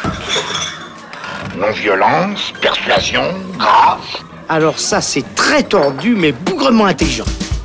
Non-violence, persuasion, grâce. Alors ça, c'est très tordu, mais bougrement intelligent.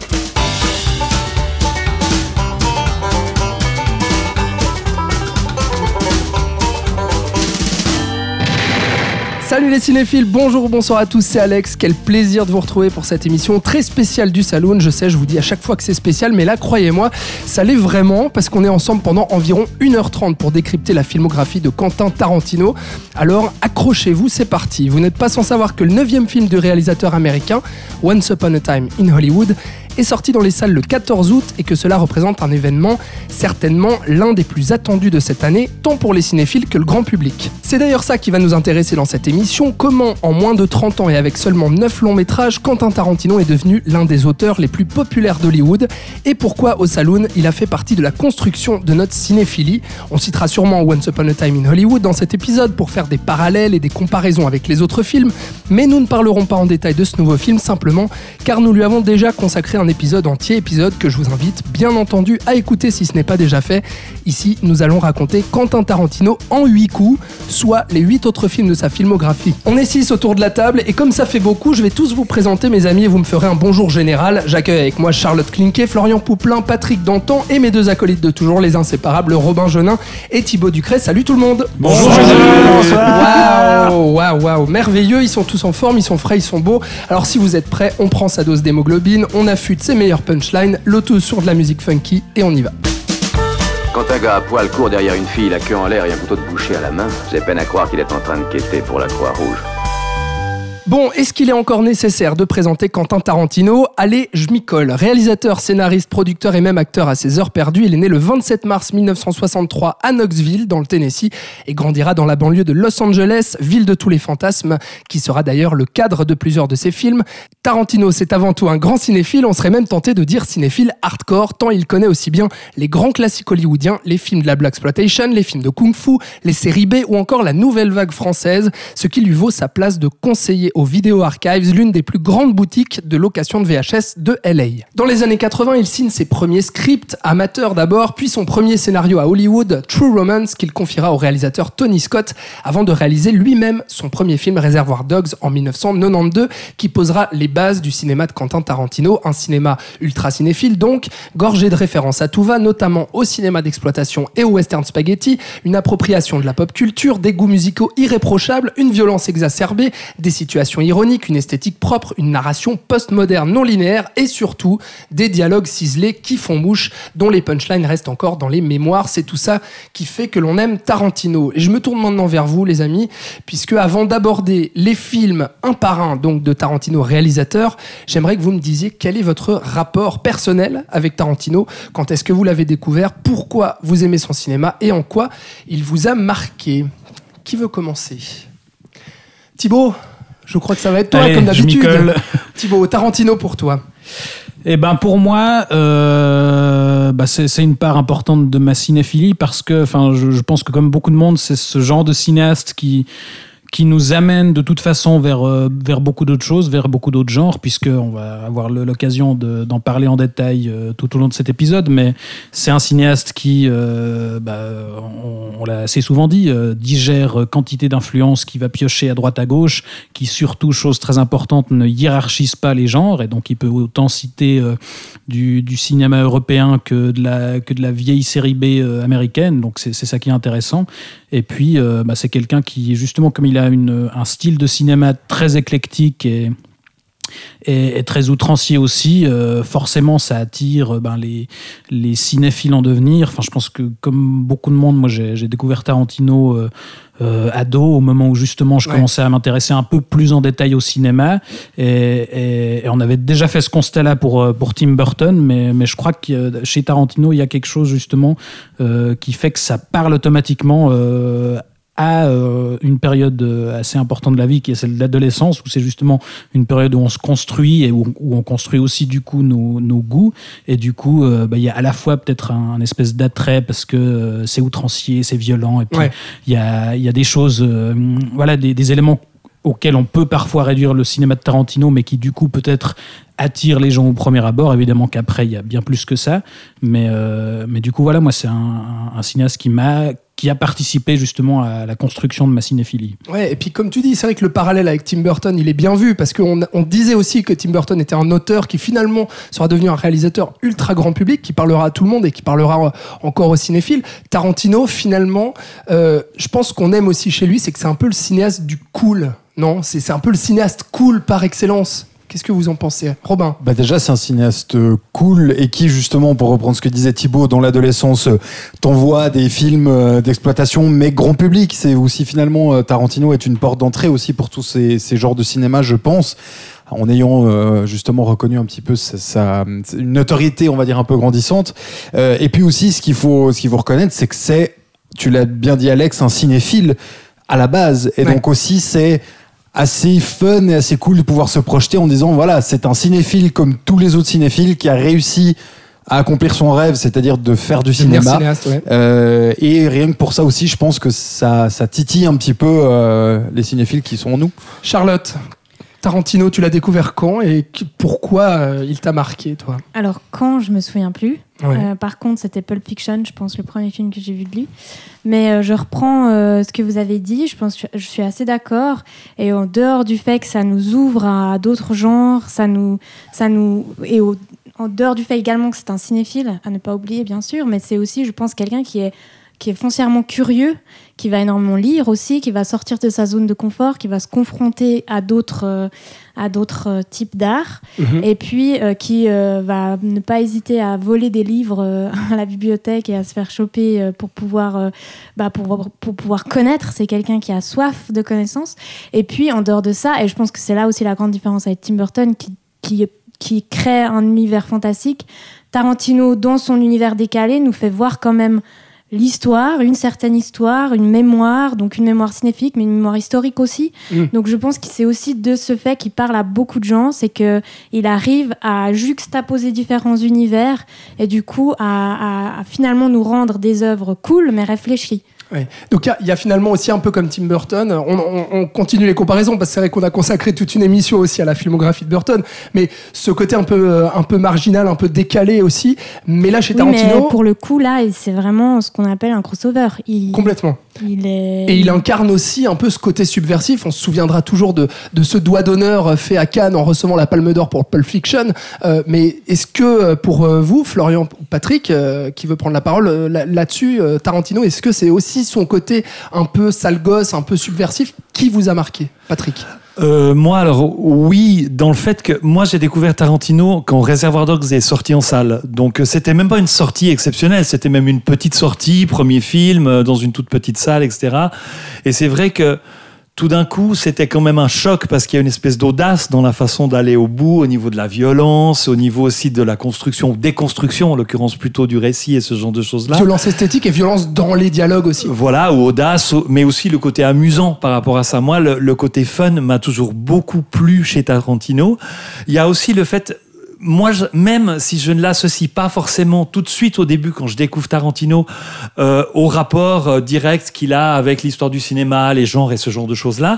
Salut les cinéphiles, bonjour ou bonsoir à tous, c'est Alex, quel plaisir de vous retrouver pour cette émission très spéciale du Saloon. Je sais, je vous dis à chaque fois que c'est spécial, mais là, croyez-moi, ça l'est vraiment parce qu'on est ensemble pendant environ 1h30 pour décrypter la filmographie de Quentin Tarantino. Alors, accrochez-vous, c'est parti. Vous n'êtes pas sans savoir que le 9e film du réalisateur américain, Once Upon a Time in Hollywood, est sorti dans les salles le 14 août et que cela représente un événement certainement l'un des plus attendus de cette année, tant pour les cinéphiles que le grand public. C'est d'ailleurs ça qui va nous intéresser dans cette émission, comment en moins de 30 ans et avec seulement 9 longs métrages, Quentin Tarantino est devenu l'un des auteurs les plus populaires d'Hollywood et pourquoi au Saloon il a fait partie de la construction de notre cinéphilie. On citera sûrement Once Upon a Time in Hollywood dans cet épisode pour faire des parallèles et des comparaisons avec les autres films, mais nous ne parlerons pas en détail de ce nouveau film simplement car nous lui avons déjà consacré un épisode entier, épisode que je vous invite bien entendu à écouter si ce n'est pas déjà fait. Ici, nous allons raconter Quentin Tarantino en 8 coups, soit les 8 autres films de sa filmographie. On est 6 autour de la table et comme ça fait beaucoup, je vais tous vous présenter mes amis et vous me ferez un bonjour général. J'accueille avec moi Charlotte Klinké, Florian Pouplin, Patrick Danton et mes deux acolytes de toujours, les inséparables Robin Genin et Thibaut Ducret. Salut tout le monde. Bonjour. Waouh, merveilleux, ils sont tous en forme, ils sont frais, ils sont beaux. Alors si vous êtes prêts, on prend sa dose d'hémoglobine, on affûte ses meilleures punchlines, le tout sur de la musique funky et on y va. Quand un gars à poil court derrière une fille, la queue en l'air et un couteau de boucher à la main, j'ai peine à croire qu'il est en train de quêter pour la Croix-Rouge. Bon, est-ce qu'il est encore nécessaire de présenter Quentin Tarantino ? Allez, je m'y colle. Réalisateur, scénariste, producteur et même acteur à ses heures perdues, il est né le 27 mars 1963 à Knoxville, dans le Tennessee, et grandira dans la banlieue de Los Angeles, ville de tous les fantasmes, qui sera d'ailleurs le cadre de plusieurs de ses films. Tarantino, c'est avant tout un grand cinéphile, on serait même tenté de dire cinéphile hardcore, tant il connaît aussi bien les grands classiques hollywoodiens, les films de la Blaxploitation, les films de kung-fu, les séries B ou encore la nouvelle vague française, ce qui lui vaut sa place de conseiller au Video Archives, l'une des plus grandes boutiques de location de VHS de LA. Dans les années 80, il signe ses premiers scripts, amateurs d'abord, puis son premier scénario à Hollywood, True Romance, qu'il confiera au réalisateur Tony Scott, avant de réaliser lui-même son premier film Reservoir Dogs en 1992, qui posera les bases du cinéma de Quentin Tarantino, un cinéma ultra cinéphile donc, gorgé de références à tout va, notamment au cinéma d'exploitation et au western spaghetti, une appropriation de la pop culture, des goûts musicaux irréprochables, une violence exacerbée, des situations ironique, une esthétique propre, une narration post-moderne non linéaire et surtout des dialogues ciselés qui font mouche, dont les punchlines restent encore dans les mémoires. C'est tout ça qui fait que l'on aime Tarantino. Et je me tourne maintenant vers vous, les amis, puisque avant d'aborder les films un par un, donc de Tarantino réalisateur, j'aimerais que vous me disiez quel est votre rapport personnel avec Tarantino, quand est-ce que vous l'avez découvert, pourquoi vous aimez son cinéma et en quoi il vous a marqué. Qui veut commencer ? Thibaut ? Je crois que ça va être toi, allez, comme d'habitude. Thibaut, Tarantino pour toi. Eh ben pour moi, c'est une part importante de ma cinéphilie parce que, je pense que comme beaucoup de monde, c'est ce genre de cinéaste qui nous amène de toute façon vers beaucoup d'autres choses, vers beaucoup d'autres genres, puisqu'on va avoir l'occasion d'en parler en détail tout au long de cet épisode, mais c'est un cinéaste qui, on l'a assez souvent dit, digère quantité d'influences, qui va piocher à droite à gauche, qui surtout, chose très importante, ne hiérarchise pas les genres, et donc il peut autant citer du cinéma européen que de la vieille série B américaine, donc c'est ça qui est intéressant. Et puis, c'est quelqu'un qui, justement, comme il a un style de cinéma très éclectique et très outrancier aussi, forcément, ça attire les cinéphiles en devenir. Enfin, je pense que, comme beaucoup de monde, moi, j'ai découvert Tarantino ado, au moment où, justement, je commençais à m'intéresser un peu plus en détail au cinéma. Et on avait déjà fait ce constat-là pour Tim Burton, mais je crois que chez Tarantino, il y a quelque chose, justement, qui fait que ça parle automatiquement à une période assez importante de la vie qui est celle de l'adolescence, où c'est justement une période où on se construit et où on construit aussi du coup nos goûts, et du coup il y a à la fois peut-être un espèce d'attrait parce que c'est outrancier, c'est violent, et puis il y a des choses des éléments auxquels on peut parfois réduire le cinéma de Tarantino, mais qui du coup peut-être attire les gens au premier abord. Évidemment qu'après il y a bien plus que ça, mais du coup voilà, moi c'est un cinéaste qui m'a qui a participé justement à la construction de ma cinéphilie. Ouais, et puis comme tu dis, c'est vrai que le parallèle avec Tim Burton, il est bien vu, parce qu'on disait aussi que Tim Burton était un auteur qui finalement sera devenu un réalisateur ultra grand public, qui parlera à tout le monde et qui parlera encore aux cinéphiles. Tarantino, finalement, je pense qu'on aime aussi chez lui, c'est que c'est un peu le cinéaste du cool, non ? C'est un peu le cinéaste cool par excellence. Qu'est-ce que vous en pensez, Robin ? Déjà, c'est un cinéaste cool et qui, justement, pour reprendre ce que disait Thibaut, dans l'adolescence, t'envoie des films d'exploitation, mais grand public. C'est aussi, finalement, Tarantino est une porte d'entrée aussi pour tous ces genres de cinéma, je pense, en ayant justement reconnu un petit peu une notoriété, on va dire, un peu grandissante. Et puis aussi, ce qu'il faut reconnaître, c'est que c'est, tu l'as bien dit, Alex, un cinéphile à la base. Et donc aussi, c'est assez fun et assez cool de pouvoir se projeter en disant voilà, c'est un cinéphile comme tous les autres cinéphiles qui a réussi à accomplir son rêve, c'est-à-dire de faire du cinéma. Cinéaste, et rien que pour ça aussi, je pense que ça titille un petit peu les cinéphiles qui sont en nous. Charlotte, Tarantino, tu l'as découvert quand et pourquoi il t'a marqué, toi ? Alors, quand, je me souviens plus. Ouais. Par contre, c'était Pulp Fiction, je pense, le premier film que j'ai vu de lui. Mais je reprends ce que vous avez dit, je pense que je suis assez d'accord. Et en dehors du fait que ça nous ouvre à d'autres genres, en dehors du fait également que c'est un cinéphile, à ne pas oublier, bien sûr, mais c'est aussi, je pense, quelqu'un qui est foncièrement curieux, qui va énormément lire aussi, qui va sortir de sa zone de confort, qui va se confronter à d'autres types d'art, et puis qui va ne pas hésiter à voler des livres à la bibliothèque et à se faire choper pour pouvoir connaître. C'est quelqu'un qui a soif de connaissances. Et puis, en dehors de ça, et je pense que c'est là aussi la grande différence avec Tim Burton, qui crée un univers fantastique, Tarantino, dans son univers décalé, nous fait voir quand même l'histoire, une certaine histoire, une mémoire, donc une mémoire cinéphilique, mais une mémoire historique aussi. Donc je pense que c'est aussi de ce fait qu'il parle à beaucoup de gens, c'est qu'il arrive à juxtaposer différents univers et du coup à finalement nous rendre des œuvres cool mais réfléchies. Ouais. Donc il y a finalement aussi un peu comme Tim Burton, on continue les comparaisons parce que c'est vrai qu'on a consacré toute une émission aussi à la filmographie de Burton, mais ce côté un peu marginal, un peu décalé aussi, mais là chez Tarantino... Mais pour le coup là, c'est vraiment ce qu'on appelle un crossover. Complètement. Et il incarne aussi un peu ce côté subversif. On se souviendra toujours de ce doigt d'honneur fait à Cannes en recevant la Palme d'Or pour Pulp Fiction. Mais est-ce que pour vous, Florian ou Patrick, qui veut prendre la parole là-dessus, Tarantino, est-ce que c'est aussi son côté un peu sale gosse, un peu subversif qui vous a marqué, Patrick ? Moi, alors oui, dans le fait que moi j'ai découvert Tarantino quand Reservoir Dogs est sorti en salle. Donc c'était même pas une sortie exceptionnelle, c'était même une petite sortie, premier film dans une toute petite salle, etc. Et c'est vrai que tout d'un coup, c'était quand même un choc parce qu'il y a une espèce d'audace dans la façon d'aller au bout, au niveau de la violence, au niveau aussi de la construction, ou déconstruction, en l'occurrence plutôt du récit et ce genre de choses-là. Violence esthétique et violence dans les dialogues aussi. Voilà, ou audace, mais aussi le côté amusant par rapport à ça. Moi, le côté fun m'a toujours beaucoup plu chez Tarantino. Il y a aussi le fait... Moi, même si je ne l'associe pas forcément tout de suite au début, quand je découvre Tarantino, au rapport direct qu'il a avec l'histoire du cinéma, les genres et ce genre de choses-là,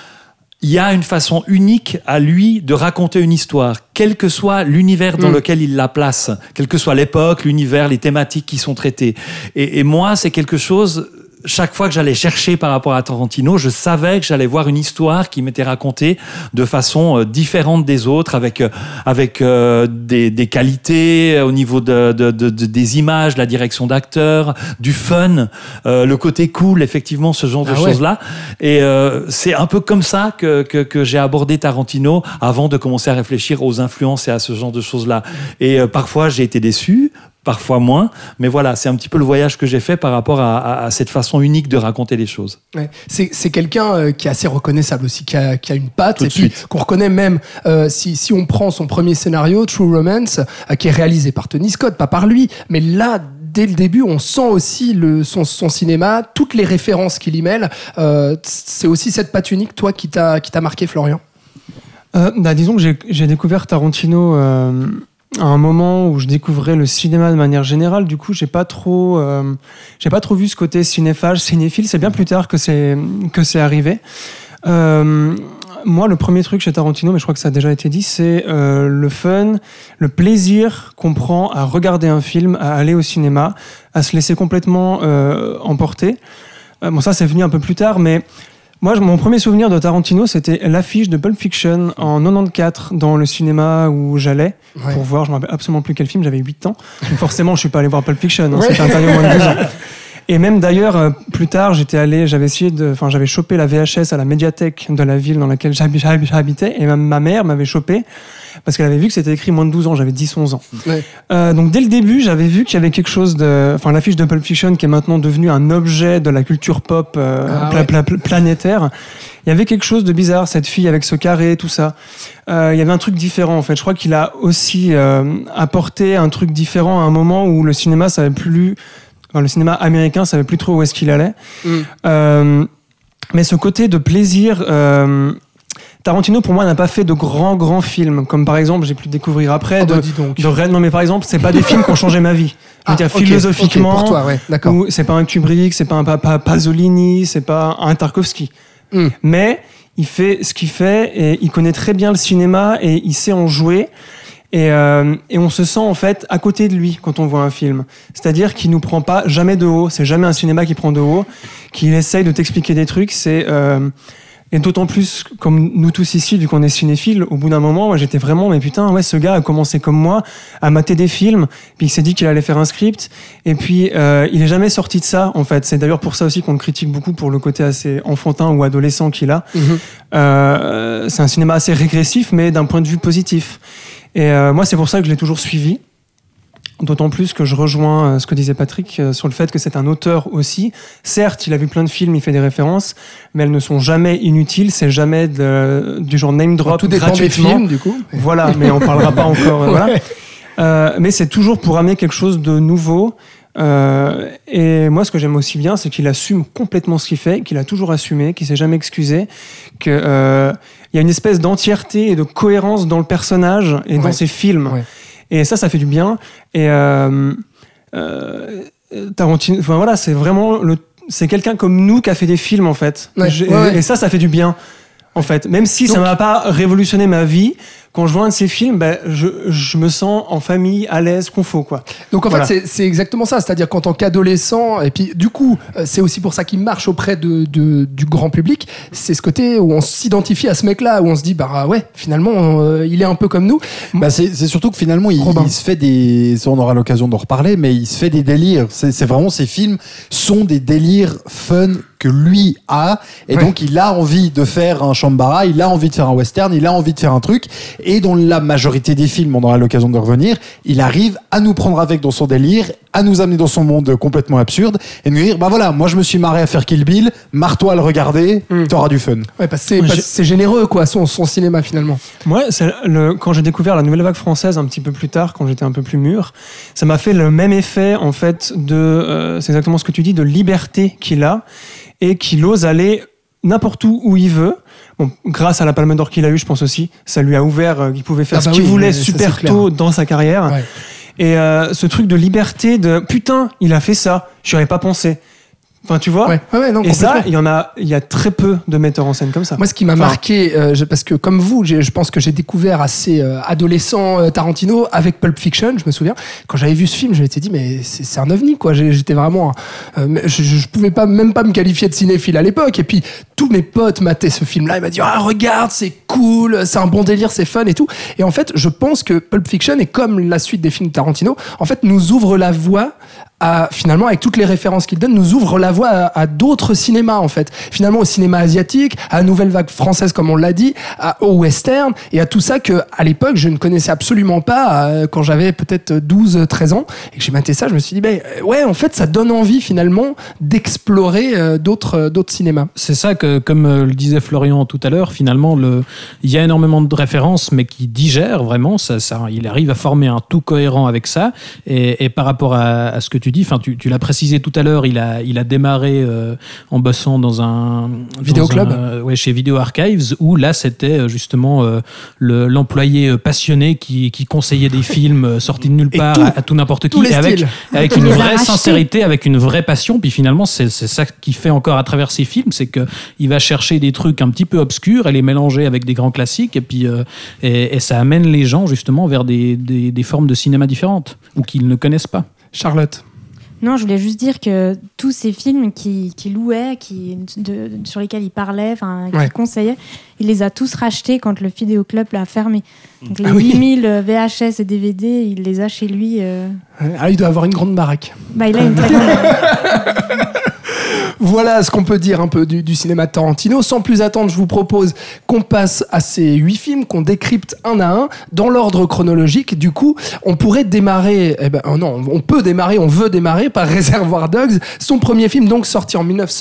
il y a une façon unique à lui de raconter une histoire, quel que soit l'univers dans lequel il la place, quelle que soit l'époque, l'univers, les thématiques qui sont traitées. Et moi, c'est quelque chose... Chaque fois que j'allais chercher par rapport à Tarantino, je savais que j'allais voir une histoire qui m'était racontée de façon différente des autres, avec des qualités au niveau des images, la direction d'acteurs, du fun, le côté cool, effectivement, ce genre de choses-là. Et c'est un peu comme ça que j'ai abordé Tarantino avant de commencer à réfléchir aux influences et à ce genre de choses-là. Et parfois, j'ai été déçu, parfois moins, mais voilà, c'est un petit peu le voyage que j'ai fait par rapport à cette façon unique de raconter les choses. Ouais. C'est quelqu'un qui est assez reconnaissable aussi, qui a une patte, et puis suite. Qu'on reconnaît même si on prend son premier scénario, True Romance, qui est réalisé par Tony Scott, pas par lui, mais là, dès le début, on sent aussi son cinéma, toutes les références qu'il y mêle. C'est aussi cette patte unique, toi, qui t'a marqué, Florian ? Disons que j'ai découvert Tarantino à un moment où je découvrais le cinéma de manière générale. Du coup, j'ai pas trop vu ce côté cinéphile. C'est bien plus tard que c'est arrivé. moi, le premier truc chez Tarantino, mais je crois que ça a déjà été dit, c'est le fun, le plaisir qu'on prend à regarder un film, à aller au cinéma, à se laisser complètement emporter. Bon, ça, c'est venu un peu plus tard, mais moi, mon premier souvenir de Tarantino, c'était l'affiche de Pulp Fiction en 94 dans le cinéma où j'allais pour voir, je ne me rappelle absolument plus quel film, j'avais 8 ans. Donc forcément, je ne suis pas allé voir Pulp Fiction, c'était interdit au moins de 12 ans. Et même d'ailleurs, plus tard, j'avais chopé la VHS à la médiathèque de la ville dans laquelle j'habitais, et ma mère m'avait chopé parce qu'elle avait vu que c'était écrit moins de 12 ans, j'avais 10-11 ans. Ouais. Donc dès le début, j'avais vu qu'il y avait quelque chose l'affiche de Pulp Fiction qui est maintenant devenue un objet de la culture pop planétaire. Il y avait quelque chose de bizarre, cette fille avec ce carré, tout ça. Il y avait un truc différent, en fait. Je crois qu'il a aussi apporté un truc différent à un moment où le cinéma savait plus... Enfin, le cinéma américain savait plus trop où est-ce qu'il allait. Mais ce côté de plaisir... Tarantino, pour moi, n'a pas fait de grands films, comme par exemple, j'ai pu le découvrir après, non, mais par exemple, c'est pas des films qui ont changé ma vie. Je veux dire, philosophiquement, pour toi, d'accord. Ou c'est pas un Kubrick, c'est pas un Pasolini, c'est pas un Tarkovsky. Mais il fait ce qu'il fait et il connaît très bien le cinéma et il sait en jouer. Et on se sent en fait à côté de lui quand on voit un film. C'est-à-dire qu'il nous prend pas jamais de haut. C'est jamais un cinéma qui prend de haut, qu'il essaye de t'expliquer des trucs. Et d'autant plus, comme nous tous ici, vu qu'on est cinéphiles, au bout d'un moment, moi, j'étais vraiment, mais putain, ouais, ce gars a commencé comme moi, à mater des films, puis il s'est dit qu'il allait faire un script, et puis il est jamais sorti de ça, en fait. C'est d'ailleurs pour ça aussi qu'on le critique beaucoup, pour le côté assez enfantin ou adolescent qu'il a. C'est un cinéma assez régressif, mais d'un point de vue positif. Et moi, c'est pour ça que je l'ai toujours suivi. D'autant plus que je rejoins ce que disait Patrick sur le fait que c'est un auteur aussi. Certes, il a vu plein de films, il fait des références, mais elles ne sont jamais inutiles, c'est jamais du genre name drop tout dépend des films, du coup. Voilà, mais on parlera pas encore. Voilà. Mais c'est toujours pour amener quelque chose de nouveau. Et moi, ce que j'aime aussi bien, c'est qu'il assume complètement ce qu'il fait, qu'il a toujours assumé, qu'il s'est jamais excusé, qu'il y a une espèce d'entièreté et de cohérence dans le personnage et dans ses films. Ouais. Et ça fait du bien. Et Tarantino, enfin voilà, c'est vraiment c'est quelqu'un comme nous qui a fait des films en fait. Et ça fait du bien en fait. Même si ça m'a pas révolutionné ma vie, quand je vois un de ces films, je me sens en famille, à l'aise, confort, quoi. Donc en fait, c'est exactement ça. C'est-à-dire qu'en tant qu'adolescent, et puis du coup, c'est aussi pour ça qu'il marche auprès du grand public, c'est ce côté où on s'identifie à ce mec-là, où on se dit, bah ouais, finalement, il est un peu comme nous. C'est surtout que finalement, il se fait des... On aura l'occasion d'en reparler, mais il se fait des délires. C'est vraiment, ces films sont des délires fun que lui a, et donc il a envie de faire un Shambhala, il a envie de faire un western, il a envie de faire un truc, et dans la majorité des films, on aura l'occasion de revenir, il arrive à nous prendre avec dans son délire, à nous amener dans son monde complètement absurde, et nous dire, bah voilà, moi je me suis marré à faire Kill Bill, marre-toi à le regarder, t'auras du fun. Ouais, parce que c'est généreux, quoi, son cinéma finalement. Moi, quand j'ai découvert la nouvelle vague française un petit peu plus tard, quand j'étais un peu plus mûr, ça m'a fait le même effet, en fait, c'est exactement ce que tu dis, de liberté qu'il a, et qu'il ose aller n'importe où il veut. Bon, grâce à la Palme d'Or qu'il a eu, je pense aussi, ça lui a ouvert, il pouvait faire ce qu'il voulait super tôt dans sa carrière. Ouais. Et ce truc de liberté, de putain, il a fait ça, j'y aurais pas pensé. Enfin, tu vois. Non, et ça, il y a très peu de metteurs en scène comme ça. Moi, ce qui m'a marqué, parce que comme vous, je pense que j'ai découvert assez adolescent Tarantino avec Pulp Fiction. Je me souviens, quand j'avais vu ce film, je m'étais dit, mais c'est un ovni, quoi. J'étais vraiment, je pouvais même pas me qualifier de cinéphile à l'époque. Et puis tous mes potes mataient ce film-là. Ils m'ont dit, regarde, c'est cool, c'est un bon délire, c'est fun et tout. Et en fait, je pense que Pulp Fiction, et comme la suite des films de Tarantino, en fait, nous ouvre la voie finalement, avec toutes les références qu'il donne, nous ouvre la voie à d'autres cinémas, en fait. Finalement, au cinéma asiatique, à la nouvelle vague française, comme on l'a dit, au western, et à tout ça que, à l'époque, je ne connaissais absolument pas, quand j'avais peut-être 12-13 ans, et que j'ai maté ça, je me suis dit, ouais, en fait, ça donne envie, finalement, d'explorer d'autres cinémas. C'est ça que, comme le disait Florian tout à l'heure, finalement, il y a énormément de références, mais qui digèrent vraiment, il arrive à former un tout cohérent avec ça, et par rapport à ce que tu tu dis. Enfin, tu l'as précisé tout à l'heure. Il a démarré en bossant dans un vidéoclub, chez Video Archives, où là c'était justement l'employé passionné qui conseillait des films sortis de nulle part à tout n'importe qui, avec une vraie sincérité, avec une vraie passion. Puis finalement, c'est ça qui fait encore à travers ses films, c'est que il va chercher des trucs un petit peu obscurs et les mélanger avec des grands classiques, et puis et ça amène les gens justement vers des formes de cinéma différentes ou qu'ils ne connaissent pas. Charlotte. Non, je voulais juste dire que tous ces films qu'il louait, sur lesquels il parlait, qu'il conseillait, il les a tous rachetés quand le vidéoclub l'a fermé. Donc les 8000 VHS et DVD, il les a chez lui. Il doit avoir une grande baraque. Il a une très grande Voilà ce qu'on peut dire un peu du cinéma de Tarantino. Sans plus attendre, je vous propose qu'on passe à ces 8 films, qu'on décrypte un à un, dans l'ordre chronologique. Du coup, on pourrait démarrer... on veut démarrer par Reservoir Dogs, son premier film, donc sorti en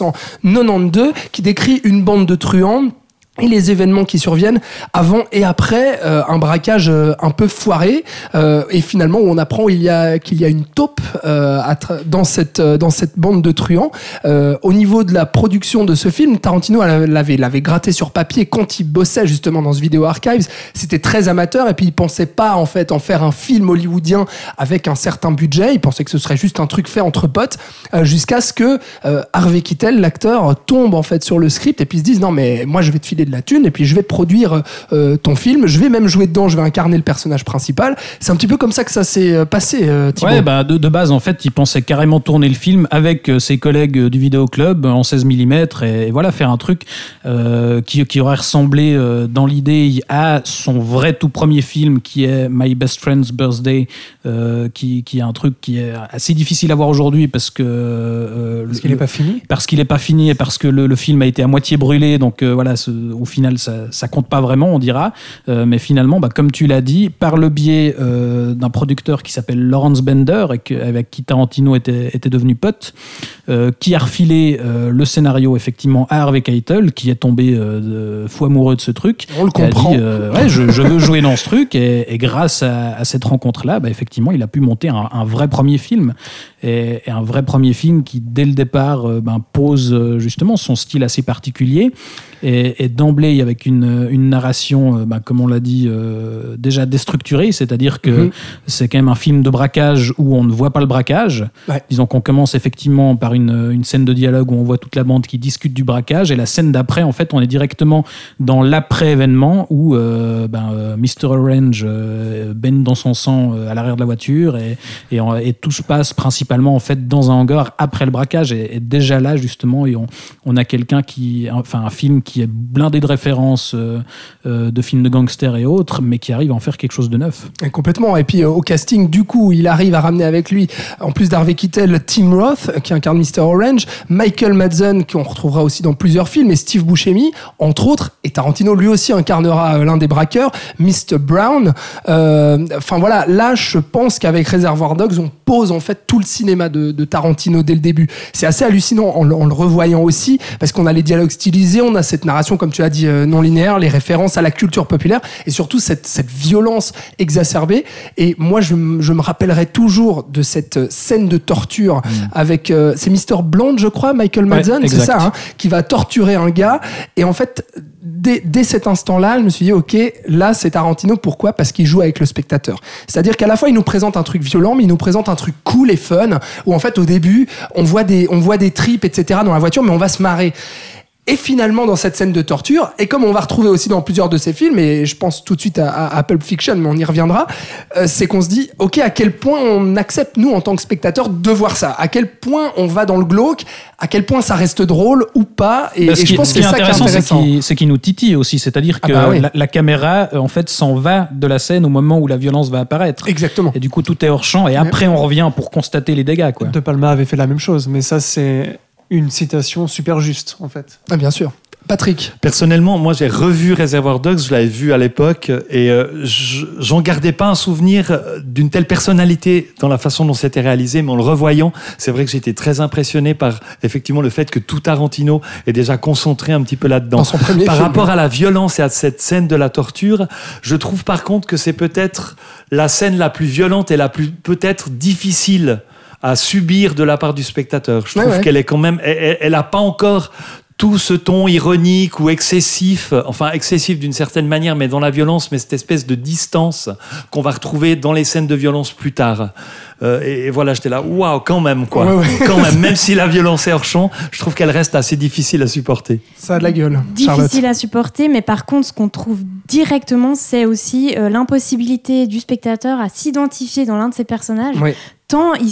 1992, qui décrit une bande de truands et les événements qui surviennent avant et après un braquage un peu foiré, et finalement où on apprend qu'il y a une taupe dans cette bande de truands. Au niveau de la production de ce film, Tarantino l'avait gratté sur papier quand il bossait justement dans ce Video Archives. C'était très amateur, et puis il pensait pas en fait en faire un film hollywoodien avec un certain budget. Il pensait que ce serait juste un truc fait entre potes, jusqu'à ce que Harvey Keitel, l'acteur, tombe en fait sur le script et puis se dise non mais moi je vais te filer de la thune et puis je vais produire ton film, je vais même jouer dedans, je vais incarner le personnage principal. C'est un petit peu comme ça que ça s'est passé, Thibaut. Ouais, de base en fait il pensait carrément tourner le film avec ses collègues du vidéoclub en 16 mm et voilà, faire un truc qui aurait ressemblé dans l'idée à son vrai tout premier film qui est My Best Friend's Birthday, qui est un truc qui est assez difficile à voir aujourd'hui parce qu'il n'est pas fini, et parce que le film a été à moitié brûlé, donc voilà, au final ça compte pas vraiment, on dira, mais finalement comme tu l'as dit, par le biais d'un producteur qui s'appelle Lawrence Bender et avec qui Tarantino était devenu pote, qui a refilé le scénario effectivement à Harvey Keitel, qui est tombé fou amoureux de ce truc. On le comprend. A dit, je veux jouer dans ce truc, et grâce à cette rencontre-là, effectivement, il a pu monter un vrai premier film, et un vrai premier film qui, dès le départ, pose justement son style assez particulier, et d'emblée avec une narration, comme on l'a dit, déjà déstructurée, c'est-à-dire que c'est quand même un film de braquage où on ne voit pas le braquage. Ouais. Disons qu'on commence effectivement par une scène de dialogue où on voit toute la bande qui discute du braquage, et la scène d'après, en fait, on est directement dans l'après-événement où Mr. Orange baigne dans son sang à l'arrière de la voiture, et tout se passe principalement en fait dans un hangar après le braquage, et déjà là justement on a un film qui est blindé de références de films de gangsters et autres, mais qui arrive à en faire quelque chose de neuf. Et complètement. Et puis au casting, du coup, il arrive à ramener avec lui, en plus d'Harvey Keitel, Tim Roth, qui incarne Mr. Orange, Michael Madsen, qu'on retrouvera aussi dans plusieurs films, et Steve Buscemi, entre autres, et Tarantino lui aussi incarnera l'un des braqueurs, Mr. Brown. Voilà, là, je pense qu'avec Reservoir Dogs, on pose en fait tout le cinéma de Tarantino dès le début. C'est assez hallucinant en le revoyant aussi, parce qu'on a les dialogues stylisés, on a cette narration, comme tu l'as dit, non linéaire, les références à la culture populaire, et surtout cette violence exacerbée. Et moi, je me rappellerai toujours de cette scène de torture avec, c'est Mr. Blonde, je crois, Michael Madsen, c'est ça, qui va torturer un gars. Et en fait, dès cet instant-là, je me suis dit, ok, là, c'est Tarantino. Pourquoi ? Parce qu'il joue avec le spectateur. C'est-à-dire qu'à la fois, il nous présente un truc violent, mais il nous présente un truc cool et fun, où en fait, au début, on voit des tripes, etc. dans la voiture, mais on va se marrer. Et finalement, dans cette scène de torture, et comme on va retrouver aussi dans plusieurs de ses films, et je pense tout de suite à Pulp Fiction, mais on y reviendra, c'est qu'on se dit, ok, à quel point on accepte, nous, en tant que spectateurs, de voir ça, à quel point on va dans le glauque, à quel point ça reste drôle ou pas, et je pense que c'est ça qui est intéressant. C'est qu'il nous titille aussi, c'est-à-dire que la caméra, en fait, s'en va de la scène au moment où la violence va apparaître. Exactement. Et du coup, tout est hors champ, et après, on revient pour constater les dégâts, quoi. De Palma avait fait la même chose, mais ça, c'est une citation super juste, en fait. Ah, bien sûr. Patrick. Personnellement, moi, j'ai revu Reservoir Dogs, je l'avais vu à l'époque, et j'en gardais pas un souvenir d'une telle personnalité dans la façon dont c'était réalisé, mais en le revoyant, c'est vrai que j'ai été très impressionné par, effectivement, le fait que tout Tarantino est déjà concentré un petit peu là-dedans. Dans son premier par film. rapport à la violence et à cette scène de la torture, je trouve par contre que c'est peut-être la scène la plus violente et la plus peut-être difficile à subir de la part du spectateur. Je trouve qu'elle est quand même, elle a pas encore tout ce ton ironique ou excessif, enfin excessif d'une certaine manière, mais dans la violence, mais cette espèce de distance qu'on va retrouver dans les scènes de violence plus tard. Et voilà, j'étais là, waouh, quand même, quoi. Quand même si la violence est hors champ, je trouve qu'elle reste assez difficile à supporter. Ça a de la gueule, difficile à supporter, mais par contre, ce qu'on trouve directement, c'est aussi l'impossibilité du spectateur à s'identifier dans l'un de ces personnages. Tant ils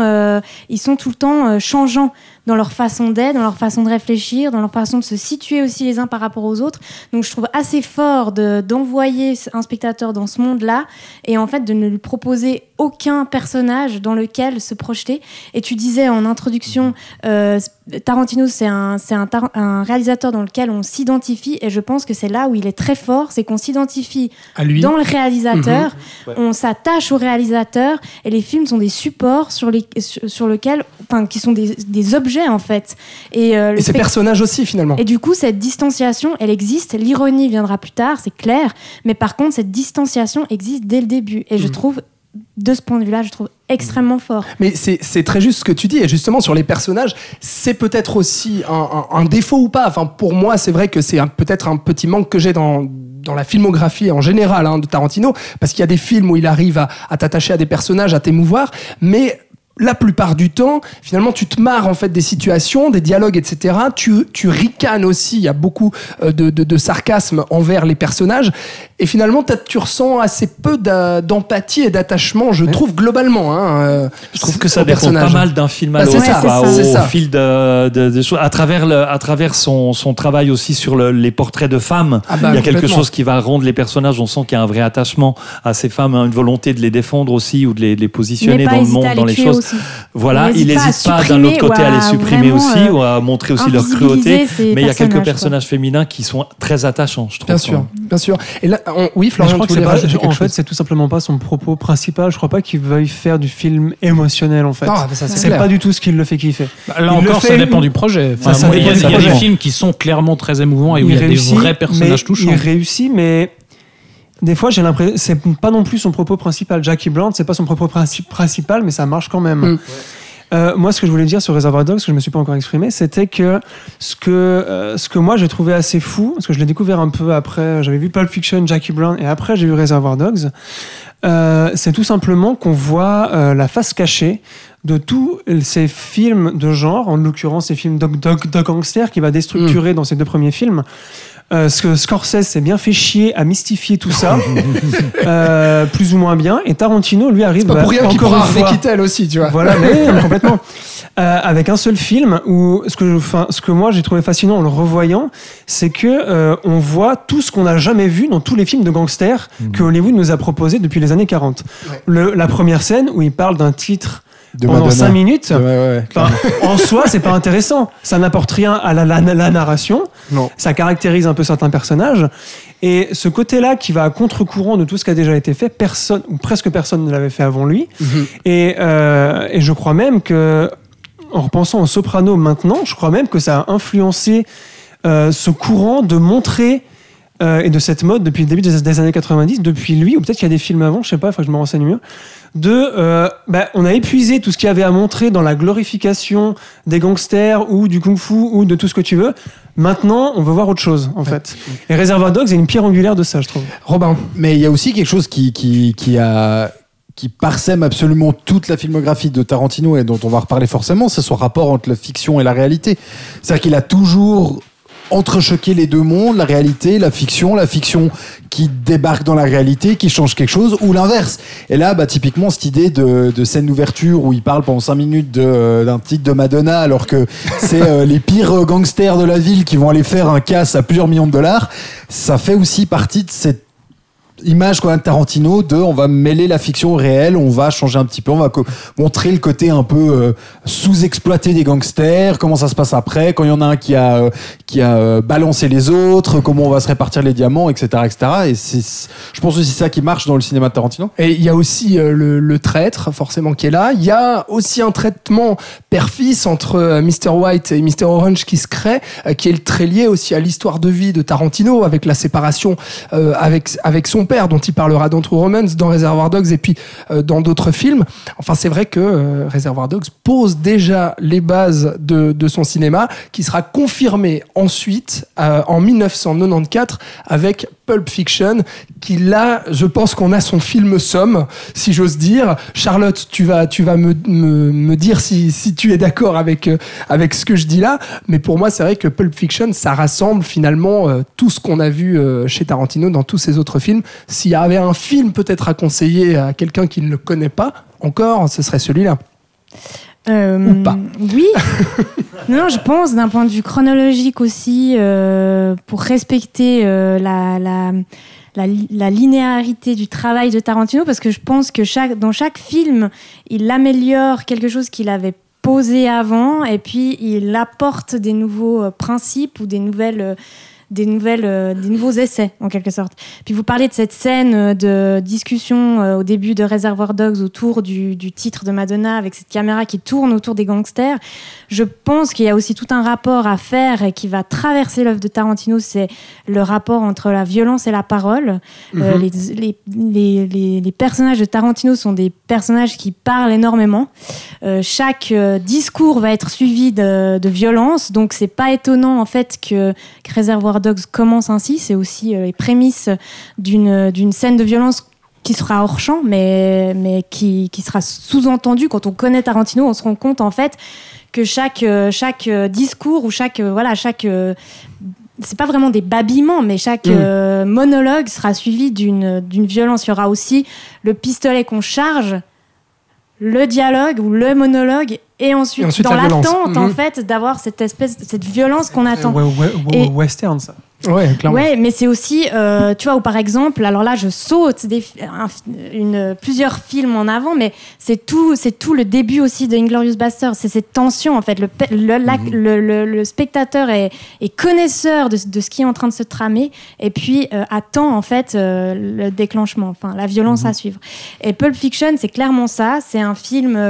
sont tout le temps changeants dans leur façon d'être, dans leur façon de réfléchir, dans leur façon de se situer aussi les uns par rapport aux autres. Donc je trouve assez fort d'envoyer un spectateur dans ce monde-là et en fait de ne lui proposer aucun personnage dans lequel se projeter. Et tu disais en introduction, Tarantino c'est un réalisateur dans lequel on s'identifie et je pense que c'est là où il est très fort, c'est qu'on s'identifie dans le réalisateur, on s'attache au réalisateur et les films sont des supports sur lesquels, enfin, qui sont des objets en fait. Et ces personnages aussi finalement. Et du coup cette distanciation elle existe, l'ironie viendra plus tard, c'est clair, mais par contre cette distanciation existe dès le début et je trouve, de ce point de vue-là, je trouve extrêmement fort. Mais c'est très juste ce que tu dis, et justement sur les personnages, c'est peut-être aussi un défaut ou pas. Enfin, pour moi, c'est vrai que c'est peut-être un petit manque que j'ai dans la filmographie en général de Tarantino, parce qu'il y a des films où il arrive à t'attacher à des personnages, à t'émouvoir, mais la plupart du temps, finalement, tu te marres en fait des situations, des dialogues, etc. Tu ricanes aussi. Il y a beaucoup de sarcasme envers les personnages. Et finalement, tu ressens assez peu d'empathie et d'attachement, je trouve, globalement. Je trouve que ça dépend pas mal d'un film à l'autre. C'est ça. Au fil de choses. À travers son travail aussi sur les portraits de femmes, il y a quelque chose qui va rendre les personnages, on sent qu'il y a un vrai attachement à ces femmes, une volonté de les défendre aussi ou de les positionner dans le monde, dans les choses. Voilà, il n'hésite pas d'un autre côté à les supprimer aussi ou à montrer aussi leur cruauté. Mais il y a quelques personnages féminins qui sont très attachants, je trouve. Bien sûr. Et là, oui, Florian, je crois que en fait, c'est tout simplement pas son propos principal. Je crois pas qu'il veuille faire du film émotionnel en fait. Non, ça, c'est pas du tout ce qui le fait kiffer. Là encore, ça dépend du projet. Il y a des films qui sont clairement très émouvants et où il y a des vrais personnages touchants. Il réussit, mais des fois, j'ai l'impression c'est pas non plus son propos principal. Jackie Brown, c'est pas son propos principal, mais ça marche quand même. Moi, ce que je voulais dire sur Reservoir Dogs, ce que je me suis pas encore exprimé, c'était que ce que moi j'ai trouvé assez fou, parce que je l'ai découvert un peu après, j'avais vu Pulp Fiction, Jackie Brown, et après j'ai vu Reservoir Dogs, c'est tout simplement qu'on voit la face cachée de tous ces films de genre, en l'occurrence ces films de gangsters qui va déstructurer dans ces deux premiers films. Ce que Scorsese s'est bien fait chier à mystifier tout ça, plus ou moins bien, et Tarantino lui arrive pas pour rien qu'il pourra Harvey Keitel aussi, tu vois. Voilà, mais complètement. Avec un seul film où ce que moi j'ai trouvé fascinant en le revoyant, c'est que on voit tout ce qu'on n'a jamais vu dans tous les films de gangsters que Hollywood nous a proposés depuis les années 40. La première scène où il parle d'un titre pendant 5 minutes, en soi, c'est pas intéressant. Ça n'apporte rien à la narration. Non. Ça caractérise un peu certains personnages. Et ce côté-là, qui va à contre-courant de tout ce qui a déjà été fait, personne, ou presque personne ne l'avait fait avant lui. Et je crois même que, en repensant au Soprano maintenant, je crois même que ça a influencé ce courant de montrer et de cette mode depuis le début des années 90, depuis lui, ou peut-être qu'il y a des films avant, je sais pas, il faut que je me renseigne mieux, on a épuisé tout ce qu'il y avait à montrer dans la glorification des gangsters ou du kung-fu ou de tout ce que tu veux. Maintenant, on veut voir autre chose, en fait. Et Reservoir Dogs est une pierre angulaire de ça, je trouve. Robin, mais il y a aussi quelque chose qui parsème absolument toute la filmographie de Tarantino et dont on va reparler forcément, c'est son rapport entre la fiction et la réalité. C'est-à-dire qu'il a toujours entrechoquer les deux mondes, la réalité, la fiction qui débarque dans la réalité, qui change quelque chose, ou l'inverse. Et là, typiquement, cette idée de scène d'ouverture où il parle pendant 5 minutes d'un titre de Madonna, alors que c'est les pires gangsters de la ville qui vont aller faire un casse à plusieurs millions de dollars, ça fait aussi partie de cette image de Tarantino on va mêler la fiction au réel, on va changer un petit peu, on va montrer le côté un peu sous-exploité des gangsters, comment ça se passe après, quand il y en a un qui a balancé les autres, comment on va se répartir les diamants, etc. Et je pense aussi c'est ça qui marche dans le cinéma de Tarantino. Et il y a aussi le traître, forcément, qui est là. Il y a aussi un traitement père-fils entre Mr. White et Mr. Orange qui se crée, qui est très lié aussi à l'histoire de vie de Tarantino, avec la séparation avec son père, dont il parlera dans True Romance, dans Reservoir Dogs et puis dans d'autres films. Enfin, c'est vrai que Reservoir Dogs pose déjà les bases de son cinéma, qui sera confirmé ensuite en 1994 avec Pulp Fiction, qui là, je pense qu'on a son film somme, si j'ose dire. Charlotte, tu vas me dire si tu es d'accord avec ce que je dis là, mais pour moi, c'est vrai que Pulp Fiction, ça rassemble finalement tout ce qu'on a vu chez Tarantino dans tous ses autres films. S'il y avait un film peut-être à conseiller à quelqu'un qui ne le connaît pas encore, ce serait celui-là. Ou pas. Oui. Non, je pense d'un point de vue chronologique aussi, pour respecter la linéarité du travail de Tarantino, parce que je pense que dans chaque film, il améliore quelque chose qu'il avait posé avant, et puis il apporte des nouveaux principes ou des nouveaux essais, en quelque sorte. Puis vous parlez de cette scène de discussion au début de Reservoir Dogs autour du titre de Madonna, avec cette caméra qui tourne autour des gangsters. Je pense qu'il y a aussi tout un rapport à faire et qui va traverser l'œuvre de Tarantino, c'est le rapport entre la violence et la parole. Les personnages de Tarantino sont des personnages qui parlent énormément. Chaque discours va être suivi de violence, donc c'est pas étonnant en fait que Reservoir Dogs commence ainsi. C'est aussi les prémices d'une scène de violence qui sera hors champ, mais qui sera sous-entendue. Quand on connaît Tarantino, on se rend compte en fait que chaque discours ou chaque c'est pas vraiment des babillements, mais chaque monologue sera suivi d'une violence. Il y aura aussi le pistolet qu'on charge, le dialogue ou le monologue, et ensuite dans l'attente en fait d'avoir cette violence qu'on attend. Western, ça. Ouais, clairement. Ouais, mais c'est aussi, tu vois, où par exemple, alors là, je saute plusieurs films en avant, mais c'est tout le début aussi de Inglourious Basterds. C'est cette tension, en fait. Le spectateur est connaisseur de ce qui est en train de se tramer, et puis attend, en fait, le déclenchement, enfin, la violence à suivre. Et Pulp Fiction, c'est clairement ça. C'est un film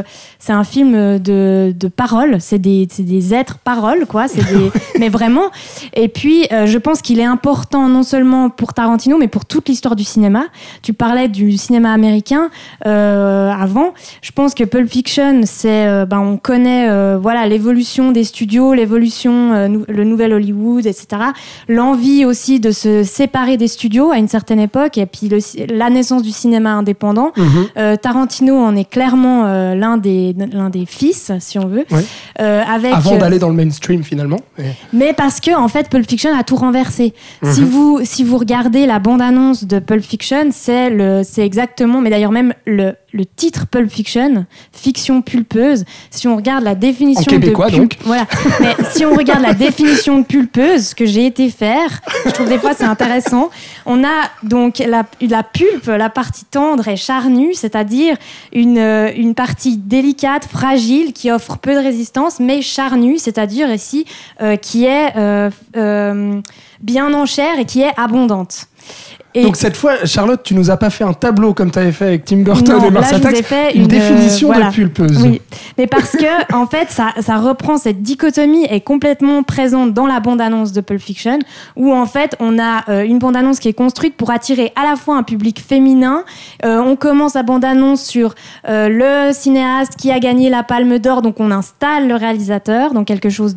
de paroles. C'est des êtres paroles, quoi. Mais vraiment. Et puis, je pense qu'il est important non seulement pour Tarantino, mais pour toute l'histoire du cinéma. Tu parlais du cinéma américain avant. Je pense que Pulp Fiction, on connaît l'évolution des studios, le nouvel Hollywood, etc. L'envie aussi de se séparer des studios à une certaine époque, et puis la naissance du cinéma indépendant. Tarantino en est clairement l'un des fils, si on veut. Ouais. Avant d'aller dans le mainstream finalement. Mais parce que en fait, Pulp Fiction a tout renversé. Si vous regardez la bande-annonce de Pulp Fiction, c'est exactement, mais d'ailleurs même le titre Pulp Fiction, fiction pulpeuse. Si on regarde la définition en québécois, donc. Voilà. Mais si on regarde la définition de pulpeuse que j'ai été faire, je trouve des fois c'est intéressant. On a donc la pulpe, la partie tendre et charnue, c'est-à-dire une partie délicate, fragile, qui offre peu de résistance, mais charnue, c'est-à-dire ici qui est bien en chair et qui est abondante. Et donc cette fois, Charlotte, tu nous as pas fait un tableau comme tu avais fait avec Tim Burton et Mars Attacks, une définition de pulpeuse. Oui, mais parce que en fait, ça reprend cette dichotomie est complètement présente dans la bande-annonce de Pulp Fiction, où en fait, on a une bande-annonce qui est construite pour attirer à la fois un public féminin. On commence la bande-annonce sur le cinéaste qui a gagné la Palme d'Or, donc on installe le réalisateur, donc quelque chose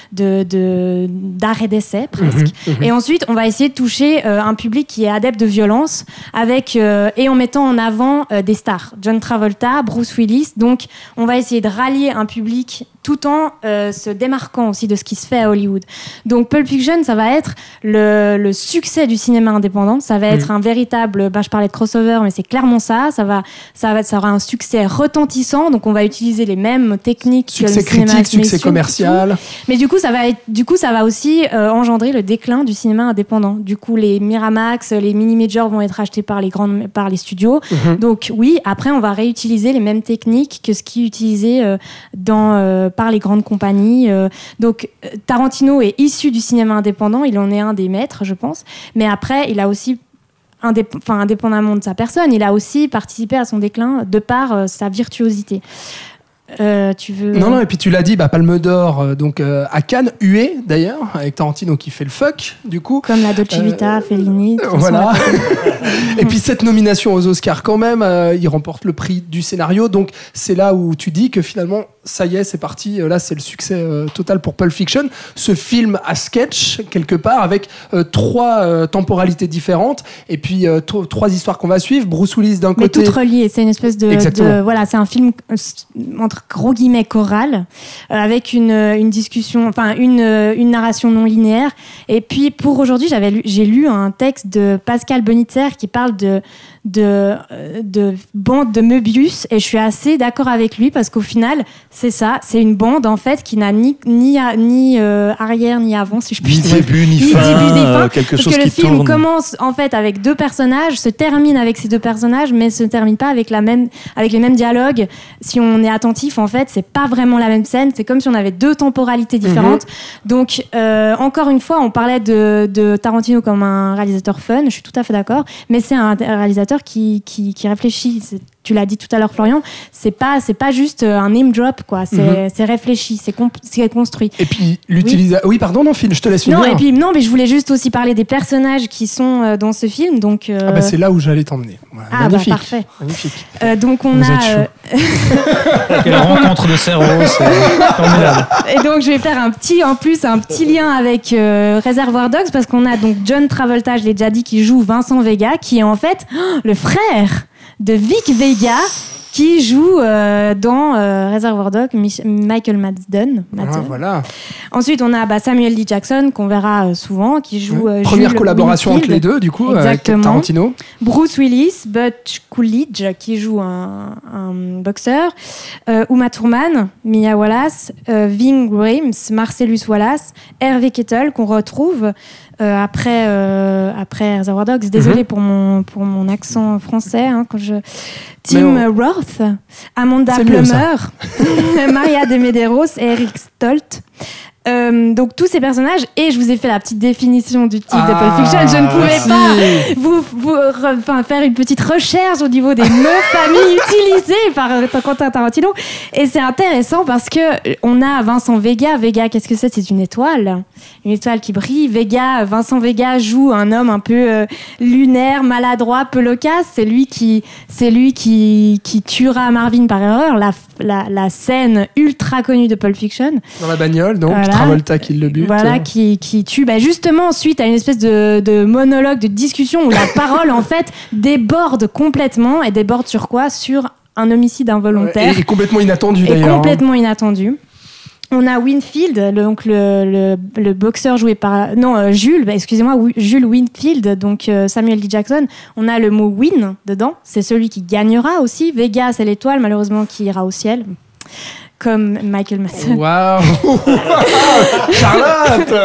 d'arrêt d'essai presque. Et ensuite, on va essayer de toucher un public qui est adepte de violence et en mettant en avant des stars, John Travolta, Bruce Willis. Donc on va essayer de rallier un public tout en se démarquant aussi de ce qui se fait à Hollywood. Donc Pulp Fiction, ça va être le succès du cinéma indépendant. Ça va être un véritable, je parlais de crossover, mais c'est clairement ça. Ça aura un succès retentissant. Donc on va utiliser les mêmes techniques succès que le cinéma critique, succès commercial. Mais du coup ça va aussi engendrer le déclin du cinéma indépendant. Du coup les Miramax, les mini-majors vont être achetés par les studios. Donc oui, après on va réutiliser les mêmes techniques que ce qui est utilisé par les grandes compagnies. Donc Tarantino est issu du cinéma indépendant, il en est un des maîtres, je pense. Mais après, il a aussi indépendamment de sa personne, il a aussi participé à son déclin de par sa virtuosité. Tu veux... Non, et puis tu l'as dit, Palme d'Or, donc à Cannes, hué d'ailleurs, avec Tarantino qui fait le fuck, du coup. Comme la Dolce Vita, Fellini. Voilà. Et puis cette nomination aux Oscars quand même, il remporte le prix du scénario, donc c'est là où tu dis que finalement, ça y est, c'est parti, là c'est le succès total pour Pulp Fiction. Ce film à sketch, quelque part, avec 3 temporalités différentes, et puis 3 histoires qu'on va suivre. Bruce Willis d'un côté... Mais toutes reliées, c'est une espèce de voilà, c'est un film entre gros guillemets choral, avec une discussion, enfin une narration non linéaire. Et puis pour aujourd'hui, j'ai lu un texte de Pascal Benitzer qui parle de bande de Möbius, et je suis assez d'accord avec lui parce qu'au final c'est ça, c'est une bande en fait qui n'a ni arrière ni avant, si je puis dire, ni début ni fin, quelque chose qui tourne. Parce que le film commence en fait avec 2 personnages, se termine avec ces 2 personnages, mais se termine pas avec les mêmes dialogues. Si on est attentif, en fait, c'est pas vraiment la même scène. C'est comme si on avait 2 temporalités différentes. Donc encore une fois, on parlait de Tarantino comme un réalisateur fun. Je suis tout à fait d'accord, mais c'est un réalisateur qui réfléchit. Tu l'as dit tout à l'heure, Florian, c'est pas juste un name drop, quoi. C'est réfléchi, c'est construit. Et puis l'utilisation. Oui, pardon, non, Phil, je te laisse finir. Mais je voulais juste aussi parler des personnages qui sont dans ce film. Donc c'est là où j'allais t'emmener. Voilà, magnifique. Parfait. Magnifique. Donc on Vous êtes quelle rencontre de cerveau, c'est formidable. Et donc je vais faire un petit lien avec Reservoir Dogs, parce qu'on a donc John Travolta, je l'ai déjà dit, qui joue Vincent Vega, qui est en fait le frère de Vic Vega, qui joue dans Reservoir Dogs, Michael Madsen. Voilà. Ensuite, on a Samuel L. Jackson, qu'on verra souvent, qui joue première Jules collaboration Winfield. entre les deux, du coup, Exactement. avec Tarantino. Bruce Willis, Butch Coolidge, qui joue un boxeur. Uma Thurman, Mia Wallace, Ving Rhames, Marcellus Wallace, Hervé Kettle, qu'on retrouve après Reservoir Dogs. Désolée pour mon accent français. Tim Roth, Amanda Plummer, Maria de Medeiros et Eric Stoltz. Donc tous ces personnages, et je vous ai fait la petite définition du titre de Pulp Fiction. Je ne pouvais pas faire une petite recherche au niveau des noms de famille utilisés par Quentin Tarantino, et c'est intéressant parce que on a Vincent Vega. Vega, qu'est-ce que c'est une étoile qui brille. Vincent Vega joue un homme un peu lunaire, maladroit, peu loquace. C'est lui qui tuera Marvin par erreur, la scène ultra connue de Pulp Fiction dans la bagnole, donc voilà. Travolta qui le bute. Voilà, qui tue. Justement, suite à une espèce de monologue, de discussion où la parole, en fait, déborde complètement. Et déborde sur quoi ? Sur un involontaire. Et complètement inattendu, et d'ailleurs. Complètement inattendu. On a Winfield, donc le boxeur joué par... Jules Winfield, donc Samuel L. Jackson. On a le mot win dedans. C'est celui qui gagnera aussi. Vega, c'est l'étoile, malheureusement, qui ira au ciel. Comme Michael Madsen. Waouh Charlotte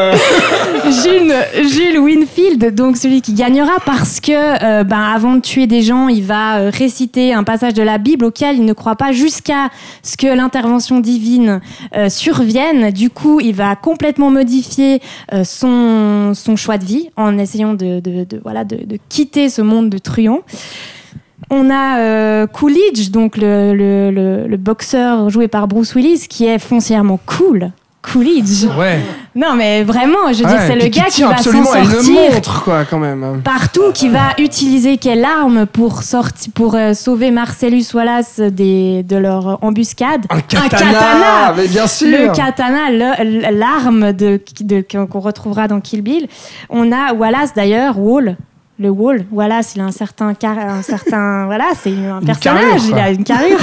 Jules Winfield, donc celui qui gagnera, parce que avant de tuer des gens, il va réciter un passage de la Bible auquel il ne croit pas jusqu'à ce que l'intervention divine survienne. Du coup, il va complètement modifier son choix de vie en essayant de quitter ce monde de truands. On a Coolidge, donc le boxeur joué par Bruce Willis, qui est foncièrement cool. Coolidge. Ouais. Non, mais vraiment, je veux dire, c'est le gars qui va s'en absolument sortir. une montre, quoi, quand même. Partout, qui va utiliser quelle arme pour sauver Marcellus Wallace de leur embuscade. Un katana, mais bien sûr. Le katana, l'arme qu'on retrouvera dans Kill Bill. On a Wallace, d'ailleurs, le Wall, Wallace, il a un certain voilà, c'est un personnage, il a une carrure.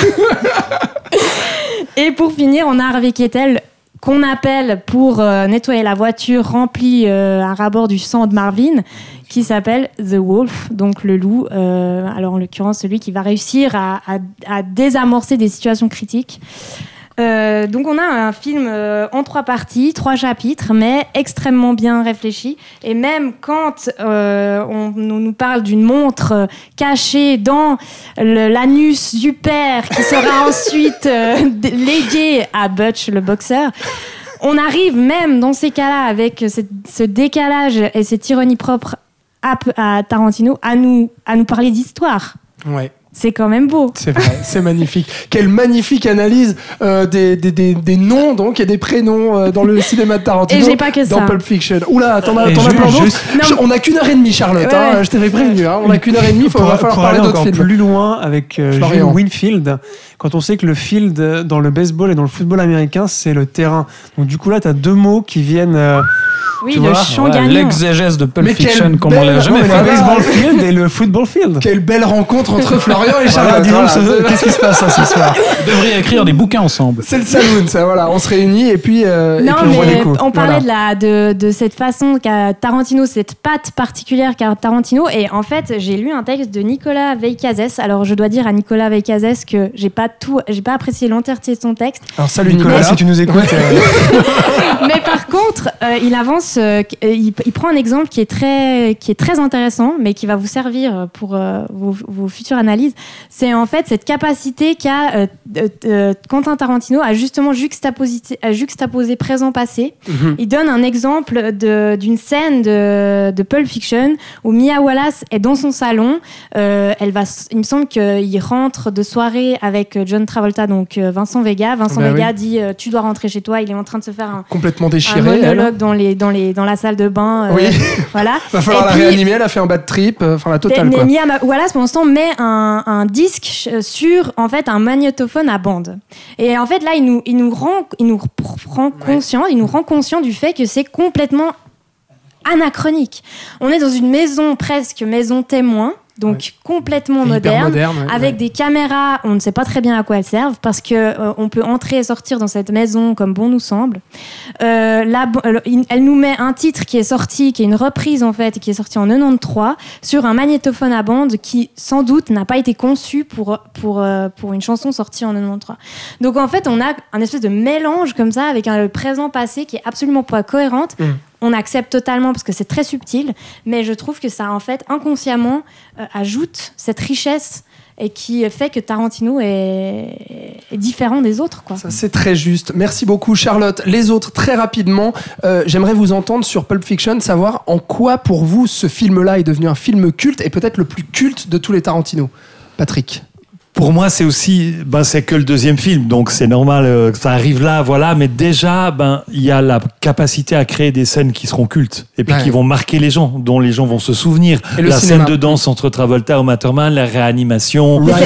Et pour finir, on a Harvey Keitel, qu'on appelle pour nettoyer la voiture remplie à ras-bord du sang de Marvin, qui s'appelle The Wolf, donc le loup. Alors en l'occurrence, celui qui va réussir à désamorcer des situations critiques. Donc on a un film en 3 parties, 3 chapitres, mais extrêmement bien réfléchi. Et même quand on nous parle d'une montre cachée dans l'anus du père, qui sera ensuite léguée à Butch, le boxeur, on arrive même dans ces cas-là, avec ce décalage et cette ironie propre à Tarantino, à nous parler d'histoire. Ouais. C'est quand même beau. C'est vrai, c'est magnifique. Quelle magnifique analyse des noms donc et des prénoms dans le cinéma de Tarantino. Et j'ai pas que ça. Dans Pulp Fiction. Oula, t'en as plein d'autres. On a qu'une heure et demie, Charlotte. Ouais. Hein, je t'avais prévenu. Hein, on a qu'une heure et demie. Il va falloir parler d'autres films. Plus loin avec Jules Winfield. Quand on sait que le field dans le baseball et dans le football américain, c'est le terrain. Donc du coup là, t'as deux mots qui viennent. Oui, le champ gagnant. L'exégèse de Pulp Fiction, comme on l'a jamais fait. Le baseball field et le football field. Quelle belle rencontre entre Florian et Charlotte. Qu'est-ce qui se passe ce soir? Vous devriez écrire des bouquins ensemble. C'est le saloon, ça, voilà. On se réunit et puis on voit les coups. On parlait de cette façon qu'a Tarantino, cette patte particulière qu'a Tarantino. Et en fait, j'ai lu un texte de Nicolas Veikazes. Alors, je dois dire à Nicolas Veikazes que j'ai pas apprécié l'entièreté de son texte. Alors, salut Nicolas, si tu nous écoutes. Mais par contre, il avance, il prend un exemple qui est très intéressant, mais qui va vous servir pour vos futures analyses. C'est en fait cette capacité qu'a Quentin Tarantino à justement juxtaposer présent-passé. Mm-hmm. Il donne un exemple d'une scène de Pulp Fiction où Mia Wallace est dans son salon. Il me semble qu'il rentre de soirée avec John Travolta, donc Vincent Vega. Vincent Vega dit tu dois rentrer chez toi. Il est en train de se faire complètement déchiré, un monologue dans la salle de bain. Oui. Voilà. Va falloir la réanimer. Elle a fait un bad trip. Enfin la totale. Quoi. Mia Wallace, pour l'instant, met un disque sur en fait un magnétophone à bande. Et en fait là, il nous rend conscient du fait que c'est complètement anachronique. On est dans une maison presque maison témoin. Donc complètement moderne, avec des caméras, on ne sait pas très bien à quoi elles servent, parce que on peut entrer et sortir dans cette maison comme bon nous semble. Elle nous met un titre qui est une reprise en fait, qui est sorti en 93 sur un magnétophone à bande qui sans doute n'a pas été conçu pour une chanson sortie en 93. Donc en fait, on a un espèce de mélange comme ça avec le présent-passé qui est absolument pas cohérente. On accepte totalement parce que c'est très subtil, mais je trouve que ça, en fait, inconsciemment, ajoute cette richesse et qui fait que Tarantino est différent des autres, quoi. Ça, c'est très juste. Merci beaucoup, Charlotte. Les autres, très rapidement, j'aimerais vous entendre sur Pulp Fiction, savoir en quoi, pour vous, ce film-là est devenu un film culte et peut-être le plus culte de tous les Tarantino. Patrick. Pour moi, c'est aussi, c'est que le deuxième film, donc c'est normal que ça arrive là, voilà. Mais déjà, il y a la capacité à créer des scènes qui seront cultes et puis qui vont marquer les gens, dont les gens vont se souvenir. La scène de danse entre Travolta et Uma Thurman, la réanimation, les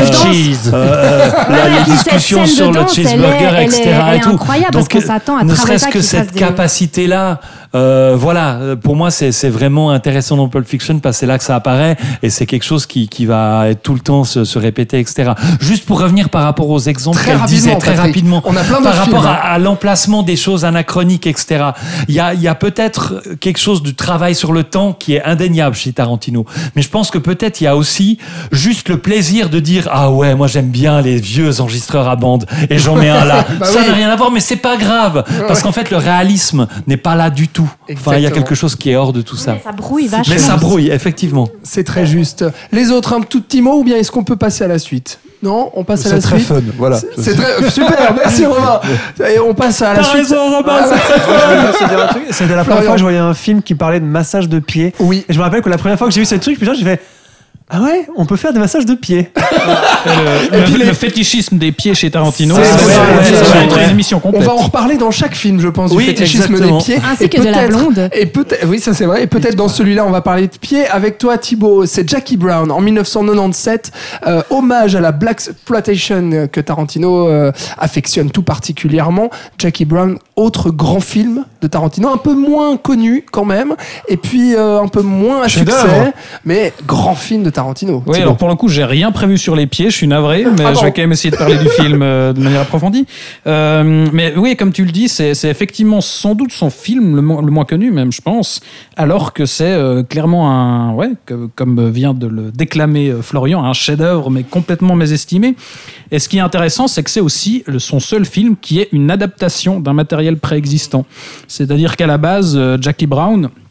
discussions sur le cheeseburger, etc. Elle est incroyable parce qu'on s'attend à ne Travolta serait-ce que cette capacité-là. Pour moi, c'est vraiment intéressant dans Pulp Fiction parce que c'est là que ça apparaît et c'est quelque chose qui va être tout le temps se répéter, etc. Juste pour revenir par rapport aux exemples qu'elle disait très rapidement, on a plein par rapport à l'emplacement des choses anachroniques, etc. Il y a peut-être quelque chose du travail sur le temps qui est indéniable chez Tarantino, mais je pense que peut-être il y a aussi juste le plaisir de dire ah ouais, moi j'aime bien les vieux enregistreurs à bande et j'en mets un là. Ça n'a rien à voir, mais c'est pas grave parce qu'en fait le réalisme n'est pas là du tout. Enfin, il y a quelque chose qui est hors de tout ça. Mais ça brouille vachement. Mais ça brouille, effectivement. C'est très juste. Les autres, un tout petit mot ou bien est-ce qu'on peut passer à la suite ? Non, on passe à la suite. C'est très fun, voilà. C'est très super, merci Romain. Et on passe à la suite. T'as raison, Romain, c'est très fun. C'était la première fois que je voyais un film qui parlait de massage de pieds. Oui. Et je me rappelle que la première fois que j'ai vu ce truc, j'ai fait ah ouais, on peut faire des massages de pieds. Le fétichisme des pieds chez Tarantino, c'est une émission complète. On va en reparler dans chaque film, je pense, du fétichisme exactement. des pieds. Ainsi que de la blonde. Et peut-être, oui, ça c'est vrai. Et peut-être dans celui-là, on va parler de pieds. Avec toi, Thibaut, c'est Jackie Brown en 1997. Hommage à la blaxploitation que Tarantino affectionne tout particulièrement. Jackie Brown, autre grand film de Tarantino, un peu moins connu quand même, et puis un peu moins à succès, mais grand film de Tarantino. Oui, alors pour le coup, j'ai rien prévu sur les pieds, je suis navré, mais je vais quand même essayer de parler du film de manière approfondie. Mais oui, comme tu le dis, c'est effectivement sans doute son film le moins connu, même, je pense, alors que c'est clairement comme vient de le déclamer Florian, un chef-d'œuvre, mais complètement mésestimé. Et ce qui est intéressant, c'est que c'est aussi son seul film qui est une adaptation d'un matériel préexistant. C'est-à-dire qu'à la base, Jackie Brown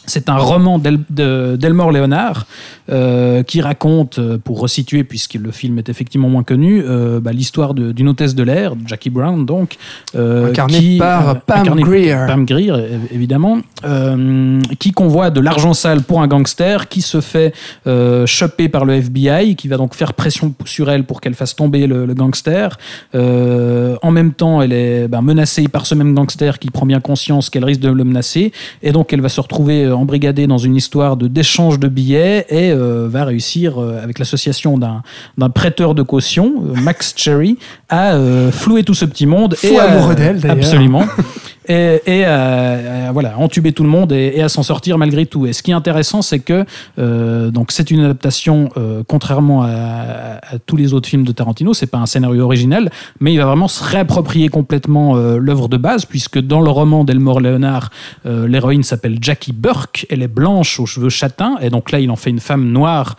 C'est un roman d'Elmore Leonard qui raconte, pour resituer, puisque le film est effectivement moins connu, l'histoire d'une hôtesse de l'air, Jackie Brown, donc. Incarnée par Pam Grier. Pam Grier, évidemment, qui convoie de l'argent sale pour un gangster, qui se fait choper par le FBI, qui va donc faire pression sur elle pour qu'elle fasse tomber le gangster. En même temps, elle est menacée par ce même gangster qui prend bien conscience qu'elle risque de le menacer, et donc elle va se retrouver embrigadée dans une histoire d'échange de billets et va réussir, avec l'association d'un prêteur de caution, Max Cherry, à flouer tout ce petit monde. Fou amoureux d'elle, d'ailleurs. Absolument. Et voilà, entuber tout le monde et à s'en sortir malgré tout. Et ce qui est intéressant, c'est que donc c'est une adaptation, contrairement à tous les autres films de Tarantino, c'est pas un scénario original, mais il va vraiment se réapproprier complètement l'œuvre de base, puisque dans le roman d'Elmore Leonard, l'héroïne s'appelle Jackie Burke, elle est blanche aux cheveux châtains, et donc là il en fait une femme noire.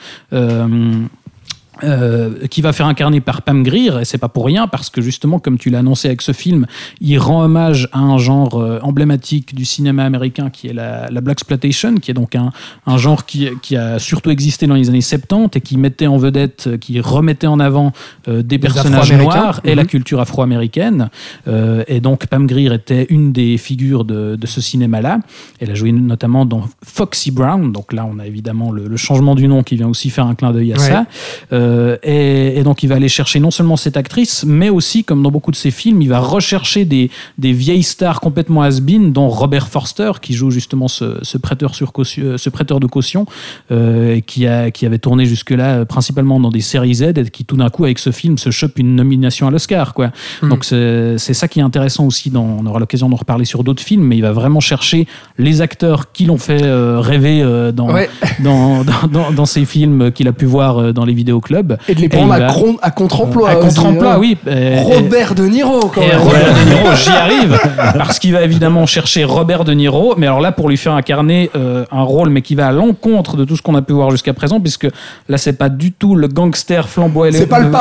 Qui va faire incarner par Pam Grier, et c'est pas pour rien, parce que justement, comme tu l'as annoncé avec ce film, il rend hommage à un genre emblématique du cinéma américain qui est la blaxploitation, qui est donc un genre qui a surtout existé dans les années 70 et qui mettait en vedette, qui remettait en avant des personnages noirs et la culture afro-américaine. Et donc Pam Grier était une des figures de ce cinéma-là. Elle a joué notamment dans Foxy Brown, donc là on a évidemment le changement du nom qui vient aussi faire un clin d'œil à ça. Et donc il va aller chercher non seulement cette actrice, mais aussi, comme dans beaucoup de ses films, il va rechercher des vieilles stars complètement has-been, dont Robert Forster, qui joue justement ce prêteur de caution, qui avait tourné jusque-là principalement dans des séries Z, et qui tout d'un coup, avec ce film, se chope une nomination à l'Oscar, quoi. Donc c'est ça qui est intéressant aussi. On aura l'occasion d'en reparler sur d'autres films, mais il va vraiment chercher les acteurs qui l'ont fait rêver dans ces films qu'il a pu voir dans les vidéoclubs. Et de les prendre à contre-emploi. À contre-emploi, oui. Robert De Niro, quand même. Robert De Niro, j'y arrive. Parce qu'il va évidemment chercher Robert De Niro, mais alors là, pour lui faire incarner un rôle, mais qui va à l'encontre de tout ce qu'on a pu voir jusqu'à présent, puisque là, c'est pas du tout le gangster flamboyant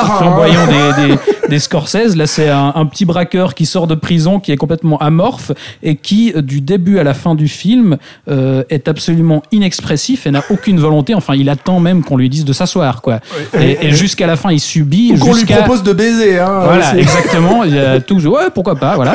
des Scorsese. Là, c'est un petit braqueur qui sort de prison, qui est complètement amorphe, et qui, du début à la fin du film, est absolument inexpressif et n'a aucune volonté. Enfin, il attend même qu'on lui dise de s'asseoir, quoi. Et jusqu'à la fin, il subit. Ou qu'on lui propose de baiser. Hein, voilà, exactement. Il y a tout. Ouais, pourquoi pas, voilà.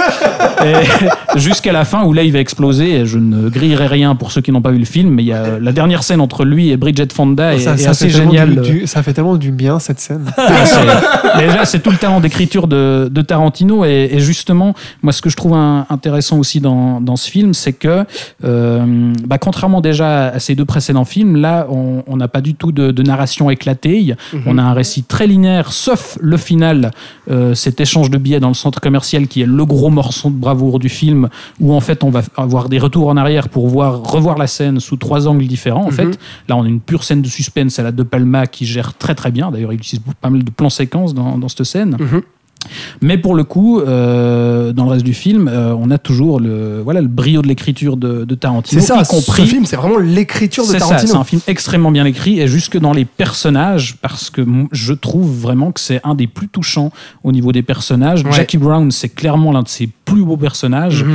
Et jusqu'à la fin, où là, il va exploser. Et je ne grillerai rien pour ceux qui n'ont pas vu le film, mais il y a la dernière scène entre lui et Bridget Fonda est assez géniale. Ça fait tellement du bien, cette scène. Mais là, c'est tout le talent d'écriture de Tarantino. Et justement, moi, ce que je trouve intéressant aussi dans ce film, c'est que, contrairement déjà à ces deux précédents films, là, on n'a pas du tout de narration éclatée. On a un récit très linéaire, sauf le final, cet échange de billets dans le centre commercial qui est le gros morceau de bravoure du film, où en fait on va avoir des retours en arrière pour revoir la scène sous 3 angles différents. En fait, là on a une pure scène de suspense à la De Palma qui gère très très bien. D'ailleurs, il utilise pas mal de plans séquences dans cette scène. Mais pour le coup, dans le reste du film, on a toujours le brio de l'écriture de Tarantino. C'est ça, ce film, c'est vraiment l'écriture de Tarantino. C'est un film extrêmement bien écrit, et jusque dans les personnages, parce que je trouve vraiment que c'est un des plus touchants au niveau des personnages. Ouais. Jackie Brown, c'est clairement l'un de ses plus beaux personnages.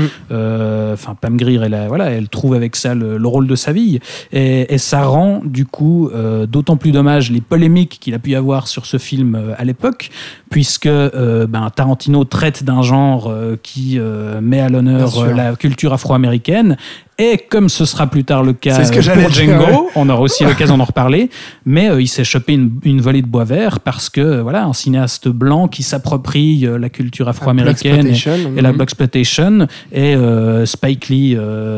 Pam Grier, elle trouve avec ça le rôle de sa vie. Et ça rend, du coup, d'autant plus dommage les polémiques qu'il a pu y avoir sur ce film à l'époque, puisque Tarantino traite d'un genre qui met à l'honneur la culture afro-américaine. Et comme ce sera plus tard le cas pour Django, on aura aussi l'occasion d'en reparler, mais il s'est chopé une volée de bois vert parce que un cinéaste blanc qui s'approprie la culture afro-américaine et la blaxploitation, et Spike Lee,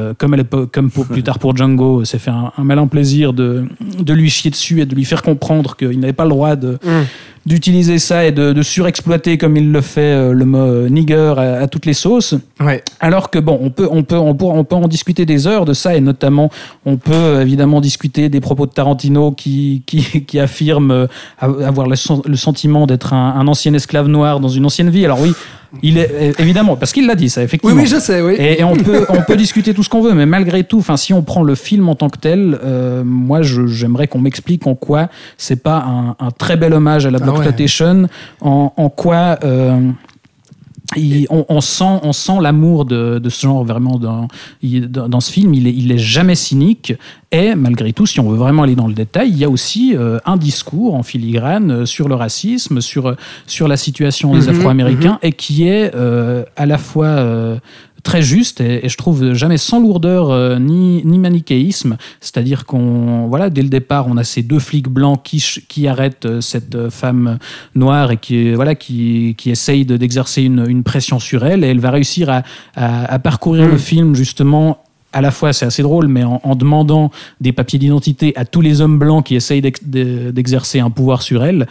comme plus tard pour Django, s'est fait un malin plaisir de lui chier dessus et de lui faire comprendre qu'il n'avait pas le droit d'utiliser ça et de surexploiter comme il le fait le mot nigger à toutes les sauces. Ouais. Alors que on peut en discuter des heures de ça, et notamment on peut évidemment discuter des propos de Tarantino qui affirme avoir le sentiment d'être un ancien esclave noir dans une ancienne vie. Alors oui, il est évidemment, parce qu'il l'a dit ça, effectivement. Oui, je sais, oui. Et on peut discuter tout ce qu'on veut, mais malgré tout, si on prend le film en tant que tel, moi j'aimerais qu'on m'explique en quoi c'est pas un très bel hommage à la blaxploitation, en quoi on sent l'amour de ce genre vraiment dans ce film. Il est jamais cynique. Et malgré tout, si on veut vraiment aller dans le détail, il y a aussi un discours en filigrane sur le racisme, sur la situation des Afro-Américains, et qui est à la fois très juste et je trouve jamais sans lourdeur ni manichéisme. C'est-à-dire dès le départ, on a ces deux flics blancs qui arrêtent cette femme noire et qui essaye d'exercer une pression sur elle, et elle va réussir à parcourir le film justement. À la fois, c'est assez drôle, mais en demandant des papiers d'identité à tous les hommes blancs qui essayent d'exercer un pouvoir sur elle.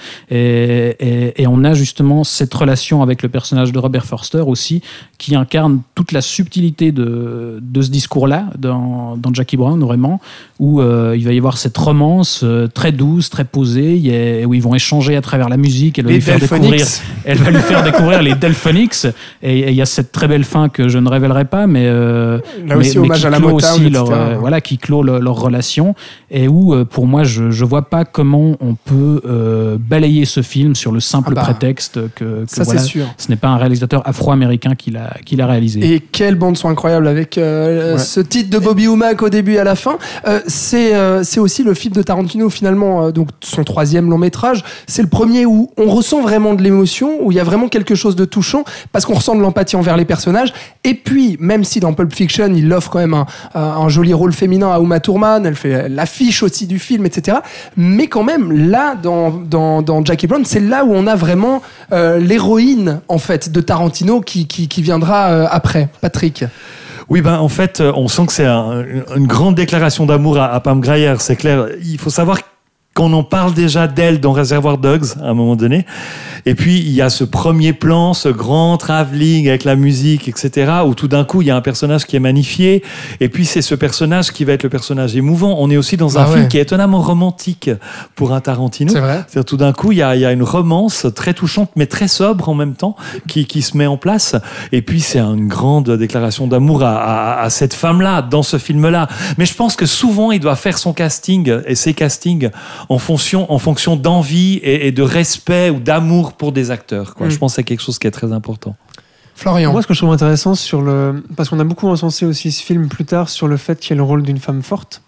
Et on a justement cette relation avec le personnage de Robert Forster aussi, qui incarne toute la subtilité de ce discours-là dans Jackie Brown, vraiment, où il va y avoir cette romance très douce, très posée, où ils vont échanger à travers la musique. Elle va lui faire découvrir les Delphonics. Et il y a cette très belle fin que je ne révélerai pas, mais là aussi, hommage à la Motown, qui clôt leur relation, et où pour moi je vois pas comment on peut balayer ce film sur le simple prétexte que ça, c'est sûr. Ce n'est pas un réalisateur afro-américain qui l'a réalisé. Et quelle bande son incroyable avec ce titre de Bobby Womack au début et à la fin. C'est aussi le film de Tarantino finalement, donc son 3e long métrage. C'est le premier où on ressent vraiment de l'émotion, où il y a vraiment quelque chose de touchant, parce qu'on ressent de l'empathie envers les personnages. Et puis, même si dans Pulp Fiction, il offre quand même un joli rôle féminin à Uma Thurman, elle fait l'affiche aussi du film, etc. Mais quand même, là, dans Jackie Brown, c'est là où on a vraiment l'héroïne, en fait, de Tarantino qui viendra après. Patrick. Oui, en fait, on sent que c'est une grande déclaration d'amour à Pam Grier, c'est clair. Il faut savoir qu'on en parle déjà d'elle dans Reservoir Dogs, à un moment donné. Et puis, il y a ce premier plan, ce grand travelling avec la musique, etc., où tout d'un coup, il y a un personnage qui est magnifié. Et puis, c'est ce personnage qui va être le personnage émouvant. On est aussi dans un film qui est étonnamment romantique pour un Tarantino. C'est vrai. C'est-à-dire, tout d'un coup, il y a une romance très touchante, mais très sobre en même temps, qui se met en place. Et puis, c'est une grande déclaration d'amour à cette femme-là, dans ce film-là. Mais je pense que souvent, il doit faire son casting et ses castings en fonction d'envie et de respect ou d'amour pour des acteurs. Je pense que c'est quelque chose qui est très important. Florian. Moi, ce que je trouve intéressant parce qu'on a beaucoup encensé aussi ce film plus tard sur le fait qu'il y ait le rôle d'une femme forte.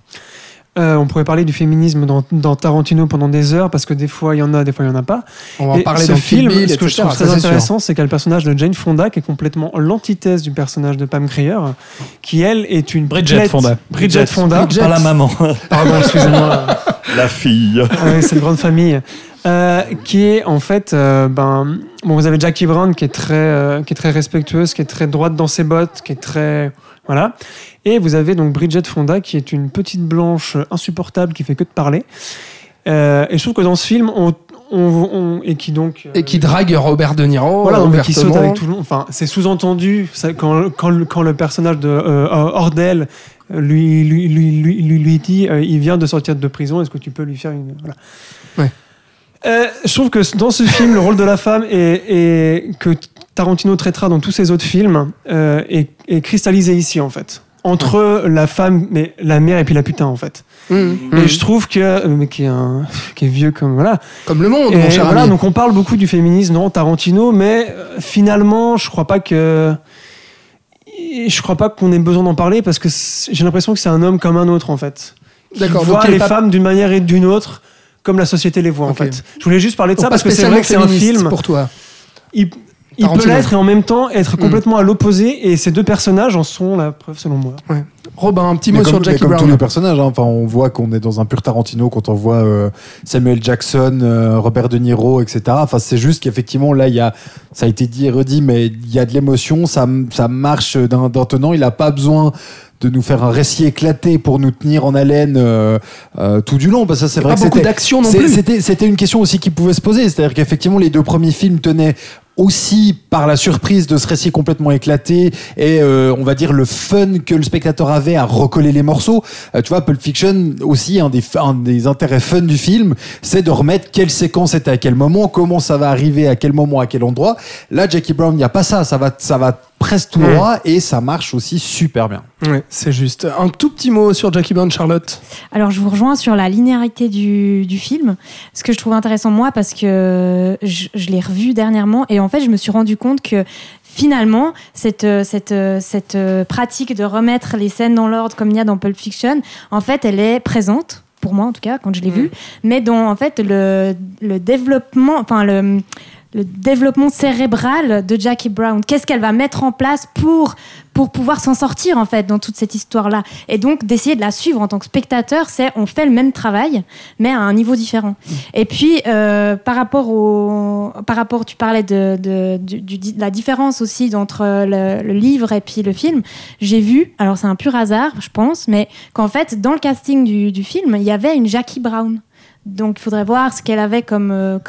On pourrait parler du féminisme dans Tarantino pendant des heures, parce que des fois il y en a, des fois il y en a pas. On va en parler dans le film. Bill, ce que je trouve très intéressant, c'est qu'il y a le personnage de Jane Fonda qui est complètement l'antithèse du personnage de Pam Grier, qui elle est une Bridget Fonda, pas la maman. Pardon, excusez-moi. La fille. Oui, c'est une grande famille. Qui est en fait, vous avez Jackie Brown qui est très respectueuse, qui est très droite dans ses bottes, qui est très voilà. Et vous avez donc Bridget Fonda qui est une petite blanche insupportable qui fait que de parler. Et je trouve que dans ce film, et qui drague Robert De Niro. Voilà, donc qui saute avec tout le monde. Enfin, c'est sous-entendu quand le personnage de Ordell lui dit il vient de sortir de prison, est-ce que tu peux lui faire une voilà. Ouais. Je trouve que dans ce film, le rôle de la femme et que Tarantino traitera dans tous ses autres films est cristallisé ici en fait, entre la femme, mais la mère et puis la putain en fait. Et je trouve que qui est vieux comme comme le monde, mon cher ami. Donc on parle beaucoup du féminisme dans Tarantino, mais finalement je crois pas qu'on ait besoin d'en parler, parce que j'ai l'impression que c'est un homme comme un autre en fait. D'accord. Il voit les femmes d'une manière et d'une autre comme la société les voit en fait. Je voulais juste parler de ça parce que c'est vrai que c'est un film pour toi. Il peut l'être et en même temps être complètement à l'opposé, et ces deux personnages en sont la preuve selon moi. Ouais. Robin, un petit mot sur Jackie Brown. Comme tous les personnages, on voit qu'on est dans un pur Tarantino quand on voit Samuel Jackson, Robert De Niro, etc. Enfin, c'est juste qu'effectivement là, ça a été dit et redit, mais il y a de l'émotion, ça marche d'un tenant. Il n'a pas besoin de nous faire un récit éclaté pour nous tenir en haleine tout du long. Parce que c'est vrai que beaucoup d'action non plus. C'était une question aussi qui pouvait se poser. C'est-à-dire qu'effectivement, les deux premiers films tenaient aussi par la surprise de ce récit complètement éclaté et on va dire le fun que le spectateur avait à recoller les morceaux. Tu vois, Pulp Fiction aussi, un des intérêts fun du film, c'est de remettre quelle séquence était à quel moment, comment ça va arriver, à quel moment, à quel endroit. Là, Jackie Brown, il n'y a pas ça. Ça va presque tout droit et ça marche aussi super bien. Ouais, c'est juste. Un tout petit mot sur Jackie Brown, Charlotte. Alors, je vous rejoins sur la linéarité du film. Ce que je trouve intéressant, moi, parce que je l'ai revu dernièrement, et en fait, je me suis rendu compte que finalement, cette pratique de remettre les scènes dans l'ordre comme il y a dans Pulp Fiction, en fait, elle est présente, pour moi en tout cas, quand je l'ai vue, mais dont en fait le développement, enfin le développement cérébral de Jackie Brown, qu'est-ce qu'elle va mettre en place pour pouvoir s'en sortir en fait dans toute cette histoire-là, et donc d'essayer de la suivre en tant que spectateur, on fait le même travail mais à un niveau différent. Et puis par rapport, tu parlais de la différence aussi entre le livre et puis le film. J'ai vu, alors c'est un pur hasard je pense, mais qu'en fait dans le casting du film il y avait une Jackie Brown, donc il faudrait voir ce qu'elle avait comme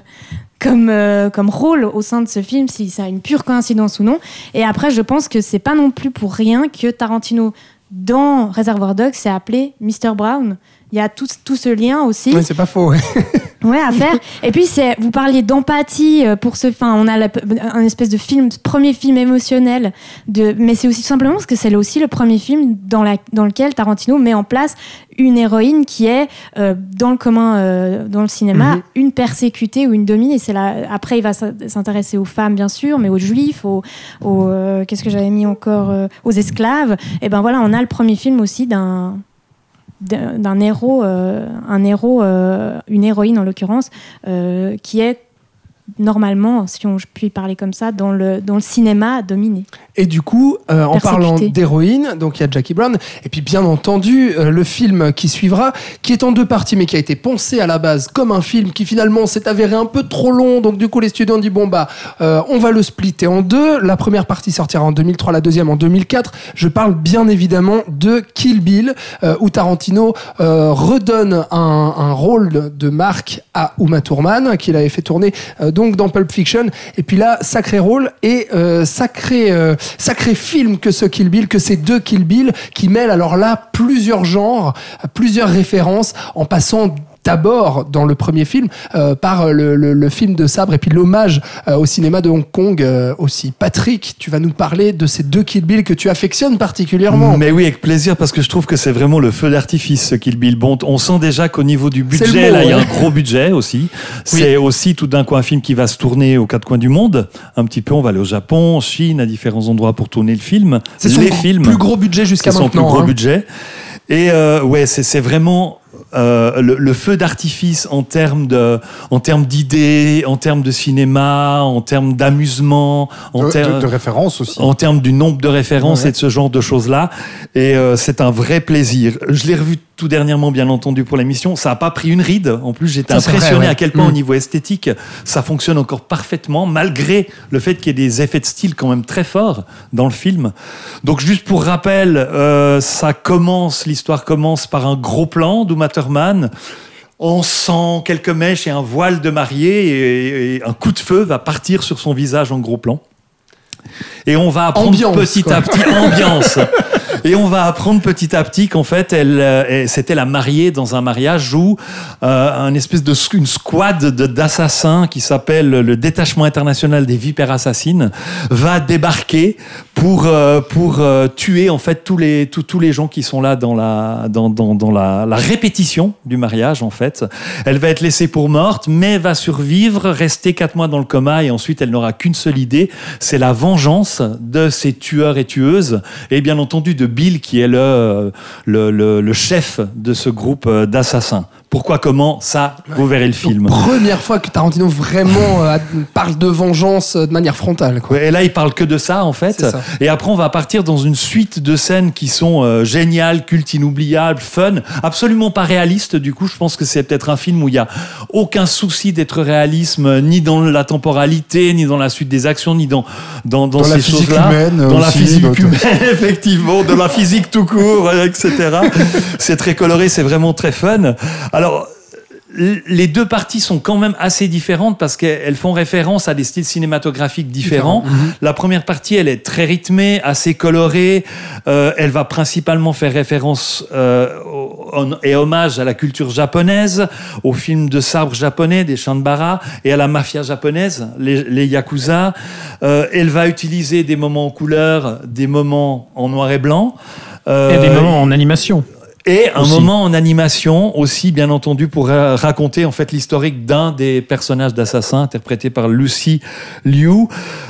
rôle au sein de ce film, si ça a une pure coïncidence ou non. Et après, je pense que c'est pas non plus pour rien que Tarantino, dans Reservoir Dogs, s'est appelé Mr. Brown. Il y a tout ce lien aussi. Oui, c'est pas faux, ouais, à faire. Et puis, vous parliez d'empathie pour on a un espèce de premier film émotionnel. Mais c'est aussi tout simplement parce que c'est aussi le premier film dans lequel Tarantino met en place une héroïne qui est, dans le commun, dans le cinéma, une persécutée ou une dominée. Après, il va s'intéresser aux femmes, bien sûr, mais aux juifs, qu'est-ce que j'avais mis encore, aux esclaves. Et ben voilà, on a le premier film aussi d'un héros, une héroïne en l'occurrence, qui est normalement, si je puis parler comme ça, dans le cinéma dominé. Et du coup, en parlant d'héroïne, donc il y a Jackie Brown, et puis bien entendu, le film qui suivra, qui est en 2 parties, mais qui a été pensé à la base comme un film qui finalement s'est avéré un peu trop long, donc du coup les studios ont dit on va le splitter en 2. La première partie sortira en 2003, la deuxième en 2004. Je parle bien évidemment de Kill Bill, où Tarantino redonne un rôle de marque à Uma Thurman, qu'il avait fait tourner donc dans Pulp Fiction. Et puis là, sacré rôle et sacré film que ce Kill Bill, que ces 2 Kill Bill qui mêlent alors là plusieurs genres, plusieurs références, en passant d'abord dans le premier film par le film de sabre et puis l'hommage au cinéma de Hong Kong aussi. Patrick, tu vas nous parler de ces 2 Kill Bill que tu affectionnes particulièrement. Mais oui, avec plaisir, parce que je trouve que c'est vraiment le feu d'artifice, ce Kill Bill. Bon, on sent déjà qu'au niveau du budget, il y a un gros budget aussi. C'est aussi tout d'un coup un film qui va se tourner aux 4 coins du monde. Un petit peu, on va aller au Japon, en Chine, à différents endroits pour tourner le film. C'est son plus gros budget jusqu'à maintenant. C'est son plus gros budget. Et c'est vraiment le feu d'artifice en termes d'idées, en termes de cinéma, en termes d'amusement, de références aussi. En termes du nombre de références et de ce genre de choses-là. Et c'est un vrai plaisir. Je l'ai revu tout dernièrement, bien entendu, pour l'émission. Ça n'a pas pris une ride. En plus, j'étais impressionné à quel point, au niveau esthétique, ça fonctionne encore parfaitement, malgré le fait qu'il y ait des effets de style quand même très forts dans le film. Donc, juste pour rappel, l'histoire commence par un gros plan d'Uma Thurman. On sent quelques mèches et un voile de mariée, et un coup de feu va partir sur son visage en gros plan. Et on va apprendre petit à petit ambiance. Et on va apprendre petit à petit qu'en fait, c'était la mariée dans un mariage où une squad d'assassins qui s'appelle le Détachement international des vipères assassines va débarquer pour tuer en fait tous les gens qui sont là dans la répétition du mariage en fait. Elle va être laissée pour morte, mais va survivre, rester 4 mois dans le coma, et ensuite elle n'aura qu'une seule idée, c'est la vengeance de ces tueurs et tueuses, et bien entendu de Bill qui est le chef de ce groupe d'assassins. Pourquoi, comment, ça, vous verrez le film. Donc, première fois que Tarantino vraiment parle de vengeance de manière frontale, quoi. Et là, il parle que de ça, en fait. Et après, on va partir dans une suite de scènes qui sont géniales, cultes, inoubliables, fun, absolument pas réalistes. Du coup, je pense que c'est peut-être un film où il y a aucun souci d'être réalisme, ni dans la temporalité, ni dans la suite des actions, ni dans ces choses-là. Dans la physique humaine, effectivement, de la physique tout court, etc. C'est très coloré, c'est vraiment très fun. Alors, les 2 parties sont quand même assez différentes parce qu'elles font référence à des styles cinématographiques différents. La première partie, elle est très rythmée, assez colorée. Elle va principalement faire référence est hommage à la culture japonaise, aux films de sabre japonais, des Shanbara, et à la mafia japonaise, les Yakuza. Elle va utiliser des moments en couleur, des moments en noir et blanc. Et des moments en animation. Et un aussi. moment en animation aussi, bien entendu, pour raconter en fait l'historique d'un des personnages d'assassins interprété par Lucy Liu.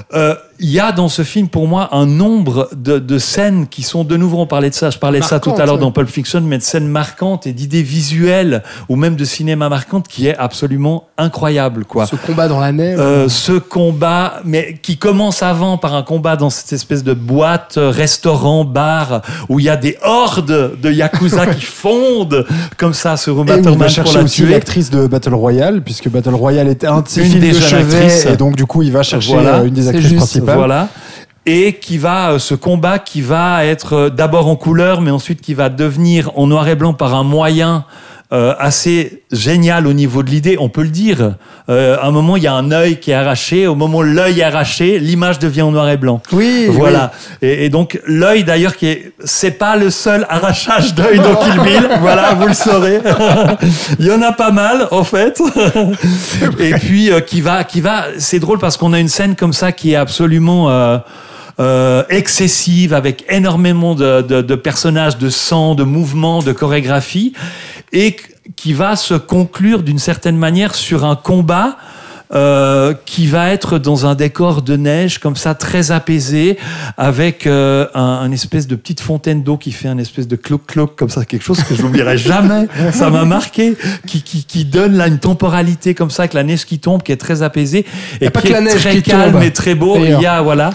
Il y a dans ce film, pour moi, un nombre de scènes qui sont, de nouveau, on parlait de ça, je parlais de ça tout à l'heure dans Pulp Fiction, mais de scènes marquantes et d'idées visuelles ou même de cinéma marquantes qui est absolument incroyable, quoi. Ce combat dans la neige. Ce combat, mais qui commence avant par un combat dans cette espèce de boîte, restaurant, bar, où il y a des hordes de Yakuza qui fondent comme ça sur Uma Et il Thurman va pour chercher la aussi tuer. l'actrice de Battle Royale, puisque Battle Royale était un de ses Une films des de jeunes chevet, actrices. et donc du coup il va chercher Voilà. une des C'est actrices juste. principales. Voilà. Et qui va, ce combat qui va être d'abord en couleur, mais ensuite qui va devenir en noir et blanc par un moyen assez génial au niveau de l'idée, on peut le dire. À un moment, il y a un œil qui est arraché. Au moment où l'œil est arraché, l'image devient en noir et blanc. Oui, Voilà. Et donc, l'œil, d'ailleurs, c'est pas le seul arrachage d'œil dans Kill Bill. Voilà, vous le saurez. Il y en a pas mal, en fait. Et puis, c'est drôle parce qu'on a une scène comme ça qui est absolument, excessive, avec énormément de personnages, de sang, de mouvements, de chorégraphie, et qui va se conclure d'une certaine manière sur un combat qui va être dans un décor de neige comme ça, très apaisé, avec un espèce de petite fontaine d'eau qui fait un espèce de cloc-cloc comme ça, quelque chose que je n'oublierai jamais. Ça m'a marqué, qui donne là une temporalité comme ça, avec la neige qui tombe, qui est très apaisée et a pas qui que la est neige très qui calme tombe, et très beau. d'ailleurs. Il y a voilà.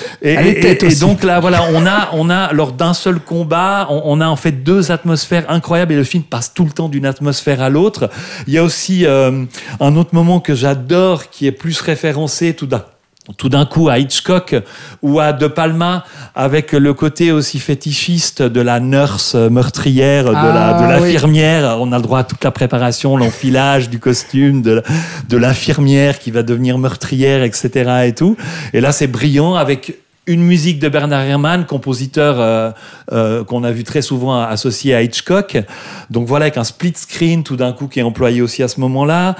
Et aussi. donc là, voilà, on a lors d'un seul combat, on a en fait deux atmosphères incroyables et le film passe tout le temps d'une atmosphère à l'autre. Il y a aussi un autre moment que j'adore, qui est plus référencé tout d'un coup à Hitchcock ou à De Palma, avec le côté aussi fétichiste de la nurse meurtrière, de l'infirmière. On a le droit à toute la préparation, l'enfilage du costume de l'infirmière qui va devenir meurtrière, etc. et tout. Et là, c'est brillant avec une musique de Bernard Herrmann, compositeur qu'on a vu très souvent associé à Hitchcock. Donc voilà, avec un split screen tout d'un coup qui est employé aussi à ce moment-là.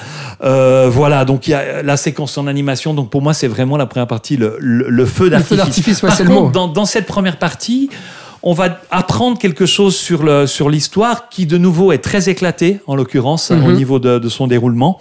Voilà, donc il y a la séquence en animation. Donc pour moi, c'est vraiment la première partie, le feu d'artifice. Le feu d'artifice, ouais, Par c'est le contre, mot. dans cette première partie, on va apprendre quelque chose sur l'histoire qui, de nouveau, est très éclatée, en l'occurrence, au niveau de son déroulement.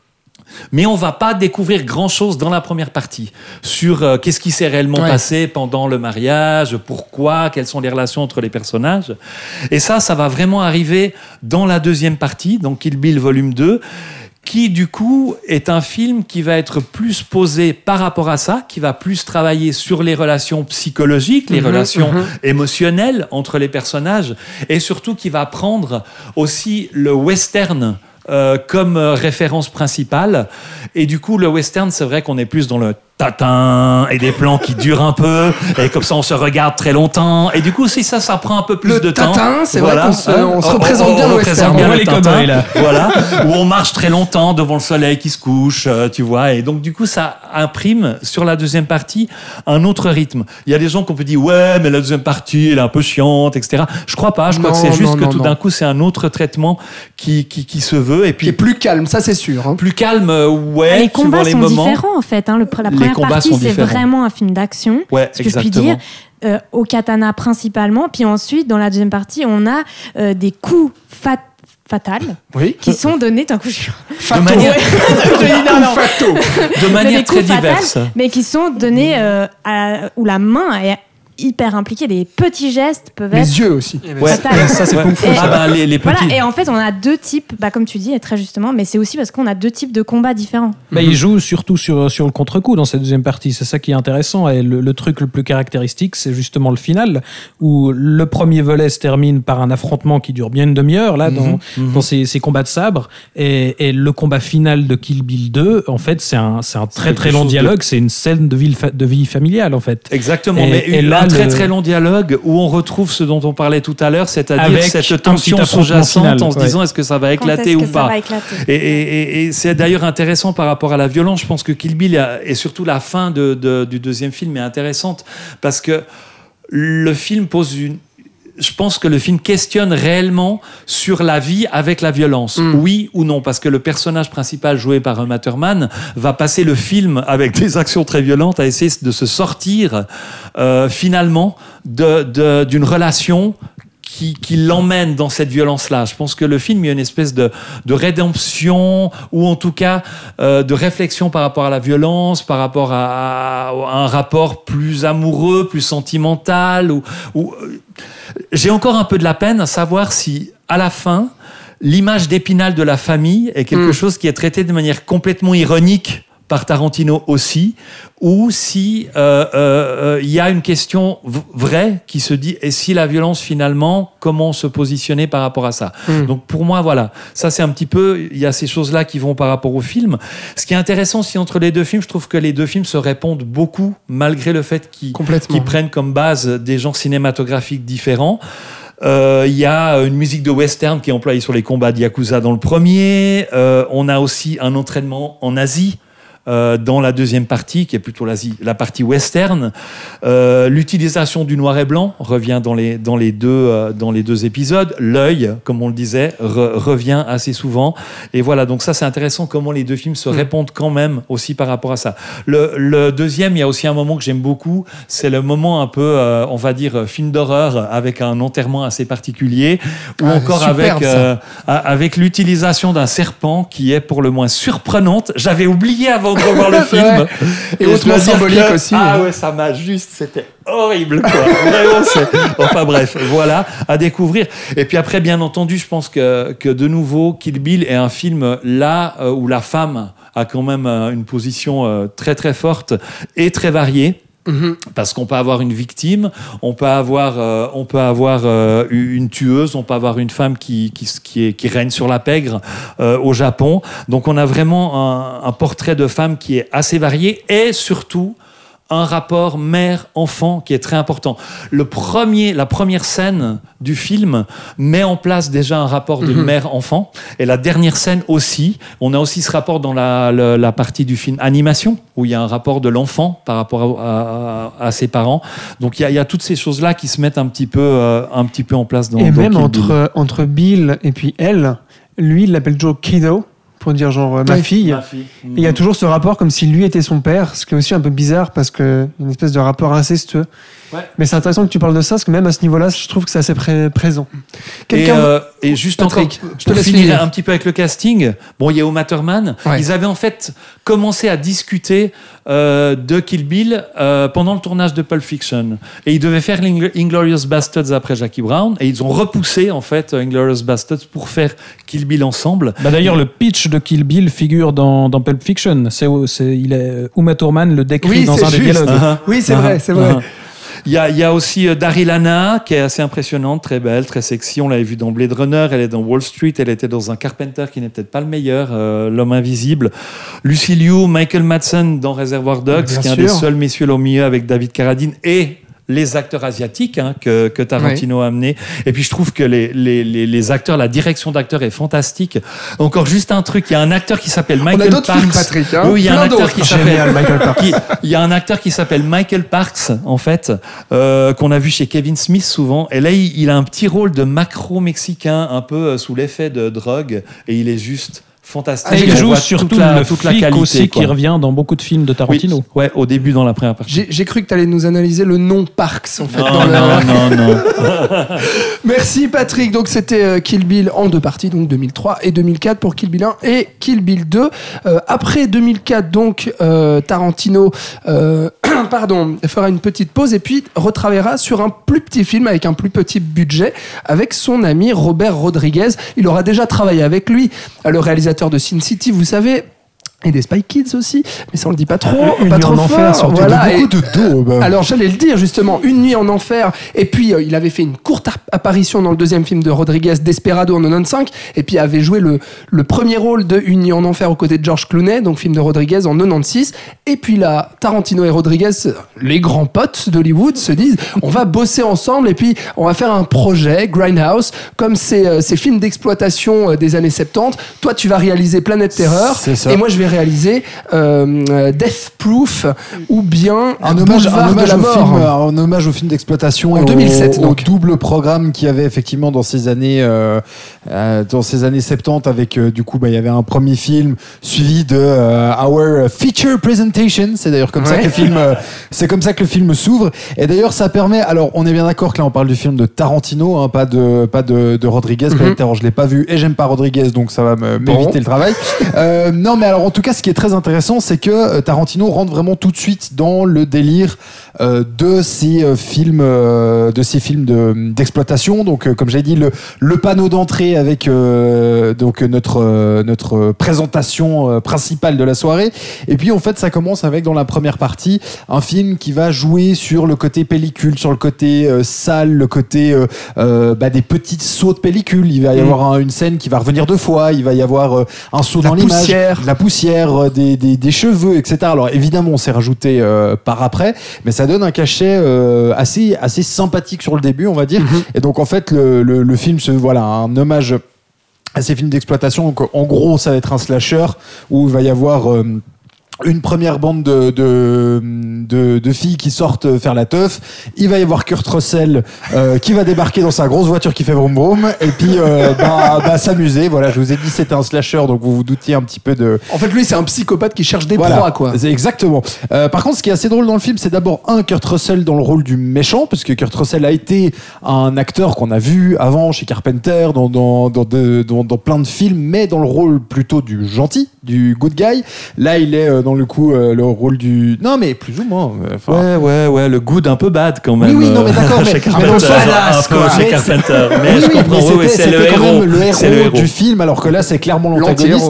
Mais on va pas découvrir grand-chose dans la première partie sur qu'est-ce qui s'est réellement passé pendant le mariage, pourquoi, quelles sont les relations entre les personnages. Et ça va vraiment arriver dans la deuxième partie, donc Kill Bill volume 2, qui du coup est un film qui va être plus posé par rapport à ça, qui va plus travailler sur les relations psychologiques, les relations émotionnelles entre les personnages, et surtout qui va prendre aussi le western comme référence principale. Et du coup, le western, c'est vrai qu'on est plus dans le tatin et des plans qui durent un peu, et comme ça on se regarde très longtemps, et du coup si ça prend un peu plus de temps. Le tatin, c'est voilà. vrai qu'on se représente bien le western. Bien On voit le les tatin, cowboys, là. voilà, où on marche très longtemps devant le soleil qui se couche, tu vois, et donc du coup ça imprime sur la deuxième partie un autre rythme. Il y a des gens qui ont pu dire ouais mais la deuxième partie elle est un peu chiante, etc. Je crois pas, je crois que c'est juste que tout d'un coup c'est un autre traitement qui se veut, et puis Qui est plus calme, ça c'est sûr. Hein. plus calme, ouais, Les combats suivant les sont moments. différents en fait. Hein. La Les première combats partie, sont c'est différents. vraiment un film d'action, Ouais, ce que je puis exactement. dire, au katana principalement. Puis ensuite, dans la deuxième partie, on a des coups fatals Oui. qui sont donnés. D'un coup, je suis... De manière, Fato. de Mais manière des très coups fatals, diverse. mais qui sont donnés où la main est hyper impliquée. Des petits gestes peuvent être Les yeux aussi. Ouais. fatals. Ça, c'est Ouais. Kung Fu. Et- ça. Ah ben les petits. Voilà, et en fait, on a deux types, comme tu dis, et très justement, mais c'est aussi parce qu'on a deux types de combats différents. Bah, il joue surtout sur le contre-coup dans cette deuxième partie. C'est ça qui est intéressant. Et le truc le plus caractéristique, c'est justement le final, où le premier volet se termine par un affrontement qui dure bien une demi-heure, là, dans ces combats de sabre. Et le combat final de Kill Bill 2, en fait, c'est un très très quelque long chose de- dialogue. C'est une scène de vie familiale, en fait. Exactement, Et- mais et là, un très le- très long dialogue où on retrouve ce dont on parlait tout à l'heure, c'est-à-dire Avec cette un tension petit affrontement sous-jacente final, en se ouais. disant est-ce que ça va Quand éclater est-ce ou que ça pas. va éclater Et c'est d'ailleurs intéressant par rapport à la violence. Je pense que Kill Bill et surtout la fin du deuxième film est intéressante parce que le film pose je pense que le film questionne réellement sur la vie avec la violence. Oui ou non? Parce que le personnage principal joué par Uma Thurman va passer le film avec des actions très violentes à essayer de se sortir finalement d'une relation qui l'emmène dans cette violence-là. Je pense que le film, il y a une espèce de rédemption, ou en tout cas de réflexion par rapport à la violence, par rapport à un rapport plus amoureux, plus sentimental. J'ai encore un peu de la peine à savoir si, à la fin, l'image d'Épinal de la famille est quelque chose qui est traité de manière complètement ironique par Tarantino aussi, ou si y a une question vraie qui se dit, et si la violence finalement, comment se positionner par rapport à ça? Donc pour moi, voilà, ça c'est un petit peu, il y a ces choses-là qui vont par rapport au film. Ce qui est intéressant aussi entre les deux films, je trouve que les deux films se répondent beaucoup, malgré le fait qu'ils prennent comme base des genres cinématographiques différents. Il y a une musique de western qui est employée sur les combats de Yakuza dans le premier. On a aussi un entraînement en Asie. Dans la deuxième partie, qui est plutôt la partie western, l'utilisation du noir et blanc revient dans les deux épisodes. L'œil, comme on le disait, revient assez souvent. Et voilà, donc ça c'est intéressant comment les deux films se répondent quand même aussi par rapport à ça. Le deuxième, il y a aussi un moment que j'aime beaucoup, c'est le moment un peu, on va dire, film d'horreur avec un enterrement assez particulier, ou encore avec l'utilisation d'un serpent qui est pour le moins surprenante. J'avais oublié avant de revoir le film. Et hautement symbolique aussi. Ah ouais, ça m'a juste... C'était horrible, quoi. Vraiment, enfin bref, voilà, à découvrir. Et puis après, bien entendu, je pense que de nouveau, Kill Bill est un film là où la femme a quand même une position très très forte et très variée. Parce qu'on peut avoir une victime, on peut avoir une tueuse, on peut avoir une femme qui règne sur la pègre au Japon. Donc on a vraiment un portrait de femme qui est assez varié et surtout un rapport mère-enfant qui est très important. La première scène du film met en place déjà un rapport de mère-enfant, et la dernière scène aussi. On a aussi ce rapport dans la partie du film animation, où il y a un rapport de l'enfant par rapport à ses parents. Donc il y a toutes ces choses-là qui se mettent un petit peu en place dans et même Bill. entre Bill et puis elle, lui il l'appelle Joe Kiddo, pour dire genre ma fille. Et il y a toujours ce rapport comme si lui était son père, ce qui est aussi un peu bizarre parce que une espèce de rapport incestueux. Ouais. Mais c'est intéressant que tu parles de ça, parce que même à ce niveau-là, je trouve que c'est assez présent. Et juste Patrick, encore, je te laisse finir un petit peu avec le casting. Bon, il y a Uma Thurman. Ouais. Ils avaient en fait commencé à discuter de Kill Bill pendant le tournage de Pulp Fiction. Et ils devaient faire Inglourious Basterds après Jackie Brown. Et ils ont repoussé en fait Inglourious Basterds pour faire Kill Bill ensemble. D'ailleurs, le pitch de Kill Bill figure dans Pulp Fiction. Uma Thurman le décrit dans un des dialogues. Oui, c'est vrai, c'est vrai. Il y a aussi Daryl Hannah, qui est assez impressionnante, très belle, très sexy. On l'avait vue dans Blade Runner, elle est dans Wall Street, elle était dans un Carpenter qui n'est peut-être pas le meilleur, L'Homme Invisible. Lucy Liu, Michael Madsen dans Reservoir Dogs, qui est un des seuls messieurs au milieu avec David Carradine et les acteurs asiatiques que Tarantino a amené. Et puis je trouve que les acteurs, la direction d'acteurs est fantastique. Encore juste un truc, il y a un acteur qui s'appelle Michael Parks. On a d'autres films, Patrick. Oui, il y a un acteur qui s'appelle Michael Parks. Il y a un acteur qui s'appelle Michael Parks, en fait, qu'on a vu chez Kevin Smith souvent. Et là, il a un petit rôle de macro-mexicain, un peu sous l'effet de drogue. Et il est juste fantastique. Et il joue surtout le flic aussi, qui revient dans beaucoup de films de Tarantino. Oui, ouais, au début, dans la première partie. J'ai cru que tu allais nous analyser le nom Parks, en fait. Non. Merci, Patrick. Donc, c'était Kill Bill en deux parties, donc 2003 et 2004 pour Kill Bill 1 et Kill Bill 2. Après 2004, donc, Tarantino fera une petite pause et puis retravaillera sur un plus petit film avec un plus petit budget avec son ami Robert Rodriguez. Il aura déjà travaillé avec lui, le réalisateur de Sin City, vous savez, et des Spy Kids aussi, mais ça on le dit pas trop, Une pas nuit trop en fort. enfer, surtout. Voilà. Beaucoup de dos. Alors j'allais le dire justement, Une nuit en enfer, et puis il avait fait une courte apparition dans le deuxième film de Rodriguez, Desperado en 95, et puis avait joué le premier rôle de Une nuit en enfer aux côtés de George Clooney, donc film de Rodriguez en 96. Et puis là, Tarantino et Rodriguez, les grands potes d'Hollywood, se disent on va bosser ensemble et puis on va faire un projet, Grindhouse, comme ces films d'exploitation des années 70. Toi tu vas réaliser Planète Terreur, et moi je vais réalisé Death Proof ou bien un hommage de la mort. Un hommage au film d'exploitation en et 2007, au double programme qu'il y avait effectivement dans ces années 70 avec du coup il y avait un premier film suivi de Our Feature Presentation. C'est d'ailleurs comme ça que le film c'est comme ça que le film s'ouvre. Et d'ailleurs ça permet, alors on est bien d'accord que là on parle du film de Tarantino, hein, pas de Rodriguez. Je l'ai pas vu et j'aime pas Rodriguez, donc ça va m'éviter le travail. Non mais alors en tout cas ce qui est très intéressant, c'est que Tarantino rentre vraiment tout de suite dans le délire de ces films d'exploitation. Donc comme j'ai dit, le panneau d'entrée avec donc notre présentation principale de la soirée. Et puis en fait ça commence avec, dans la première partie, un film qui va jouer sur le côté pellicule, sur le côté salle, le côté des petits sauts de pellicule. Il va y avoir une scène qui va revenir 2 fois, il va y avoir un saut dans l'image, de la poussière, des cheveux, etc. Alors évidemment on s'est rajouté par après, mais ça donne un cachet assez sympathique sur le début, on va dire. Et donc en fait le film un hommage à ces films d'exploitation. Donc en gros ça va être un slasher où il va y avoir une première bande de filles qui sortent faire la teuf. Il va y avoir Kurt Russell qui va débarquer dans sa grosse voiture qui fait vroom vroom et puis s'amuser. Voilà, je vous ai dit c'était un slasher, donc vous vous doutiez un petit peu de... En fait, lui, c'est un psychopathe qui cherche des proies, quoi. C'est exactement. Par contre, ce qui est assez drôle dans le film, c'est d'abord Kurt Russell dans le rôle du méchant, parce que Kurt Russell a été un acteur qu'on a vu avant chez Carpenter, dans plein de films, mais dans le rôle plutôt du gentil, du good guy. Là, il est dans le coup le rôle du... Non, mais plus ou moins. Ouais, le good un peu bad quand même. Oui, non, mais d'accord. Chez Carpenter, chez Carpenter. Mais je comprends, c'était quand même le héros du film, alors que là, c'est clairement l'antagoniste.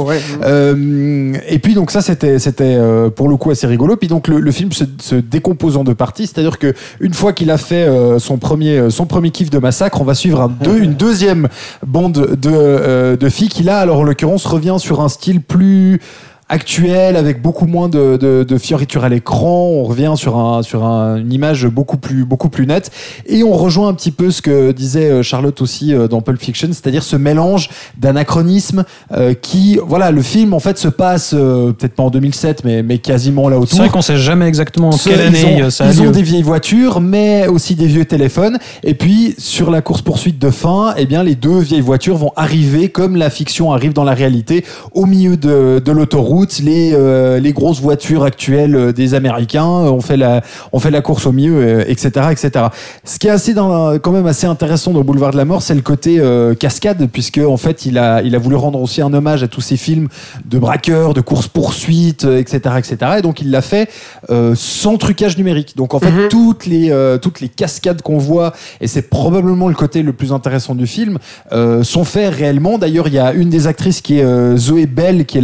Et puis, donc ça, c'était pour le coup assez rigolo. Puis donc, le film se décompose en 2 parties. C'est-à-dire que une fois qu'il a fait son premier kiff de massacre, on va suivre une deuxième bande de filles qui, là, alors en l'occurrence, revient sur un style plus actuel, avec beaucoup moins de fioritures à l'écran. On revient sur une image beaucoup plus nette, et on rejoint un petit peu ce que disait Charlotte aussi dans Pulp Fiction, c'est-à-dire ce mélange d'anachronisme qui, voilà, le film en fait se passe peut-être pas en 2007 mais quasiment là autour. C'est vrai qu'on sait jamais exactement en quelle année ça a lieu. Ils ont des vieilles voitures mais aussi des vieux téléphones, et puis sur la course-poursuite de fin, eh bien les 2 vieilles voitures vont arriver, comme la fiction arrive dans la réalité, au milieu de l'autoroute. Les grosses voitures actuelles des Américains, on fait la course au milieu, etc. Ce qui est quand même assez intéressant dans Boulevard de la Mort, c'est le côté cascade, puisque en fait il a voulu rendre aussi un hommage à tous ces films de braqueurs, de course-poursuite, etc. Et donc il l'a fait sans trucage numérique. Donc en fait toutes les cascades qu'on voit, et c'est probablement le côté le plus intéressant du film, sont faits réellement. D'ailleurs il y a une des actrices qui est Zoé Bell, qui est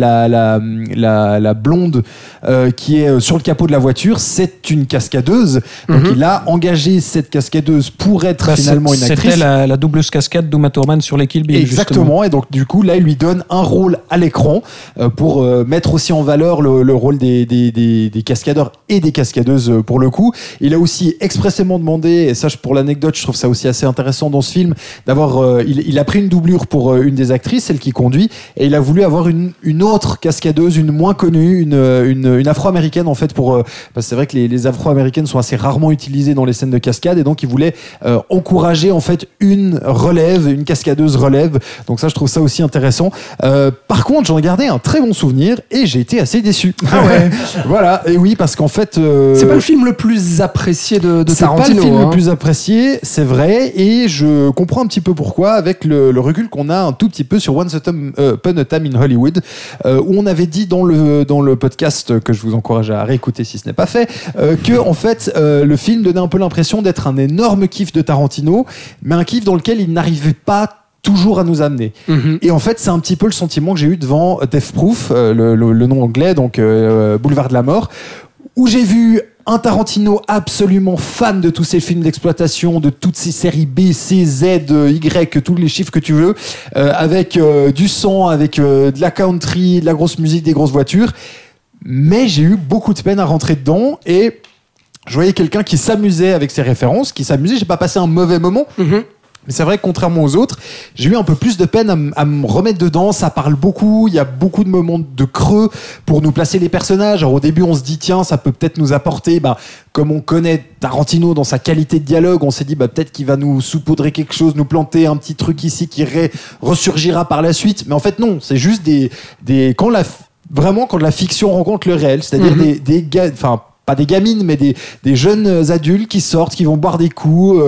la blonde qui est sur le capot de la voiture, c'est une cascadeuse. Donc il a engagé cette cascadeuse pour être finalement une actrice. C'était la doubleuse cascade d'Uma Thurman sur les Kill Bill. Exactement. Justement. Et donc du coup là il lui donne un rôle à l'écran pour mettre aussi en valeur le rôle des cascadeurs et des cascadeuses pour le coup. Il a aussi expressément demandé, et ça pour l'anecdote je trouve ça aussi assez intéressant dans ce film, d'avoir il a pris une doublure pour une des actrices, celle qui conduit, et il a voulu avoir une autre cascadeuse, une moins connue, une afro-américaine en fait, parce que c'est vrai que les afro-américaines sont assez rarement utilisées dans les scènes de cascade, et donc il voulait encourager en fait une cascadeuse relève. Donc ça je trouve ça aussi intéressant. Par contre j'en ai gardé un très bon souvenir et j'ai été assez déçu. Ah ouais. Voilà, et oui, parce qu'en fait c'est pas le film le plus apprécié de Tarantino. C'est pas le film le plus apprécié, c'est vrai, et je comprends un petit peu pourquoi, avec le recul qu'on a un tout petit peu sur Once Upon a Time in Hollywood, où on avait dit dans le podcast, que je vous encourage à réécouter si ce n'est pas fait, que en fait le film donnait un peu l'impression d'être un énorme kiff de Tarantino, mais un kiff dans lequel il n'arrivait pas toujours à nous amener. Et en fait c'est un petit peu le sentiment que j'ai eu devant Death Proof, le nom anglais, donc Boulevard de la Mort, où j'ai vu un Tarantino absolument fan de tous ces films d'exploitation, de toutes ces séries B, C, Z, Y, tous les chiffres que tu veux, avec du sang, avec de la country, de la grosse musique, des grosses voitures. Mais j'ai eu beaucoup de peine à rentrer dedans, et je voyais quelqu'un qui s'amusait avec ses références, qui s'amusait. J'ai pas passé un mauvais moment. Mais c'est vrai que contrairement aux autres, j'ai eu un peu plus de peine à me remettre dedans. Ça parle beaucoup, il y a beaucoup de moments de creux pour nous placer les personnages. Alors au début, on se dit tiens, ça peut peut-être nous apporter, comme on connaît Tarantino dans sa qualité de dialogue, on s'est dit peut-être qu'il va nous saupoudrer quelque chose, nous planter un petit truc ici qui ressurgira par la suite. Mais en fait non, c'est juste quand la fiction rencontre le réel, c'est-à-dire des gars, enfin pas des gamines, mais des jeunes adultes qui sortent, qui vont boire des coups.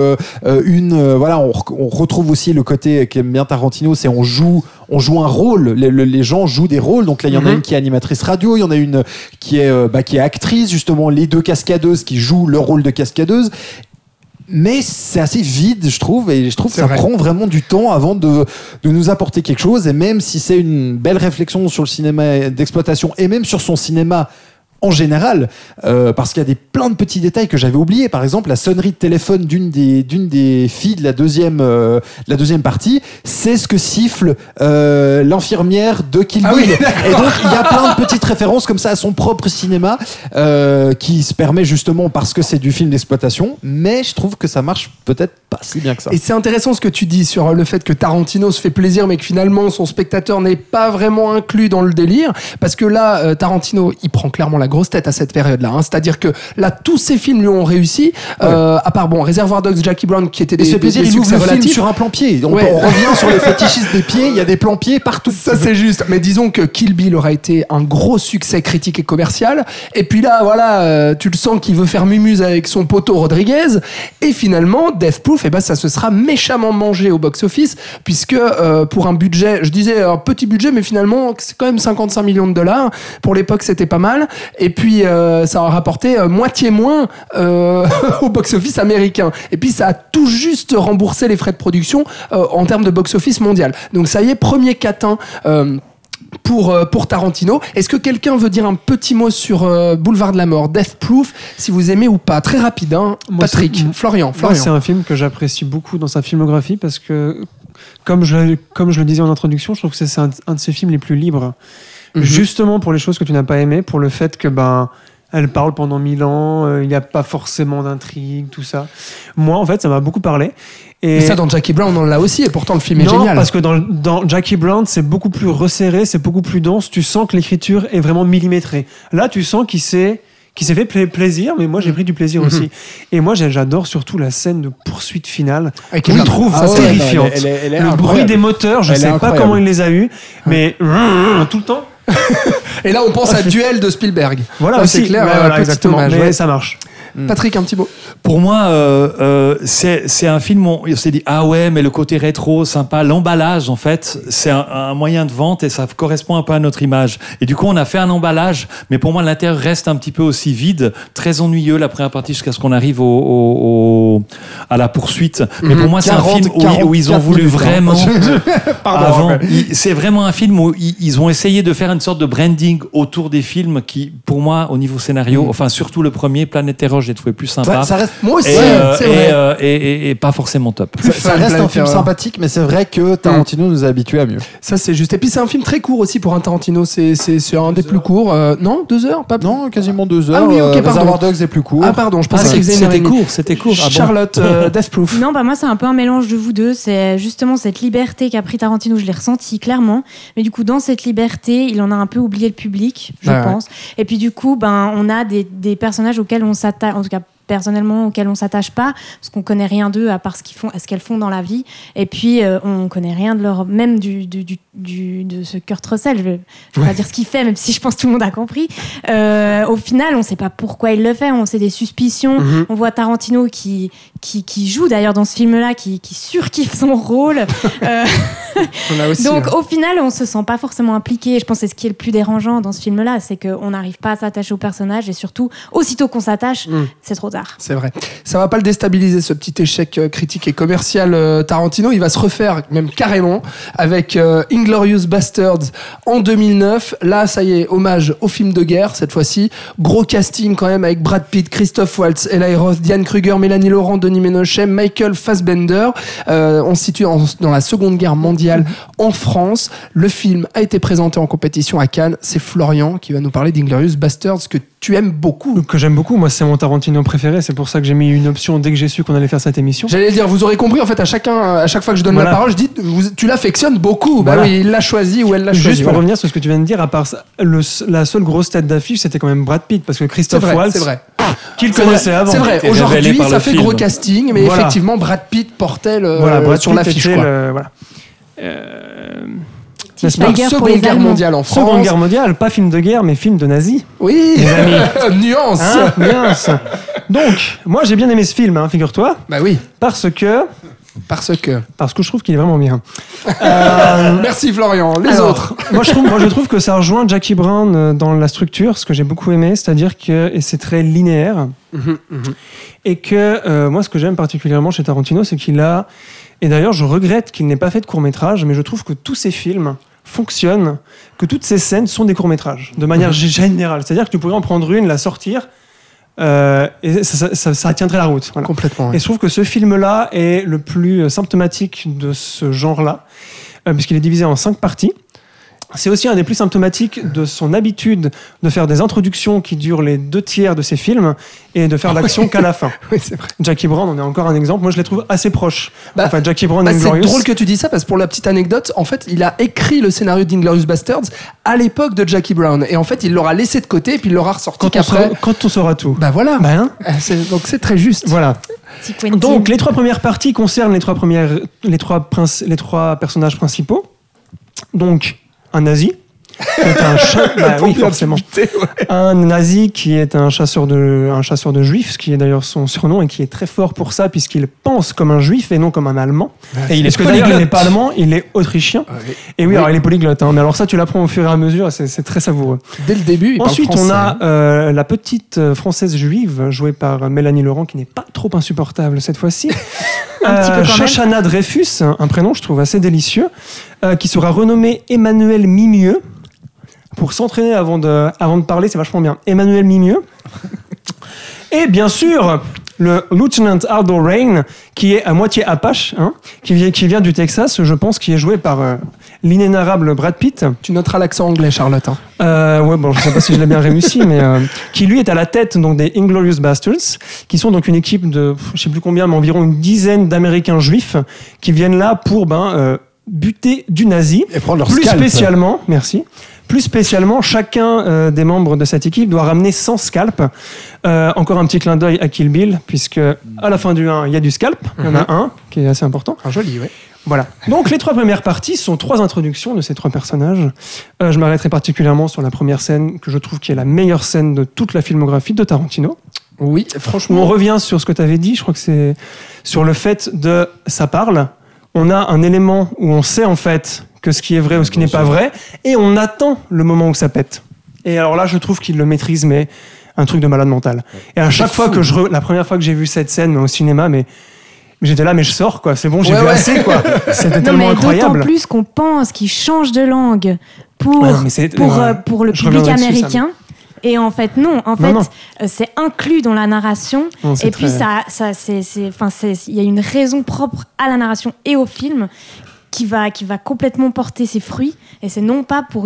On retrouve aussi le côté qu'aime bien Tarantino, c'est on joue un rôle. Les gens jouent des rôles. Donc là, il y en a une qui est animatrice radio, il y en a une qui est actrice, justement, les deux cascadeuses qui jouent leur rôle de cascadeuse. Mais c'est assez vide, je trouve, et je trouve que ça prend vraiment du temps avant de nous apporter quelque chose. Et même si c'est une belle réflexion sur le cinéma d'exploitation et même sur son cinéma en général, parce qu'il y a plein de petits détails que j'avais oubliés. Par exemple, la sonnerie de téléphone d'une des filles de la deuxième partie, c'est ce que siffle l'infirmière de Kill Bill. Et donc, il y a plein de petites références comme ça à son propre cinéma qui se permet justement parce que c'est du film d'exploitation, mais je trouve que ça marche peut-être pas si bien que ça. Et c'est intéressant ce que tu dis sur le fait que Tarantino se fait plaisir, mais que finalement, son spectateur n'est pas vraiment inclus dans le délire, parce que là, Tarantino, il prend clairement la grosse tête à cette période-là. C'est-à-dire que là, tous ces films lui ont réussi, à part Reservoir Dogs, Jackie Brown, qui étaient des plaisir, il ouvre le film sur un plan-pied. On revient sur les fétichistes des pieds, il y a des plans-pieds partout. Ça, c'est juste. Mais disons que Kill Bill aura été un gros succès critique et commercial. Et puis là, voilà, tu le sens qu'il veut faire mumuse avec son poteau Rodriguez. Et finalement, Death Proof, ça se sera méchamment mangé au box-office, puisque pour un budget, je disais un petit budget, mais finalement, c'est quand même 55 millions de dollars. Pour l'époque, c'était pas mal. Et puis, ça a rapporté moitié moins au box-office américain. Et puis, ça a tout juste remboursé les frais de production en termes de box-office mondial. Donc, ça y est, premier catin pour Tarantino. Est-ce que quelqu'un veut dire un petit mot sur Boulevard de la Mort, Death Proof, si vous aimez ou pas? Très rapide, hein. Patrick, Florian. Moi, c'est un film que j'apprécie beaucoup dans sa filmographie parce que, comme je le disais en introduction, je trouve que c'est un de ses films les plus libres. Justement pour les choses que tu n'as pas aimées, pour le fait que elle parle pendant 1000 ans, il n'y a pas forcément d'intrigue, tout ça. Moi, en fait, ça m'a beaucoup parlé. Et ça, dans Jackie Brown, on l'a aussi, et pourtant le film est génial. Non, parce que dans Jackie Brown, c'est beaucoup plus resserré, c'est beaucoup plus dense, tu sens que l'écriture est vraiment millimétrée. Là, tu sens qu'il s'est fait plaisir, mais moi j'ai pris du plaisir aussi. Et moi j'adore surtout la scène de poursuite finale, que je trouve terrifiante. Le bruit des moteurs, je sais pas comment il les a eus, mais tout le temps. Et là on pense à Duel de Spielberg. Voilà, c'est clair, exactement. Hommage, mais ça marche. Patrick, un petit mot. Pour moi, c'est un film où on s'est dit ah ouais, mais le côté rétro, sympa, l'emballage en fait, c'est un moyen de vente et ça correspond un peu à notre image. Et du coup, on a fait un emballage, mais pour moi, l'intérieur reste un petit peu aussi vide, très ennuyeux la première partie jusqu'à ce qu'on arrive à la poursuite. Mais pour moi, c'est un film où ils ont voulu vraiment. C'est vraiment un film où ils ont essayé de faire une sorte de branding autour des films qui, pour moi, au niveau scénario, enfin surtout le premier, Planète Terror, j'ai trouvé plus sympa. Ça reste, moi aussi, et pas forcément top. Ça reste un film sympathique, mais c'est vrai que Tarantino nous a habitués à mieux. Ça, c'est juste. Et puis, c'est un film très court aussi pour un Tarantino. C'est un des plus courts. Non, 2 heures pas... Non, quasiment 2 heures. Ah oui, ok, pardon. Reservoir Dogs est plus court. Ah, pardon, je pensais que c'était court. Charlotte, Death Proof. Non, moi, c'est un peu un mélange de vous deux. C'est justement cette liberté qu'a pris Tarantino, je l'ai ressenti clairement. Mais du coup, dans cette liberté, il en a un peu oublié le public, je pense. Et puis, du coup, on a des personnages auxquels on s'attache, en tout cas, personnellement, auxquels on s'attache pas, parce qu'on connaît rien d'eux à part ce qu'elles font dans la vie. Et puis, on connaît rien de leur, même de ce Kurt Russell. Je vais pas dire ce qu'il fait, même si je pense que tout le monde a compris. Au final, on sait pas pourquoi il le fait. On sait des suspicions. On voit Tarantino qui joue d'ailleurs dans ce film-là, qui surkiffe son rôle. Aussi, donc, au final, on se sent pas forcément impliqué. Je pense que c'est ce qui est le plus dérangeant dans ce film-là, c'est qu'on n'arrive pas à s'attacher au personnage et surtout, aussitôt qu'on s'attache, c'est trop tard. C'est vrai. Ça va pas le déstabiliser, ce petit échec critique et commercial Tarantino. Il va se refaire, même carrément, avec Inglourious Basterds en 2009. Là, ça y est, hommage au film de guerre, cette fois-ci. Gros casting quand même, avec Brad Pitt, Christophe Waltz, Eli Roth, Diane Kruger, Mélanie Laurent, Denis Ménochet, Michael Fassbender. On se situe dans la Seconde Guerre mondiale en France. Le film a été présenté en compétition à Cannes. C'est Florian qui va nous parler d'Inglourious Basterds, que tu aimes beaucoup. Que j'aime beaucoup. Moi, c'est mon Tarantino préféré. C'est pour ça que j'ai mis une option dès que j'ai su qu'on allait faire cette émission. J'allais dire, vous aurez compris, en fait, à chaque fois que je donne la parole, je dis, tu l'affectionnes beaucoup. Voilà. Bah oui, il l'a choisi ou elle l'a choisi. Juste pour revenir sur ce que tu viens de dire, à part ça, la seule grosse tête d'affiche, c'était quand même Brad Pitt, parce que Christophe Waltz, c'est vrai. Qu'il connaissait avant. C'est vrai, aujourd'hui, ça fait gros casting, mais effectivement, Brad Pitt portait sur l'affiche. Seconde Guerre mondiale en France. Seconde Guerre mondiale, pas film de guerre, mais film de nazis. Oui, nuance. Hein, nuance. Donc, moi j'ai bien aimé ce film, figure-toi. Bah oui. Parce que je trouve qu'il est vraiment bien. Merci Florian. Les autres. Moi je trouve que ça rejoint Jackie Brown dans la structure, ce que j'ai beaucoup aimé, c'est-à-dire que c'est très linéaire. Et que moi ce que j'aime particulièrement chez Tarantino, c'est qu'il a, et d'ailleurs je regrette qu'il n'ait pas fait de court-métrage, mais je trouve que tous ses films fonctionnent, que toutes ces scènes sont des courts-métrages, de manière générale. C'est-à-dire que tu pourrais en prendre une, la sortir, et ça tiendrait la route. Voilà. Complètement. Ouais. Et je trouve que ce film-là est le plus symptomatique de ce genre-là, puisqu'il est divisé en 5 parties. C'est aussi un des plus symptomatiques de son habitude de faire des introductions qui durent les 2/3 de ses films et de faire l'action qu'à la fin. Oui, c'est vrai. Jackie Brown en est encore un exemple. Moi, je les trouve assez proches. Enfin, Jackie Brown et c'est Inglourious. drôle que tu dis ça parce que pour la petite anecdote, en fait, il a écrit le scénario d'Inglourious Basterds à l'époque de Jackie Brown. Et en fait, il l'aura laissé de côté et puis il l'aura ressorti quand on saura tout. Bah voilà. Donc c'est très juste. Voilà. Donc, les 3 premières parties concernent les trois personnages principaux. Donc, un nazi, qui est oui, forcément. Un nazi qui est un chasseur de juifs, ce qui est d'ailleurs son surnom et qui est très fort pour ça puisqu'il pense comme un juif et non comme un allemand. Et parce que d'ailleurs il n'est pas allemand, il est autrichien. Et oui, alors il est polyglotte. Mais alors ça tu l'apprends au fur et à mesure, et c'est très savoureux. Dès le début, il Ensuite, parle français. on a la petite française juive jouée par Mélanie Laurent qui n'est pas trop insupportable cette fois-ci. Shoshana Dreyfus, un prénom je trouve assez délicieux, qui sera renommé Emmanuel Mimieux. Pour s'entraîner avant de parler, c'est vachement bien. Emmanuel Mimieux. Et bien sûr, le Lieutenant Aldo Raine, qui est à moitié Apache, qui vient du Texas, je pense, qui est joué par l'inénarrable Brad Pitt. Tu noteras l'accent anglais, Charlotte. Ouais, bon, je sais pas si je l'ai bien réussi, mais qui lui est à la tête donc des Inglourious Basterds, qui sont donc une équipe de, je sais plus combien, mais environ une dizaine d'Américains juifs qui viennent là pour buter du nazi. Et prendre leur plus scalp. spécialement, merci. Plus spécialement, chacun des membres de cette équipe doit ramener 100 scalps. Encore un petit clin d'œil à Kill Bill, puisque à la fin du 1, il y a du scalp. Il y en a un qui est assez important. Joli, oui. Voilà. Donc les 3 premières parties sont 3 introductions de ces 3 personnages. Je m'arrêterai particulièrement sur la première scène, que je trouve qui est la meilleure scène de toute la filmographie de Tarantino. Oui, franchement. On revient sur ce que tu avais dit, je crois que c'est sur le fait de ça parle. On a un élément où on sait en fait que ce qui est vrai ou ce qui n'est pas vrai, et on attend le moment où ça pète. Et alors là, je trouve qu'il le maîtrise, mais un truc de malade mental. Et à chaque fois la première fois que j'ai vu cette scène au cinéma, mais j'étais là, mais je sors, quoi. C'est bon, j'ai vu assez, quoi. C'était tellement incroyable. D'autant plus qu'on pense qu'il change de langue pour le public américain. Et en fait, non. C'est inclus dans la narration. Non, et puis, il y a une raison propre à la narration et au film qui va complètement porter ses fruits. Et c'est non pas pour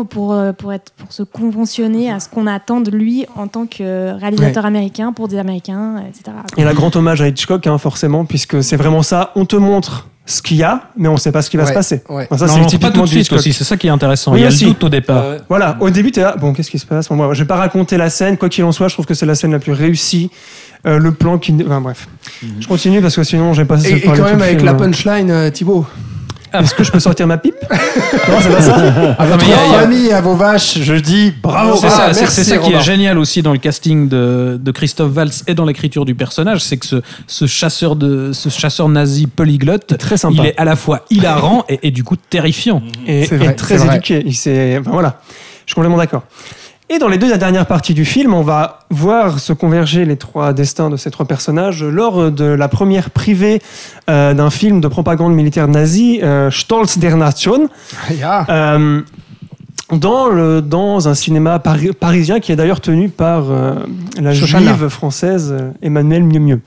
se conventionner à ce qu'on attend de lui en tant que réalisateur américain pour des Américains, etc. Et là, grand hommage à Hitchcock, forcément, puisque c'est vraiment ça. On te montre ce qu'il y a, mais on ne sait pas ce qui va se passer. Ouais. Enfin, ça, non, c'est pas tout de suite aussi, c'est ça qui est intéressant. Oui, il y a aussi. le doute au départ. Voilà, au début, t'es là, bon, qu'est-ce qui se passe? Moi, je vais pas raconter la scène, quoi qu'il en soit, je trouve que c'est la scène la plus réussie. Le plan qui... Enfin, bref. Je continue parce que sinon, j'ai passé... Et quand même, avec la punchline, Thibaut. Est-ce que je peux sortir ma pipe? Non, c'est pas ça. À votre famille, à vos vaches, je dis bravo. C'est ça qui est génial aussi dans le casting de Christophe Waltz et dans l'écriture du personnage, c'est que ce chasseur nazi polyglotte, très sympa. Il est à la fois hilarant et du coup terrifiant. Et très éduqué. Voilà, je suis complètement d'accord. Et dans les 2 dernières parties du film, on va voir se converger les 3 destins de ces 3 personnages lors de la première privée d'un film de propagande militaire nazi, Stolz der Nation. dans un cinéma parisien qui est d'ailleurs tenu par la juive française Emmanuelle Mieux.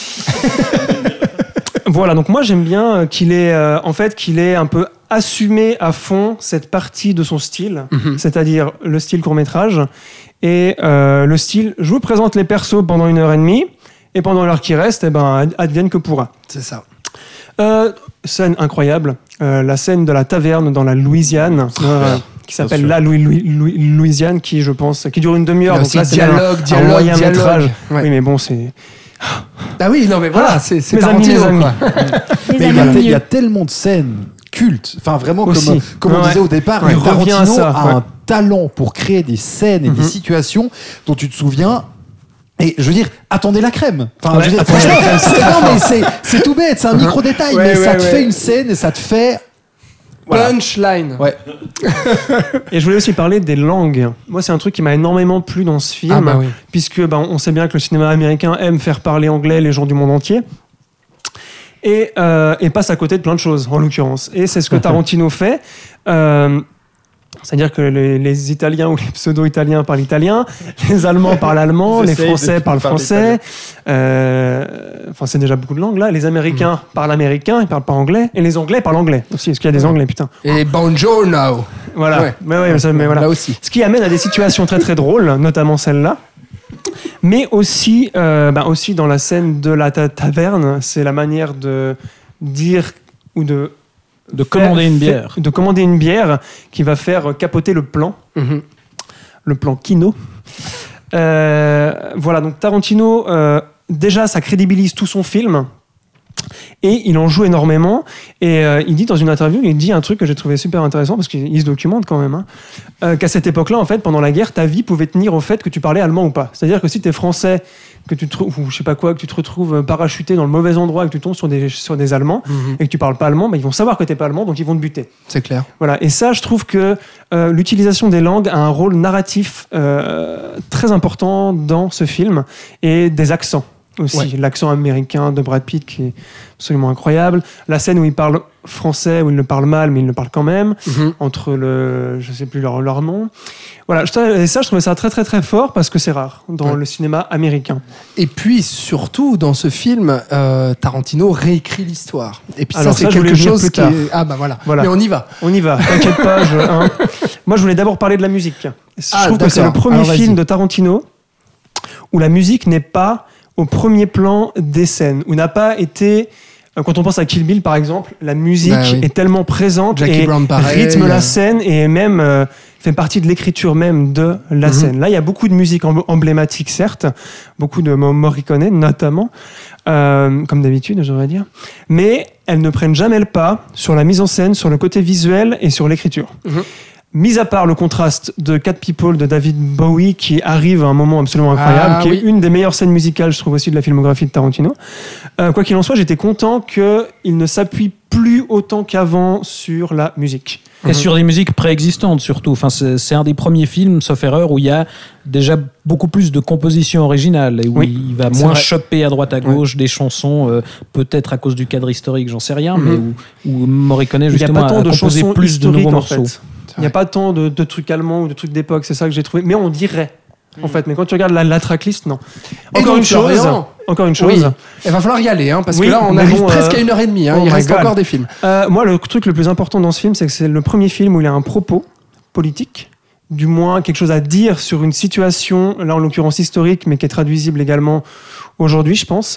Voilà, donc moi j'aime bien qu'il ait un peu assumé à fond cette partie de son style, c'est-à-dire le style court-métrage et le style je vous présente les persos pendant 1h30 et pendant l'heure qui reste, advienne que pourra. C'est ça. Scène incroyable, la scène de la taverne dans la Louisiane. Qui s'appelle La Louisiane, qui je pense qui dure une demi-heure. Donc là, c'est un moyen métrage. Ouais. Oui, mais bon, c'est. Ah oui, non, mais voilà, c'est mes amis, les amis. Il y a tellement de scènes cultes. Enfin, vraiment, comme on disait au départ, Tarantino a un talent pour créer des scènes et des situations dont tu te souviens. Et je veux dire, attendez la crème. Enfin, je veux dire, franchement, c'est tout bête, c'est un micro détail, mais ça te fait une scène et ça te fait. Voilà. Punchline. Ouais. Et je voulais aussi parler des langues. Moi, c'est un truc qui m'a énormément plu dans ce film, puisque on sait bien que le cinéma américain aime faire parler anglais les gens du monde entier. Et passe à côté de plein de choses, en l'occurrence. Et c'est ce que Tarantino fait. C'est-à-dire que les Italiens ou les pseudo-Italiens parlent italien, les Allemands parlent allemand, les Français parlent français. C'est déjà beaucoup de langues là. Les Américains parlent américain, ils parlent pas anglais. Et les Anglais parlent anglais aussi. Est-ce qu'il y a des Anglais, putain. Et buongiorno. Voilà. Ouais. Mais voilà. Là aussi. Ce qui amène à des situations très très drôles, notamment celle-là. Mais aussi dans la scène de la taverne, c'est la manière de dire ou de commander une bière qui va faire capoter le plan, le plan Kino. Voilà, donc Tarantino, déjà, ça crédibilise tout son film et il en joue énormément. Et il dit dans une interview, il dit un truc que j'ai trouvé super intéressant parce qu'il se documente quand même, qu'à cette époque-là, en fait, pendant la guerre, ta vie pouvait tenir au fait que tu parlais allemand ou pas. C'est-à-dire que si tu es français, que tu te ou je sais pas quoi, que tu te retrouves parachuté dans le mauvais endroit, que tu tombes sur des Allemands et que tu parles pas allemand, ils vont savoir que t'es pas allemand, donc ils vont te buter. C'est clair. Voilà. Et ça, je trouve que l'utilisation des langues a un rôle narratif très important dans ce film et des accents aussi. Ouais. L'accent américain de Brad Pitt qui est absolument incroyable. La scène où il parle français, où il le parle mal, mais il le parle quand même, entre je sais plus leur nom. Voilà, et ça, je trouvais ça très très très fort parce que c'est rare dans le cinéma américain. Et puis surtout, dans ce film, Tarantino réécrit l'histoire. Et puis alors ça, c'est quelque chose qui est... Ah bah voilà. Mais on y va. On y va, t'inquiète pas. Moi, je voulais d'abord parler de la musique. Je trouve que c'est le premier film de Tarantino où la musique n'est pas au premier plan des scènes, où n'a pas été... Quand on pense à Kill Bill, par exemple, la musique est tellement présente et rythme la scène et même fait partie de l'écriture même de la scène. Là, il y a beaucoup de musique emblématique, certes, beaucoup de Morricone notamment, comme d'habitude, j'aurais dire, mais elles ne prennent jamais le pas sur la mise en scène, sur le côté visuel et sur l'écriture. Mis à part le contraste de Cat People de David Bowie qui arrive à un moment absolument incroyable, qui est une des meilleures scènes musicales, je trouve aussi, de la filmographie de Tarantino. Quoi qu'il en soit, j'étais content qu'il ne s'appuie plus autant qu'avant sur la musique. Et sur des musiques préexistantes surtout. Enfin, c'est un des premiers films, sauf erreur, où il y a déjà beaucoup plus de compositions originales et où il va moins choper à droite à gauche des chansons, peut-être à cause du cadre historique, j'en sais rien, mais où Morricone justement a composé plus de nouveaux morceaux. Il n'y a pas tant de trucs allemands ou de trucs d'époque, c'est ça que j'ai trouvé. Mais on dirait, en fait. Mais quand tu regardes la tracklist, non. Encore une chose. Oui. Il va falloir y aller, parce que là, on arrive presque à 1h30. Il reste encore des films. Moi, le truc le plus important dans ce film, c'est que c'est le premier film où il y a un propos politique, du moins quelque chose à dire sur une situation, là en l'occurrence historique, mais qui est traduisible également aujourd'hui, je pense.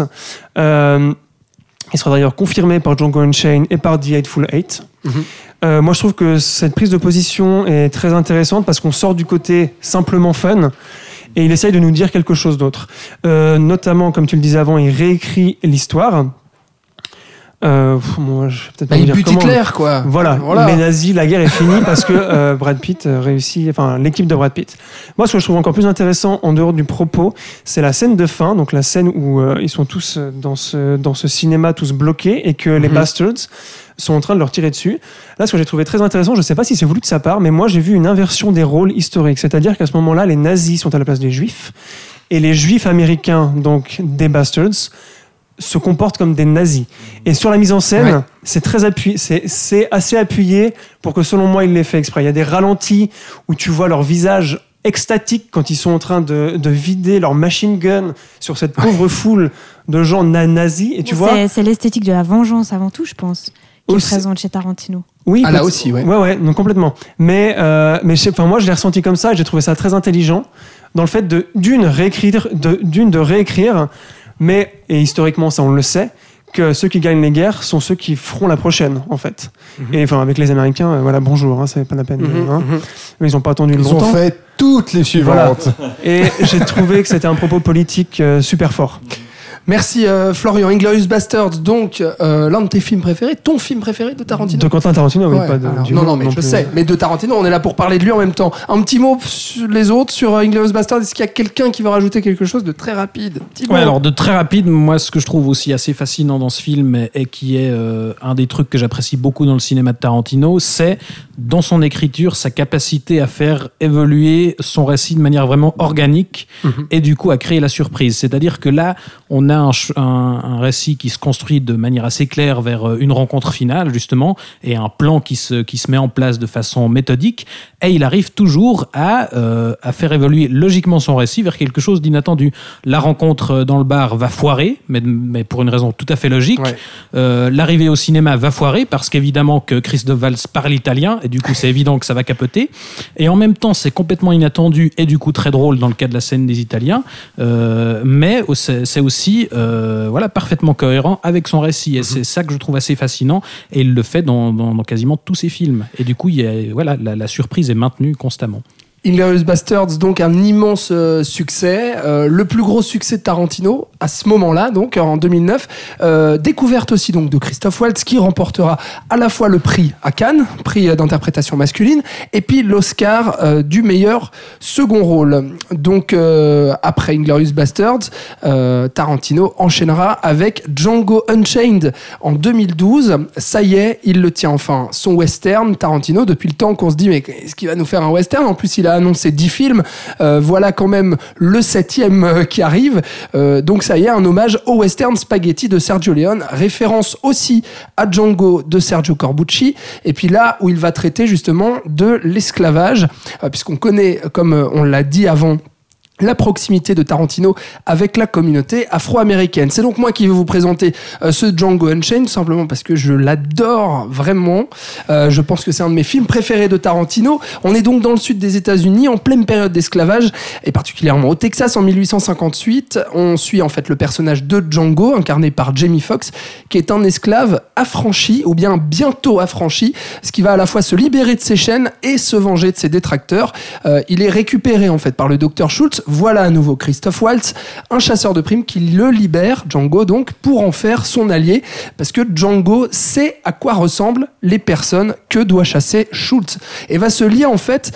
Il sera d'ailleurs confirmé par Django Unchained et par The Hateful Eight. Moi, je trouve que cette prise de position est très intéressante parce qu'on sort du côté simplement fun et il essaye de nous dire quelque chose d'autre. Notamment, comme tu le disais avant, il réécrit l'histoire. Moi, je vais peut-être pas il dire bute comment. Hitler, quoi. Voilà. Les nazis, la guerre est finie parce que Brad Pitt réussit, enfin l'équipe de Brad Pitt. Moi, ce que je trouve encore plus intéressant en dehors du propos, c'est la scène de fin, donc la scène où ils sont tous dans ce cinéma, tous bloqués, et que les bastards sont en train de leur tirer dessus. Là, ce que j'ai trouvé très intéressant, je ne sais pas si c'est voulu de sa part, mais moi, j'ai vu une inversion des rôles historiques. C'est-à-dire qu'à ce moment-là, les nazis sont à la place des juifs, et les juifs américains, donc des bastards, se comportent comme des nazis. Et sur la mise en scène, c'est très appuyé, c'est assez appuyé pour que, selon moi, il l'ait fait exprès. Il y a des ralentis où tu vois leur visage extatique quand ils sont en train de vider leur machine gun sur cette pauvre foule de gens nazis. Et tu vois, c'est l'esthétique de la vengeance avant tout, je pense, qui est présente chez Tarantino. Oui, là aussi, ouais, non, complètement. Mais moi, je l'ai ressenti comme ça et j'ai trouvé ça très intelligent dans le fait de réécrire, mais, et historiquement, ça on le sait, que ceux qui gagnent les guerres sont ceux qui feront la prochaine, en fait. Et enfin, avec les Américains, voilà, bonjour, hein, c'est pas la peine. Mais ils n'ont pas attendu longtemps. Ils ont fait toutes les suivantes. Voilà. Et j'ai trouvé que c'était un propos politique super fort. Merci Florian. Inglourious Basterds, donc l'un de tes films préférés, ton film préféré de Tarantino? De Quentin Tarantino, oui, pas de. Alors, non, mais je sais. Mais de Tarantino, on est là pour parler de lui en même temps. Un petit mot sur les autres, sur Inglourious Basterds. Est-ce qu'il y a quelqu'un qui veut rajouter quelque chose de très rapide? Ouais, alors de très rapide, moi, ce que je trouve aussi assez fascinant dans ce film et qui est un des trucs que j'apprécie beaucoup dans le cinéma de Tarantino, c'est dans son écriture sa capacité à faire évoluer son récit de manière vraiment organique et du coup à créer la surprise. C'est-à-dire que là, on a un récit qui se construit de manière assez claire vers une rencontre finale, justement, et un plan qui se met en place de façon méthodique, et il arrive toujours à faire évoluer logiquement son récit vers quelque chose d'inattendu. La rencontre dans le bar va foirer, mais pour une raison tout à fait logique. L'arrivée au cinéma va foirer, parce qu'évidemment que Christophe Waltz parle italien, et du coup c'est évident que ça va capoter. Et en même temps, c'est complètement inattendu, et du coup très drôle dans le cas de la scène des Italiens, mais c'est aussi parfaitement cohérent avec son récit, et c'est ça que je trouve assez fascinant, et il le fait dans quasiment tous ses films, et du coup la surprise est maintenue constamment. Inglourious Basterds, donc un immense succès, le plus gros succès de Tarantino à ce moment-là, donc en 2009. Découverte aussi donc de Christophe Waltz, qui remportera à la fois le prix à Cannes, prix d'interprétation masculine, et puis l'Oscar du meilleur second rôle. Donc après Inglourious Basterds, Tarantino enchaînera avec Django Unchained en 2012. Ça y est, il le tient enfin, son western. Tarantino, depuis le temps qu'on se dit, mais est-ce qu'il va nous faire un western? En plus, il a annoncé 10 films, voilà quand même le 7e qui arrive, donc ça y est, un hommage au western spaghetti de Sergio Leone, référence aussi à Django de Sergio Corbucci, et puis là où il va traiter justement de l'esclavage, puisqu'on connaît, comme on l'a dit avant, la proximité de Tarantino avec la communauté afro-américaine. C'est donc moi qui vais vous présenter ce Django Unchained, tout simplement parce que je l'adore vraiment. Je pense que c'est un de mes films préférés de Tarantino. On est donc dans le sud des États-Unis, en pleine période d'esclavage, et particulièrement au Texas en 1858. On suit en fait le personnage de Django, incarné par Jamie Foxx, qui est un esclave affranchi, ou bien bientôt affranchi, ce qui va à la fois se libérer de ses chaînes et se venger de ses détracteurs. Il est récupéré en fait par le docteur Schultz. Voilà à nouveau Christophe Waltz, un chasseur de primes qui le libère, Django donc, pour en faire son allié, parce que Django sait à quoi ressemblent les personnes que doit chasser Schultz, et va se lier en fait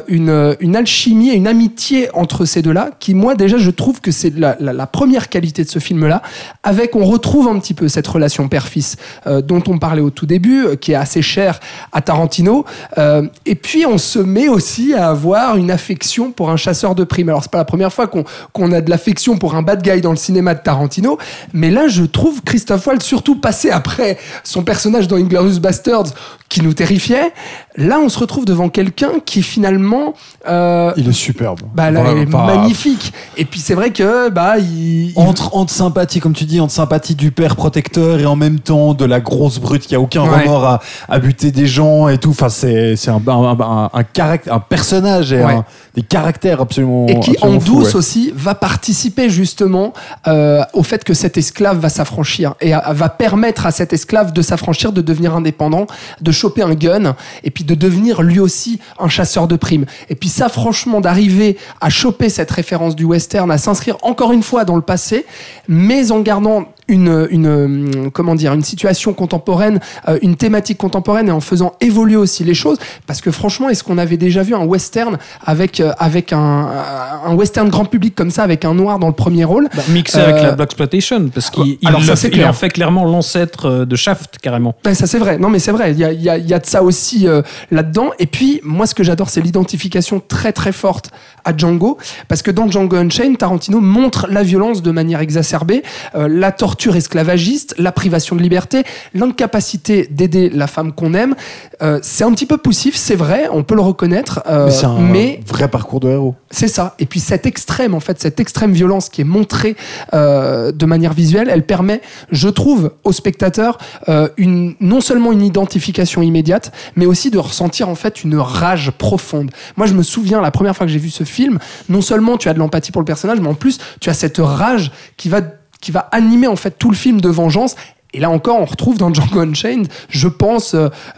une alchimie et une amitié entre ces deux-là, qui moi déjà je trouve que c'est la première qualité de ce film-là, on retrouve un petit peu cette relation père-fils dont on parlait au tout début, qui est assez chère à Tarantino, et puis on se met aussi à avoir une affection pour un chasseur de primes. Alors c'est pas la première fois qu'on a de l'affection pour un bad guy dans le cinéma de Tarantino, mais là je trouve Christophe Waltz, surtout passé après son personnage dans Inglourious Basterds qui nous terrifiait, là on se retrouve devant quelqu'un qui finalement il est superbe, là, il est magnifique, et puis c'est vrai que entre sympathie, comme tu dis, entre sympathie du père protecteur et en même temps de la grosse brute qui a aucun remords à buter des gens et tout, enfin c'est un personnage et des caractères absolument, et qui absolument en fou, douce aussi va participer justement au fait que cet esclave va s'affranchir et va permettre à cet esclave de s'affranchir, de devenir indépendant, de choper un gun et puis de devenir lui aussi un chasseur de primes. Et puis ça, franchement, d'arriver à choper cette référence du western, à s'inscrire encore une fois dans le passé, mais en gardant une situation contemporaine, une thématique contemporaine, et en faisant évoluer aussi les choses, parce que franchement, est-ce qu'on avait déjà vu un western avec un western grand public comme ça, avec un noir dans le premier rôle, mixé avec la blaxploitation, parce qu'il en fait clairement l'ancêtre de Shaft carrément. Ça c'est vrai, non mais c'est vrai, il y a de ça aussi là-dedans. Et puis moi ce que j'adore, c'est l'identification très très forte à Django, parce que dans Django Unchained, Tarantino montre la violence de manière exacerbée, la torture torture esclavagiste, la privation de liberté, l'incapacité d'aider la femme qu'on aime. C'est un petit peu poussif, c'est vrai, on peut le reconnaître. Mais c'est un vrai parcours de héros. C'est ça. Et puis cette extrême violence qui est montrée de manière visuelle, elle permet, je trouve, aux spectateurs non seulement une identification immédiate, mais aussi de ressentir en fait une rage profonde. Moi, je me souviens, la première fois que j'ai vu ce film, non seulement tu as de l'empathie pour le personnage, mais en plus, tu as cette rage qui va animer en fait tout le film de vengeance. Et là encore, on retrouve dans Django Unchained, je pense,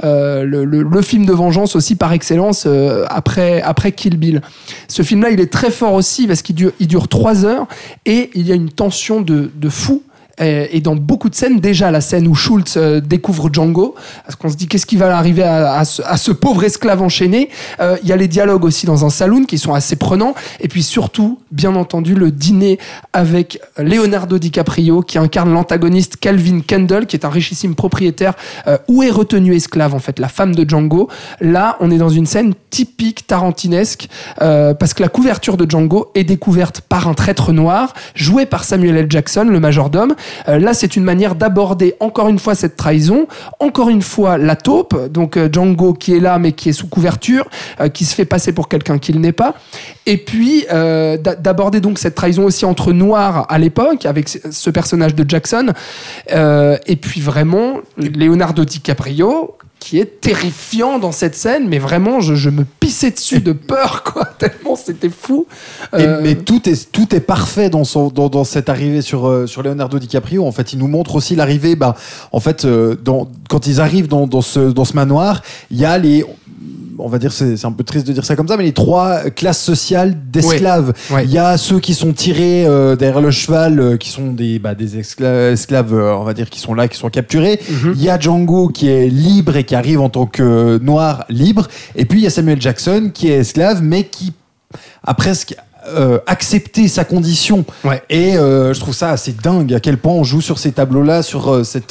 le film de vengeance aussi par excellence après Kill Bill. Ce film-là, il est très fort aussi parce qu'il dure 3 heures et il y a une tension de fou. Et dans beaucoup de scènes, déjà la scène où Schultz découvre Django, parce qu'on se dit qu'est-ce qui va arriver à ce pauvre esclave enchaîné. Il y a les dialogues aussi dans un saloon qui sont assez prenants. Et puis surtout, bien entendu, le dîner avec Leonardo DiCaprio qui incarne l'antagoniste Calvin Kendall, qui est un richissime propriétaire où est retenue esclave en fait la femme de Django. Là, on est dans une scène typique tarantinesque parce que la couverture de Django est découverte par un traître noir joué par Samuel L. Jackson, le majordome. Là, c'est une manière d'aborder encore une fois cette trahison, encore une fois la taupe, donc Django qui est là mais qui est sous couverture, qui se fait passer pour quelqu'un qu'il n'est pas, et puis d'aborder donc cette trahison aussi entre noirs à l'époque avec ce personnage de Jackson, et puis vraiment Leonardo DiCaprio qui est terrifiant dans cette scène, mais vraiment je me pissais dessus de peur, quoi, tellement c'était fou. Mais tout est parfait dans cette arrivée sur Leonardo DiCaprio. En fait, il nous montre aussi l'arrivée. En fait, quand ils arrivent dans ce manoir, il y a on va dire, c'est un peu triste de dire ça comme ça, mais les 3 classes sociales d'esclaves. Ouais. Il y a ceux qui sont tirés derrière le cheval, qui sont des esclaves, on va dire, qui sont là, qui sont capturés. Mm-hmm. Il y a Django qui est libre et qui arrive en tant que noir libre. Et puis il y a Samuel Jackson qui est esclave, mais qui a presque accepté sa condition. Ouais. Et je trouve ça assez dingue à quel point on joue sur ces tableaux-là, sur ces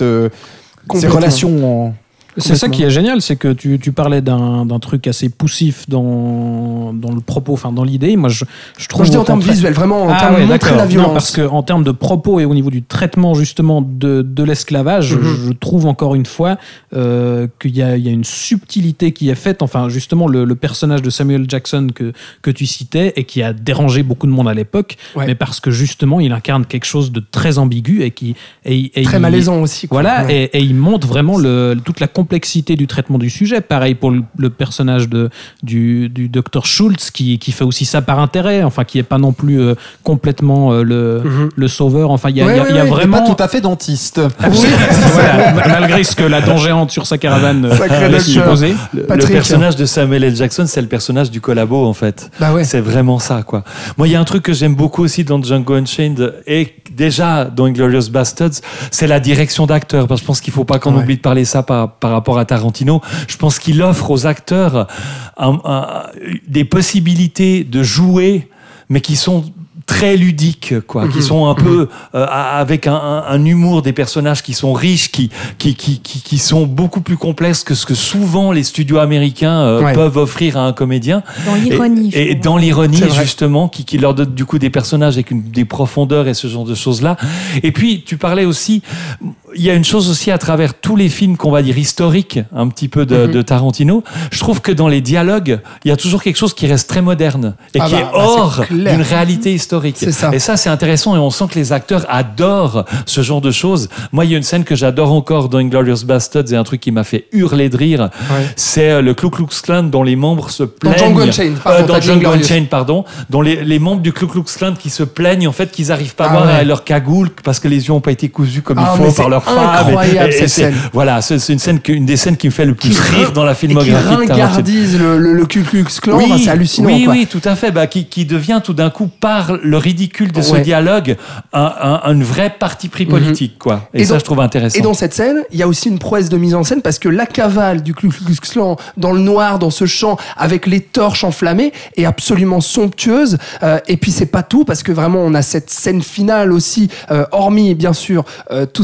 relations. C'est ça qui est génial, c'est que tu parlais d'un truc assez poussif dans le propos, enfin dans l'idée. Moi, je trouve. Je dis en termes visuels, vraiment en termes de montrer la violence. Non, parce que en termes de propos et au niveau du traitement justement de l'esclavage, je trouve encore une fois qu'il y a une subtilité qui est faite. Enfin, justement, le personnage de Samuel Jackson que tu citais et qui a dérangé beaucoup de monde à l'époque, mais parce que justement, il incarne quelque chose de très ambigu et très malaisant aussi. Quoi. Voilà, et il montre vraiment toute la complexité du traitement du sujet. Pareil pour le personnage du Dr Schultz qui fait aussi ça par intérêt, enfin qui est pas non plus complètement le sauveur. Enfin il y a vraiment pas tout à fait dentiste. Voilà, malgré ce que la dent géante sur sa caravane laisse supposer. Le personnage de Samuel L. Jackson, c'est le personnage du collabo en fait. C'est vraiment ça quoi. Moi il y a un truc que j'aime beaucoup aussi dans Django Unchained et déjà dans Inglourious Basterds, c'est la direction d'acteur, parce que je pense qu'il faut pas qu'on oublie de parler ça par rapport à Tarantino. Je pense qu'il offre aux acteurs des possibilités de jouer, mais qui sont très ludiques, quoi, qui sont un peu avec un humour des personnages qui sont riches, qui sont beaucoup plus complexes que ce que souvent les studios américains peuvent offrir à un comédien. Dans l'ironie. Et dans l'ironie, justement, qui leur donne du coup des personnages avec des profondeurs et ce genre de choses-là. Et puis, tu parlais aussi, il y a une chose aussi à travers tous les films qu'on va dire historiques, un petit peu de Tarantino. Je trouve que dans les dialogues, il y a toujours quelque chose qui reste très moderne et qui est hors d'une réalité historique. Et ça, c'est intéressant et on sent que les acteurs adorent ce genre de choses. Moi, il y a une scène que j'adore encore dans Inglourious Basterds et un truc qui m'a fait hurler de rire. C'est le Ku Klux Klan dont les membres se plaignent. Dans Django Unchained, pardon. Dont les membres du Ku Klux Klan qui se plaignent en fait qu'ils n'arrivent pas à voir leur cagoule parce que les yeux n'ont pas été cousus comme il faut par leur femme. Incroyable cette scène. Voilà, c'est une des scènes qui me fait le plus rire dans la filmographie. Et qui ringardise le Ku Klux Klan, c'est hallucinant. Oui, tout à fait. Qui devient tout d'un coup par le ridicule de ce dialogue une vraie partie pris politique, quoi. Et ça, je trouve intéressant. Et dans cette scène, il y a aussi une prouesse de mise en scène parce que la cavale du Ku Klux Klan dans le noir, dans ce champ, avec les torches enflammées, est absolument somptueuse. Et puis c'est pas tout parce que vraiment on a cette scène finale aussi, hormis bien sûr toute cette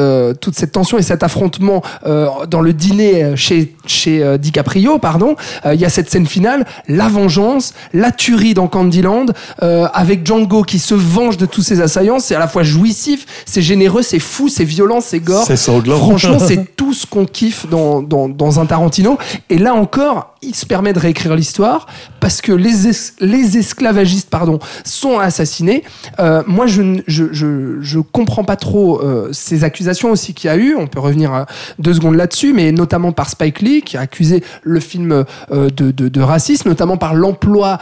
cette tension et cet affrontement dans le dîner chez DiCaprio, pardon. Il y a cette scène finale, la vengeance, la tuerie dans Candyland, avec Django qui se venge de tous ses assaillants. C'est à la fois jouissif, c'est généreux, c'est fou, c'est violent, c'est gore. C'est sanglant. Franchement, c'est tout ce qu'on kiffe dans un Tarantino. Et là encore, il se permet de réécrire l'histoire parce que les esclavagistes, sont assassinés. Moi, je comprends pas trop ces accusations aussi qu'il y a eu. On peut revenir 2 secondes là-dessus, mais notamment par Spike Lee qui a accusé le film de racisme, notamment par l'emploi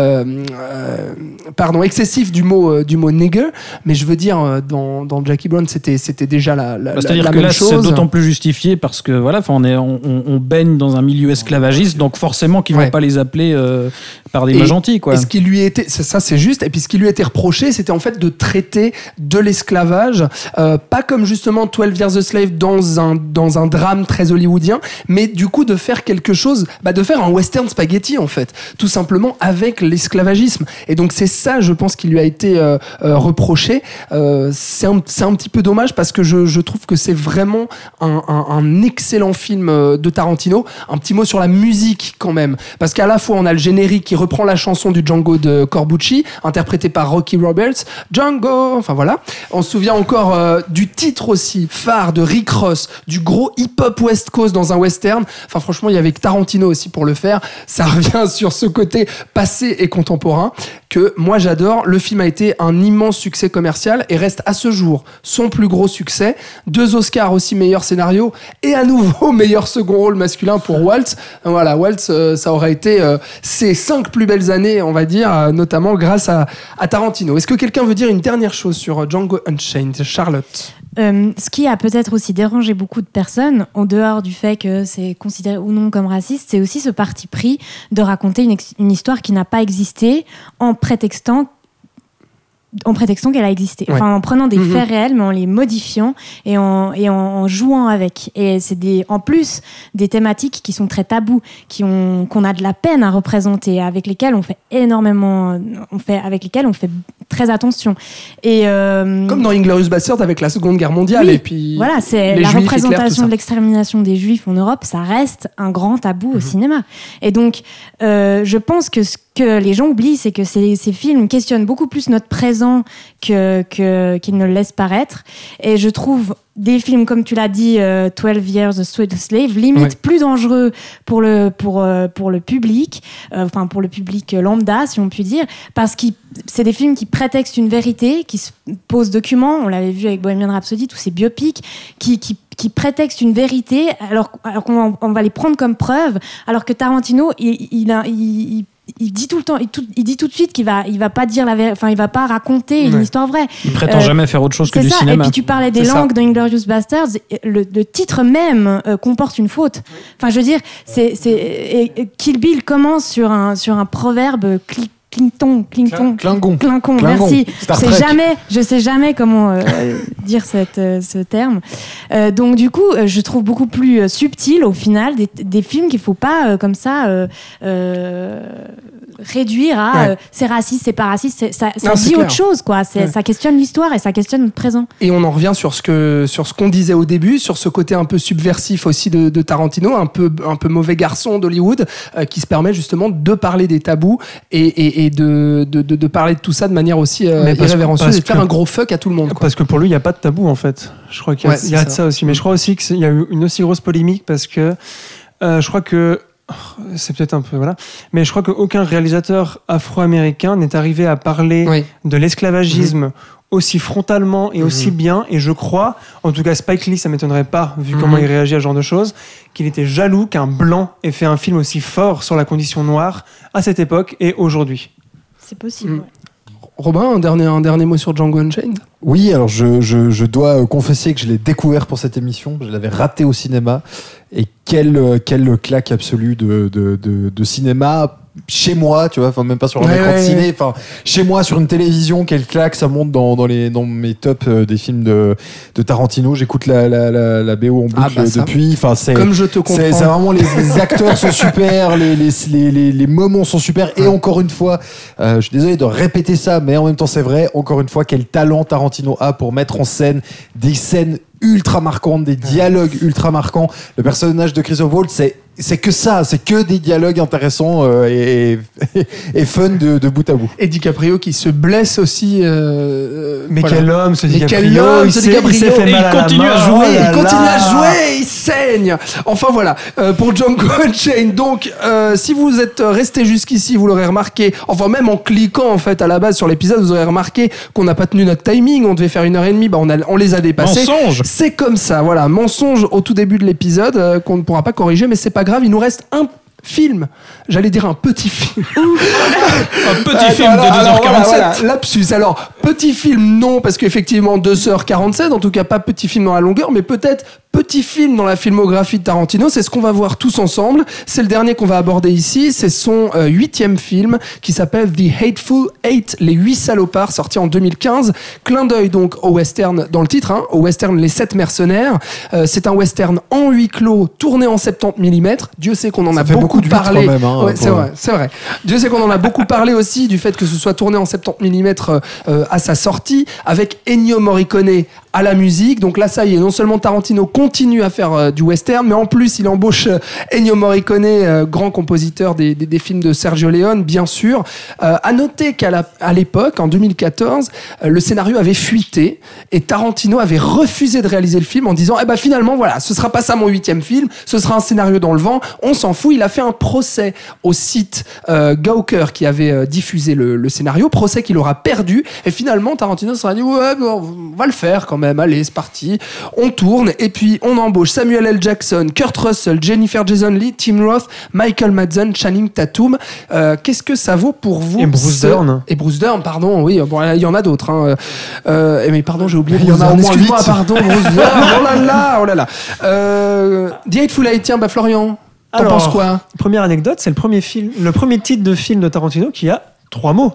excessif du mot nigger. Mais je veux dire, dans Jackie Brown, c'était déjà la c'est-à-dire la que même là, chose. c'est d'autant plus justifié parce que voilà, on baigne dans un milieu esclavagiste, donc forcément qu'ils vont pas les appeler par des mots gentils, quoi. Et ce qui lui était, ça c'est juste, et puis ce qui lui était reproché, c'était en fait de traiter de l'esclavage, pas comme justement 12 Years a Slave dans un drame très hollywoodien, mais du coup de faire quelque chose, de faire un western spaghetti en fait, tout simplement avec l'esclavagisme. Et donc c'est ça, je pense, qui lui a été reproché. C'est un petit peu dommage parce que je trouve que c'est vraiment un excellent film de Tarantino. Un petit mot sur la musique quand même, parce qu'à la fois on a le générique qui reprend la chanson du Django de Corbucci, interprétée par Rocky Roberts, Django, enfin voilà. On se souvient encore du titre aussi, phare de Rick Ross, du gros hip-hop West Coast dans un western. Enfin franchement, il y avait que Tarantino aussi pour le faire. Ça revient sur ce côté passé et contemporain que moi j'adore. Le film a été un immense succès commercial et reste à ce jour son plus gros succès. 2 Oscars aussi, meilleur scénario et à nouveau meilleur second rôle masculin pour Waltz. Voilà, Waltz, ça aurait été ses 5 plus belles années, on va dire, notamment grâce à Tarantino. Est-ce que quelqu'un veut dire une dernière chose sur Django Unchained, Charlotte? Ce qui a peut-être aussi dérangé beaucoup de personnes, en dehors du fait que c'est considéré ou non comme raciste, c'est aussi ce parti pris de raconter une histoire qui n'a pas existé en prétextant qu'elle a existé. Enfin, en prenant des faits réels, mais en les modifiant et en jouant avec. Et c'est en plus des thématiques qui sont très tabous, qu'on a de la peine à représenter, avec lesquelles on fait très attention. Et comme dans Inglourious Basterds avec la Seconde Guerre mondiale, oui, et puis voilà, c'est la représentation de l'extermination des Juifs en Europe, ça reste un grand tabou au cinéma. Et donc, je pense que ce que les gens oublient, c'est que ces films questionnent beaucoup plus notre présent qu'ils ne le laissent paraître. Et je trouve des films, comme tu l'as dit, 12 Years a Slave, limite plus dangereux pour le public, pour le public lambda, si on peut dire, parce que c'est des films qui prétextent une vérité, qui se posent documents, on l'avait vu avec Bohemian Rhapsody, tous ces biopics, qui prétextent une vérité, alors qu'on va les prendre comme preuve, alors que Tarantino, il dit tout le temps, il dit tout de suite qu'il va pas dire la vérité, enfin il va pas raconter une histoire vraie. Il prétend jamais faire autre chose que du cinéma. Et puis tu parlais des langues dans Inglourious Basterds, le titre même comporte une faute. Enfin je veux dire, et Kill Bill commence sur un proverbe Klingon, merci. Je sais jamais comment dire ce terme. Donc du coup, je trouve beaucoup plus subtil au final des films qu'il faut pas comme ça réduire à c'est raciste, c'est pas raciste. Ça dit autre chose, quoi. Ça questionne l'histoire et ça questionne notre présent. Et on en revient sur ce qu'on disait au début, sur ce côté un peu subversif aussi de Tarantino, un peu mauvais garçon d'Hollywood, qui se permet justement de parler des tabous et de parler de tout ça de manière aussi irrévérencieuse et de faire un gros fuck à tout le monde, quoi. Parce que pour lui, il n'y a pas de tabou, en fait. Je crois qu'il y a de ça aussi. Mais je crois aussi qu'il y a eu une aussi grosse polémique parce que je crois que c'est peut-être un peu mais je crois qu'aucun réalisateur afro-américain n'est arrivé à parler de l'esclavagisme aussi frontalement et aussi bien, et je crois, en tout cas Spike Lee, ça m'étonnerait pas vu comment il réagit à ce genre de choses, qu'il était jaloux qu'un blanc ait fait un film aussi fort sur la condition noire à cette époque et aujourd'hui. C'est possible. Robin, un dernier mot sur Django Unchained? Oui, alors je dois confesser que je l'ai découvert pour cette émission. Je l'avais raté au cinéma. Et quelle claque absolue de cinéma chez moi, tu vois, enfin même pas sur un écran de ciné, enfin chez moi sur une télévision, quelle claque, ça monte dans mes tops des films de Tarantino. J'écoute la BO en boucle depuis. Enfin c'est comme je te comprends. C'est vraiment les acteurs sont super, les moments sont super. Et encore une fois, je suis désolé de répéter ça, mais en même temps c'est vrai. Encore une fois, quel talent Tarantino a pour mettre en scène des scènes ultra marquantes, des dialogues ultra marquants. Le personnage de Christophe Waltz, c'est que ça, c'est que des dialogues intéressants et fun de bout à bout. Et DiCaprio qui se blesse aussi. Mais voilà. quel homme, ce Mais DiCaprio. quel homme, il ce s'est DiCaprio. fait Et mal il à la continue main. à jouer, Oh là Il continue là. à jouer, il saigne. Enfin voilà, pour Django Unchained. Donc, si vous êtes resté jusqu'ici, vous l'aurez remarqué. Enfin même en cliquant en fait à la base sur l'épisode, vous aurez remarqué qu'on n'a pas tenu notre timing. On devait faire 1h30, bah on les a dépassés. Mensonge. C'est comme ça, voilà, mensonge au tout début de l'épisode qu'on ne pourra pas corriger, mais c'est pas grave. Il nous reste un film, j'allais dire un petit film. Un petit film de 2h47. Voilà, lapsus. Alors, petit film, non, parce qu'effectivement, 2h47, en tout cas pas petit film dans la longueur, mais peut-être petit film dans la filmographie de Tarantino. C'est ce qu'on va voir tous ensemble. C'est le dernier qu'on va aborder ici. C'est son 8e film qui s'appelle The Hateful Eight, les 8 salopards, sorti en 2015. Clin d'œil donc au western dans le titre, hein, au western Les 7 mercenaires. C'est un western en huis clos, tourné en 70 mm. Dieu sait qu'on en a beaucoup de vite parlé. quand même, hein, Ouais, c'est vrai. Dieu sait qu'on en a beaucoup parlé aussi du fait que ce soit tourné en 70 mm à sa sortie, avec Ennio Morricone à la musique. Donc là, ça y est, non seulement Tarantino continue à faire du western, mais en plus, il embauche Ennio Morricone, grand compositeur des films de Sergio Leone, bien sûr. À noter qu'à l'époque, en 2014, le scénario avait fuité et Tarantino avait refusé de réaliser le film en disant finalement, voilà, ce sera pas ça mon 8e film, ce sera un scénario dans le vent, on s'en fout. Il a fait un procès au site Gawker qui avait diffusé le scénario, procès qu'il aura perdu, et finalement Tarantino se sera dit ouais, bon, on va le faire quand même, allez c'est parti, on tourne, et puis on embauche Samuel L. Jackson, Kurt Russell, Jennifer Jason Leigh, Tim Roth, Michael Madsen, Channing Tatum. Qu'est-ce que ça vaut pour vous? Et Bruce Dern. Et Bruce Dern, pardon, oui, bon, il y en a d'autres, hein. Mais pardon, j'ai oublié, Il y en a au moins excuse-moi, 8. pardon, Bruce Dern, oh là là. The Hateful Eight, tiens, Florian, t'en Alors, penses quoi? Première anecdote, c'est le premier titre de film de Tarantino qui a 3 mots.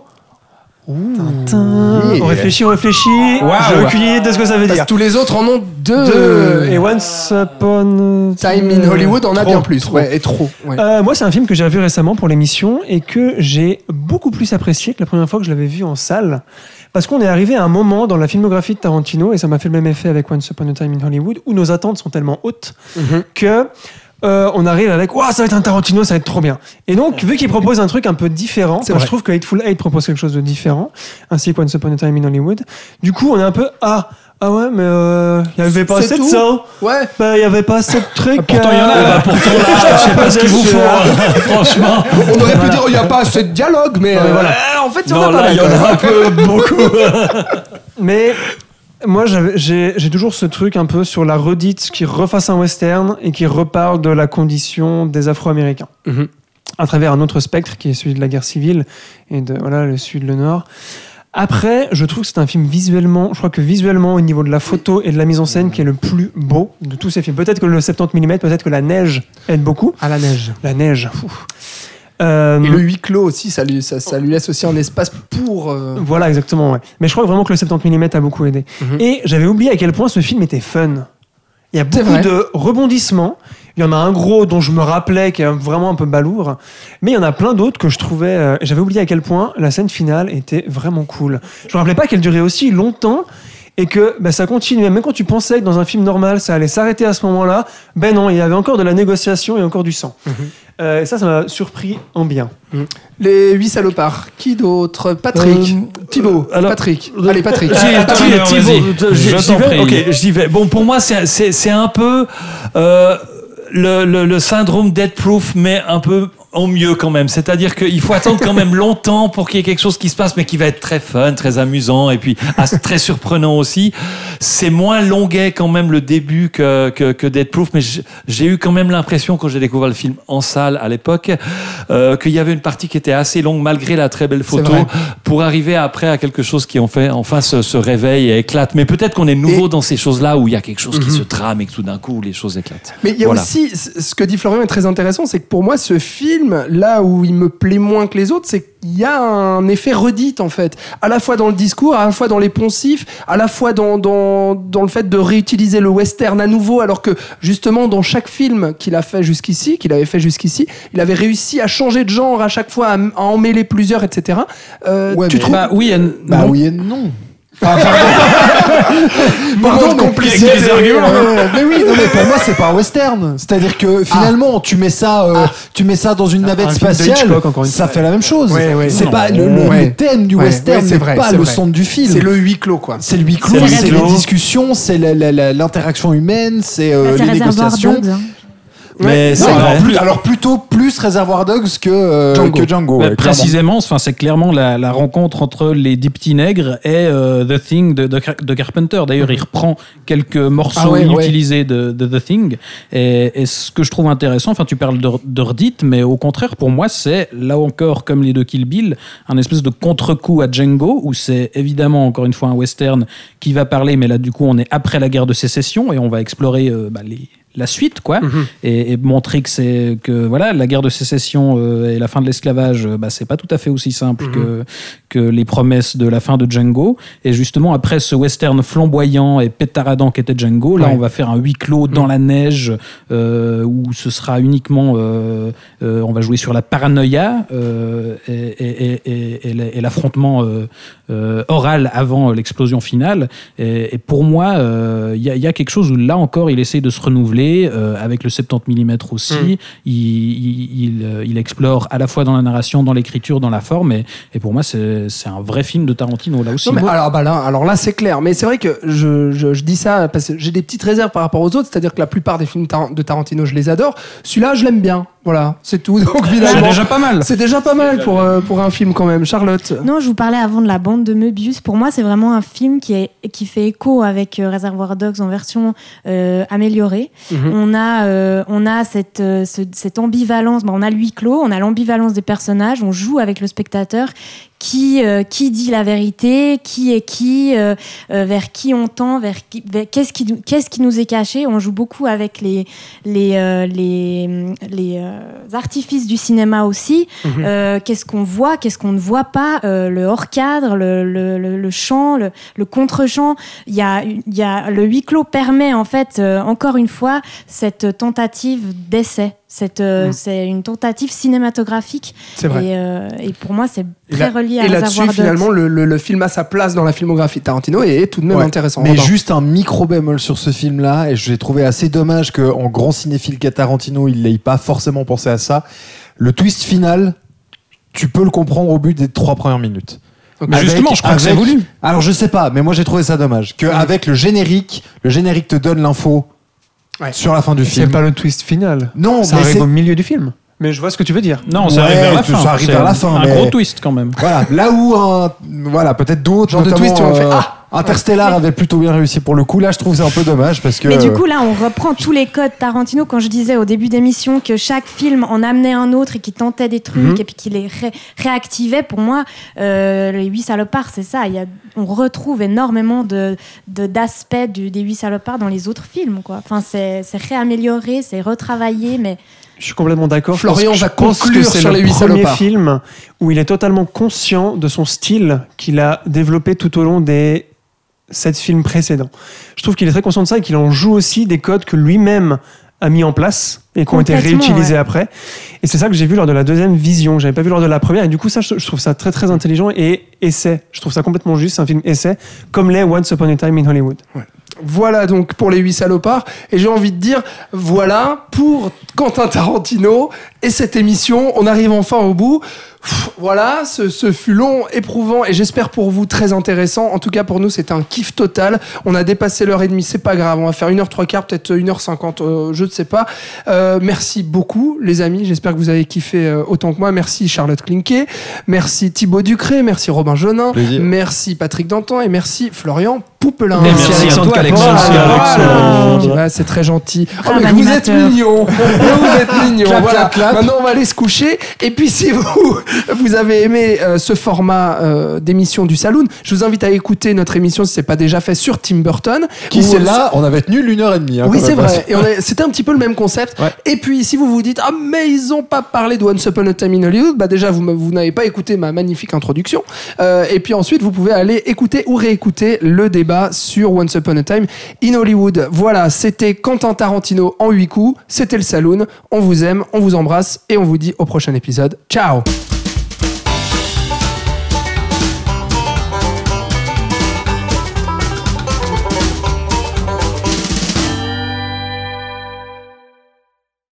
Tintin. Yeah. On réfléchit. Wow. J'ai aucune idée de ce que ça veut Parce dire. que tous les autres en ont 2. 2. Et Once Upon Time in Hollywood en a trop, bien plus. trop. Ouais, et trop. Ouais. Moi, c'est un film que j'ai vu récemment pour l'émission et que j'ai beaucoup plus apprécié que la première fois que je l'avais vu en salle. Parce qu'on est arrivé à un moment dans la filmographie de Tarantino, et ça m'a fait le même effet avec Once Upon a Time in Hollywood, où nos attentes sont tellement hautes que on arrive avec wow, ça va être un Tarantino, ça va être trop bien. Et donc, vu qu'il propose un truc un peu différent, je trouve que Hateful Eight propose quelque chose de différent, ainsi que Once Upon a Time in Hollywood. Du coup, on est un peu ah ouais, mais il n'y avait pas assez de ça. Ouais. Il n'y avait pas assez de trucs. Pourtant, il y en a. Pourtant, là, je sais pas ce qu'il vous faut. Franchement. On aurait pu dire il n'y a pas assez de dialogue, mais voilà. En fait, il y en Non, a pas. là, il y en a un peu beaucoup. Mais moi, j'ai toujours ce truc un peu sur la redite qui refasse un western et qui reparle de la condition des Afro-Américains. À travers un autre spectre qui est celui de la guerre civile et de le sud, le nord. Après, je trouve que c'est un film visuellement, je crois que visuellement, au niveau de la photo et de la mise en scène, qui est le plus beau de tous ces films. Peut-être que le 70 mm, peut-être que la neige aide beaucoup. À la neige. La neige. Et le huis clos aussi, ça lui laisse aussi un espace pour. Voilà, exactement. Ouais. Mais je crois vraiment que le 70 mm a beaucoup aidé. Et j'avais oublié à quel point ce film était fun. Il y a beaucoup de rebondissements. Il y en a un gros dont je me rappelais qui est vraiment un peu balourd. Mais il y en a plein d'autres que je trouvais... j'avais oublié à quel point la scène finale était vraiment cool. Je me rappelais pas qu'elle durait aussi longtemps et que ça continuait. Même quand tu pensais que dans un film normal, ça allait s'arrêter à ce moment-là, non, il y avait encore de la négociation et encore du sang. Et ça m'a surpris en bien. Les 8 salopards. Qui d'autre? Patrick. Thibaut. alors- Patrick. Allez, Patrick. J'y vais. Ok, j'y vais. Bon, pour moi, c'est un peu le syndrome Death Proof, mais un peu en mieux quand même. C'est-à-dire qu'il faut attendre quand même longtemps pour qu'il y ait quelque chose qui se passe, mais qui va être très fun, très amusant, et puis très surprenant aussi. C'est moins longuet quand même le début que Death Proof, mais j'ai eu quand même l'impression, quand j'ai découvert le film en salle à l'époque, qu'il y avait une partie qui était assez longue, malgré la très belle photo, pour arriver après à quelque chose qui en fait enfin se réveille et éclate. Mais peut-être qu'on est nouveau dans ces choses-là où il y a quelque chose qui se trame et que tout d'un coup les choses éclatent. Mais il y a aussi, ce que dit Florian est très intéressant, c'est que pour moi, ce film, là où il me plaît moins que les autres, c'est qu'il y a un effet redite, en fait. À la fois dans le discours, à la fois dans les poncifs, à la fois dans le fait de réutiliser le western à nouveau, alors que, justement, dans chaque film qu'il avait fait jusqu'ici, il avait réussi à changer de genre à chaque fois, à en mêler plusieurs, etc. Ouais, tu trouves... Oui et oui et non. Pardon, complicité, mais oui, non, mais pour moi c'est pas un western. C'est-à-dire que finalement tu mets ça dans une navette Un film de spatiale, Hitchcock, encore une ça fois. fait la même chose. Ouais, c'est non. pas le thème du western, c'est pas le centre du film. C'est le huis clos, quoi. C'est le huis clos, c'est les discussions, c'est l'interaction humaine, c'est les Réservoir négociations. Dogs, hein. Mais c'est vrai. Alors plutôt plus Reservoir Dogs que Django. Bah, ouais, précisément, c'est clairement la rencontre entre les 10 petits nègres et The Thing de Carpenter. D'ailleurs, il reprend quelques morceaux inutilisés de The Thing. Et ce que je trouve intéressant, tu parles de redite, mais au contraire, pour moi, c'est là encore, comme les deux Kill Bill, un espèce de contre-coup à Django, où c'est évidemment, encore une fois, un western qui va parler, mais là, du coup, on est après la guerre de sécession et on va explorer la suite, quoi, et montrer que voilà, la guerre de sécession et la fin de l'esclavage, c'est pas tout à fait aussi simple que les promesses de la fin de Django. Et justement, après ce western flamboyant et pétaradant qu'était Django, là, on va faire un huis clos dans la neige, où ce sera uniquement, on va jouer sur la paranoïa et l'affrontement oral avant l'explosion finale. Et pour moi, il y a quelque chose où là encore, il essaie de se renouveler. Avec le 70 mm aussi, il explore à la fois dans la narration, dans l'écriture, dans la forme, et pour moi c'est un vrai film de Tarantino là aussi. Non, mais alors là c'est clair, mais c'est vrai que je dis ça parce que j'ai des petites réserves par rapport aux autres, c'est-à-dire que la plupart des films de Tarantino je les adore, celui-là je l'aime bien, voilà, c'est tout. Donc finalement c'est déjà pas mal. C'est déjà pas mal pour un film quand même. Charlotte? Non, je vous parlais avant de la bande de Möbius. Pour moi, c'est vraiment un film qui fait écho avec Reservoir Dogs en version améliorée. On a cette ambivalence. On a le huis clos, on a l'ambivalence des personnages. On joue avec le spectateur. Qui dit la vérité, qui est qui, vers qui on tend, qu'est-ce qui nous est caché. On joue beaucoup avec les artifices du cinéma aussi. Qu'est-ce qu'on voit, qu'est-ce qu'on ne voit pas, le hors-cadre, le chant, le contre-chant. Il y a le huis clos permet en fait, encore une fois, cette tentative d'essai. C'est une tentative cinématographique. C'est vrai. Et pour moi, c'est très relié à Reservoir Dogs. Et là-dessus, finalement, le film a sa place dans la filmographie de Tarantino et est tout de même intéressant. Mais juste un micro-bémol sur ce film-là, et j'ai trouvé assez dommage qu'en grand cinéphile qu'est Tarantino, il n'ait pas forcément pensé à ça. Le twist final, tu peux le comprendre au bout des 3 premières minutes. Mais justement, je crois que c'est voulu. Alors, je sais pas, mais moi j'ai trouvé ça dommage. Qu'avec le générique te donne l'info sur la fin du film. C'est pas le twist final. Non, ça arrive au milieu du film. Mais je vois ce que tu veux dire. Non, ça arrive vers la fin. Ça arrive vers la fin. Un gros twist quand même. Voilà, là où peut-être d'autres genre de twist où on fait Interstellar avait plutôt bien réussi pour le coup. Là, je trouve c'est un peu dommage parce que. Mais du coup, là, on reprend tous les codes Tarantino. Quand je disais au début d'émission que chaque film en amenait un autre et qui tentait des trucs et puis qui les réactivait, pour moi, les 8 salopards, c'est ça. On retrouve énormément d'aspects des 8 salopards dans les autres films, quoi. Enfin, c'est réamélioré, c'est retravaillé, mais. Je suis complètement d'accord. Florian va conclure sur les 8 salopards. C'est le premier film où il est totalement conscient de son style qu'il a développé tout au long des 7 films précédents. Je trouve qu'il est très conscient de ça et qu'il en joue aussi des codes que lui-même a mis en place et qui ont été réutilisés après. Et c'est ça que j'ai vu lors de la deuxième vision. J'avais pas vu lors de la première. Et du coup, ça, je trouve ça très très intelligent et essai. Je trouve ça complètement juste. C'est un film essai, comme l'est Once Upon a Time in Hollywood. Ouais. Voilà donc pour les 8 salopards. Et j'ai envie de dire, voilà pour Quentin Tarantino et cette émission. On arrive enfin au bout. Voilà, ce fut long, éprouvant et j'espère pour vous très intéressant. En tout cas pour nous c'était un kiff total. On a dépassé l'heure et demie, c'est pas grave. On va faire 1h03, peut-être 1h50, je ne sais pas. Merci beaucoup les amis, j'espère que vous avez kiffé autant que moi. Merci Charlotte Klinké, merci Thibaut Ducré, merci Robin Jonin, merci Patrick Dantan et merci Florian Poupelin. Merci Alexandre Alexandre. C'est très gentil. Oh, mais vous êtes mignons. Vous êtes mignons. Voilà. Maintenant on va aller se coucher. Et puis si vous avez aimé ce format d'émission du Saloon, je vous invite à écouter notre émission si ce n'est pas déjà fait sur Tim Burton. C'est là, on avait tenu 1h30. Oui, c'est vrai. Et c'était un petit peu le même concept. Ouais. Et puis si vous vous dites, mais ils n'ont pas parlé de Once Upon a Time in Hollywood, déjà vous n'avez pas écouté ma magnifique introduction. Et puis ensuite, vous pouvez aller écouter ou réécouter le débat sur Once Upon a Time in Hollywood. Voilà, c'était Quentin Tarantino en 8 coups. C'était le Saloon. On vous aime, on vous embrasse et on vous dit au prochain épisode. Ciao!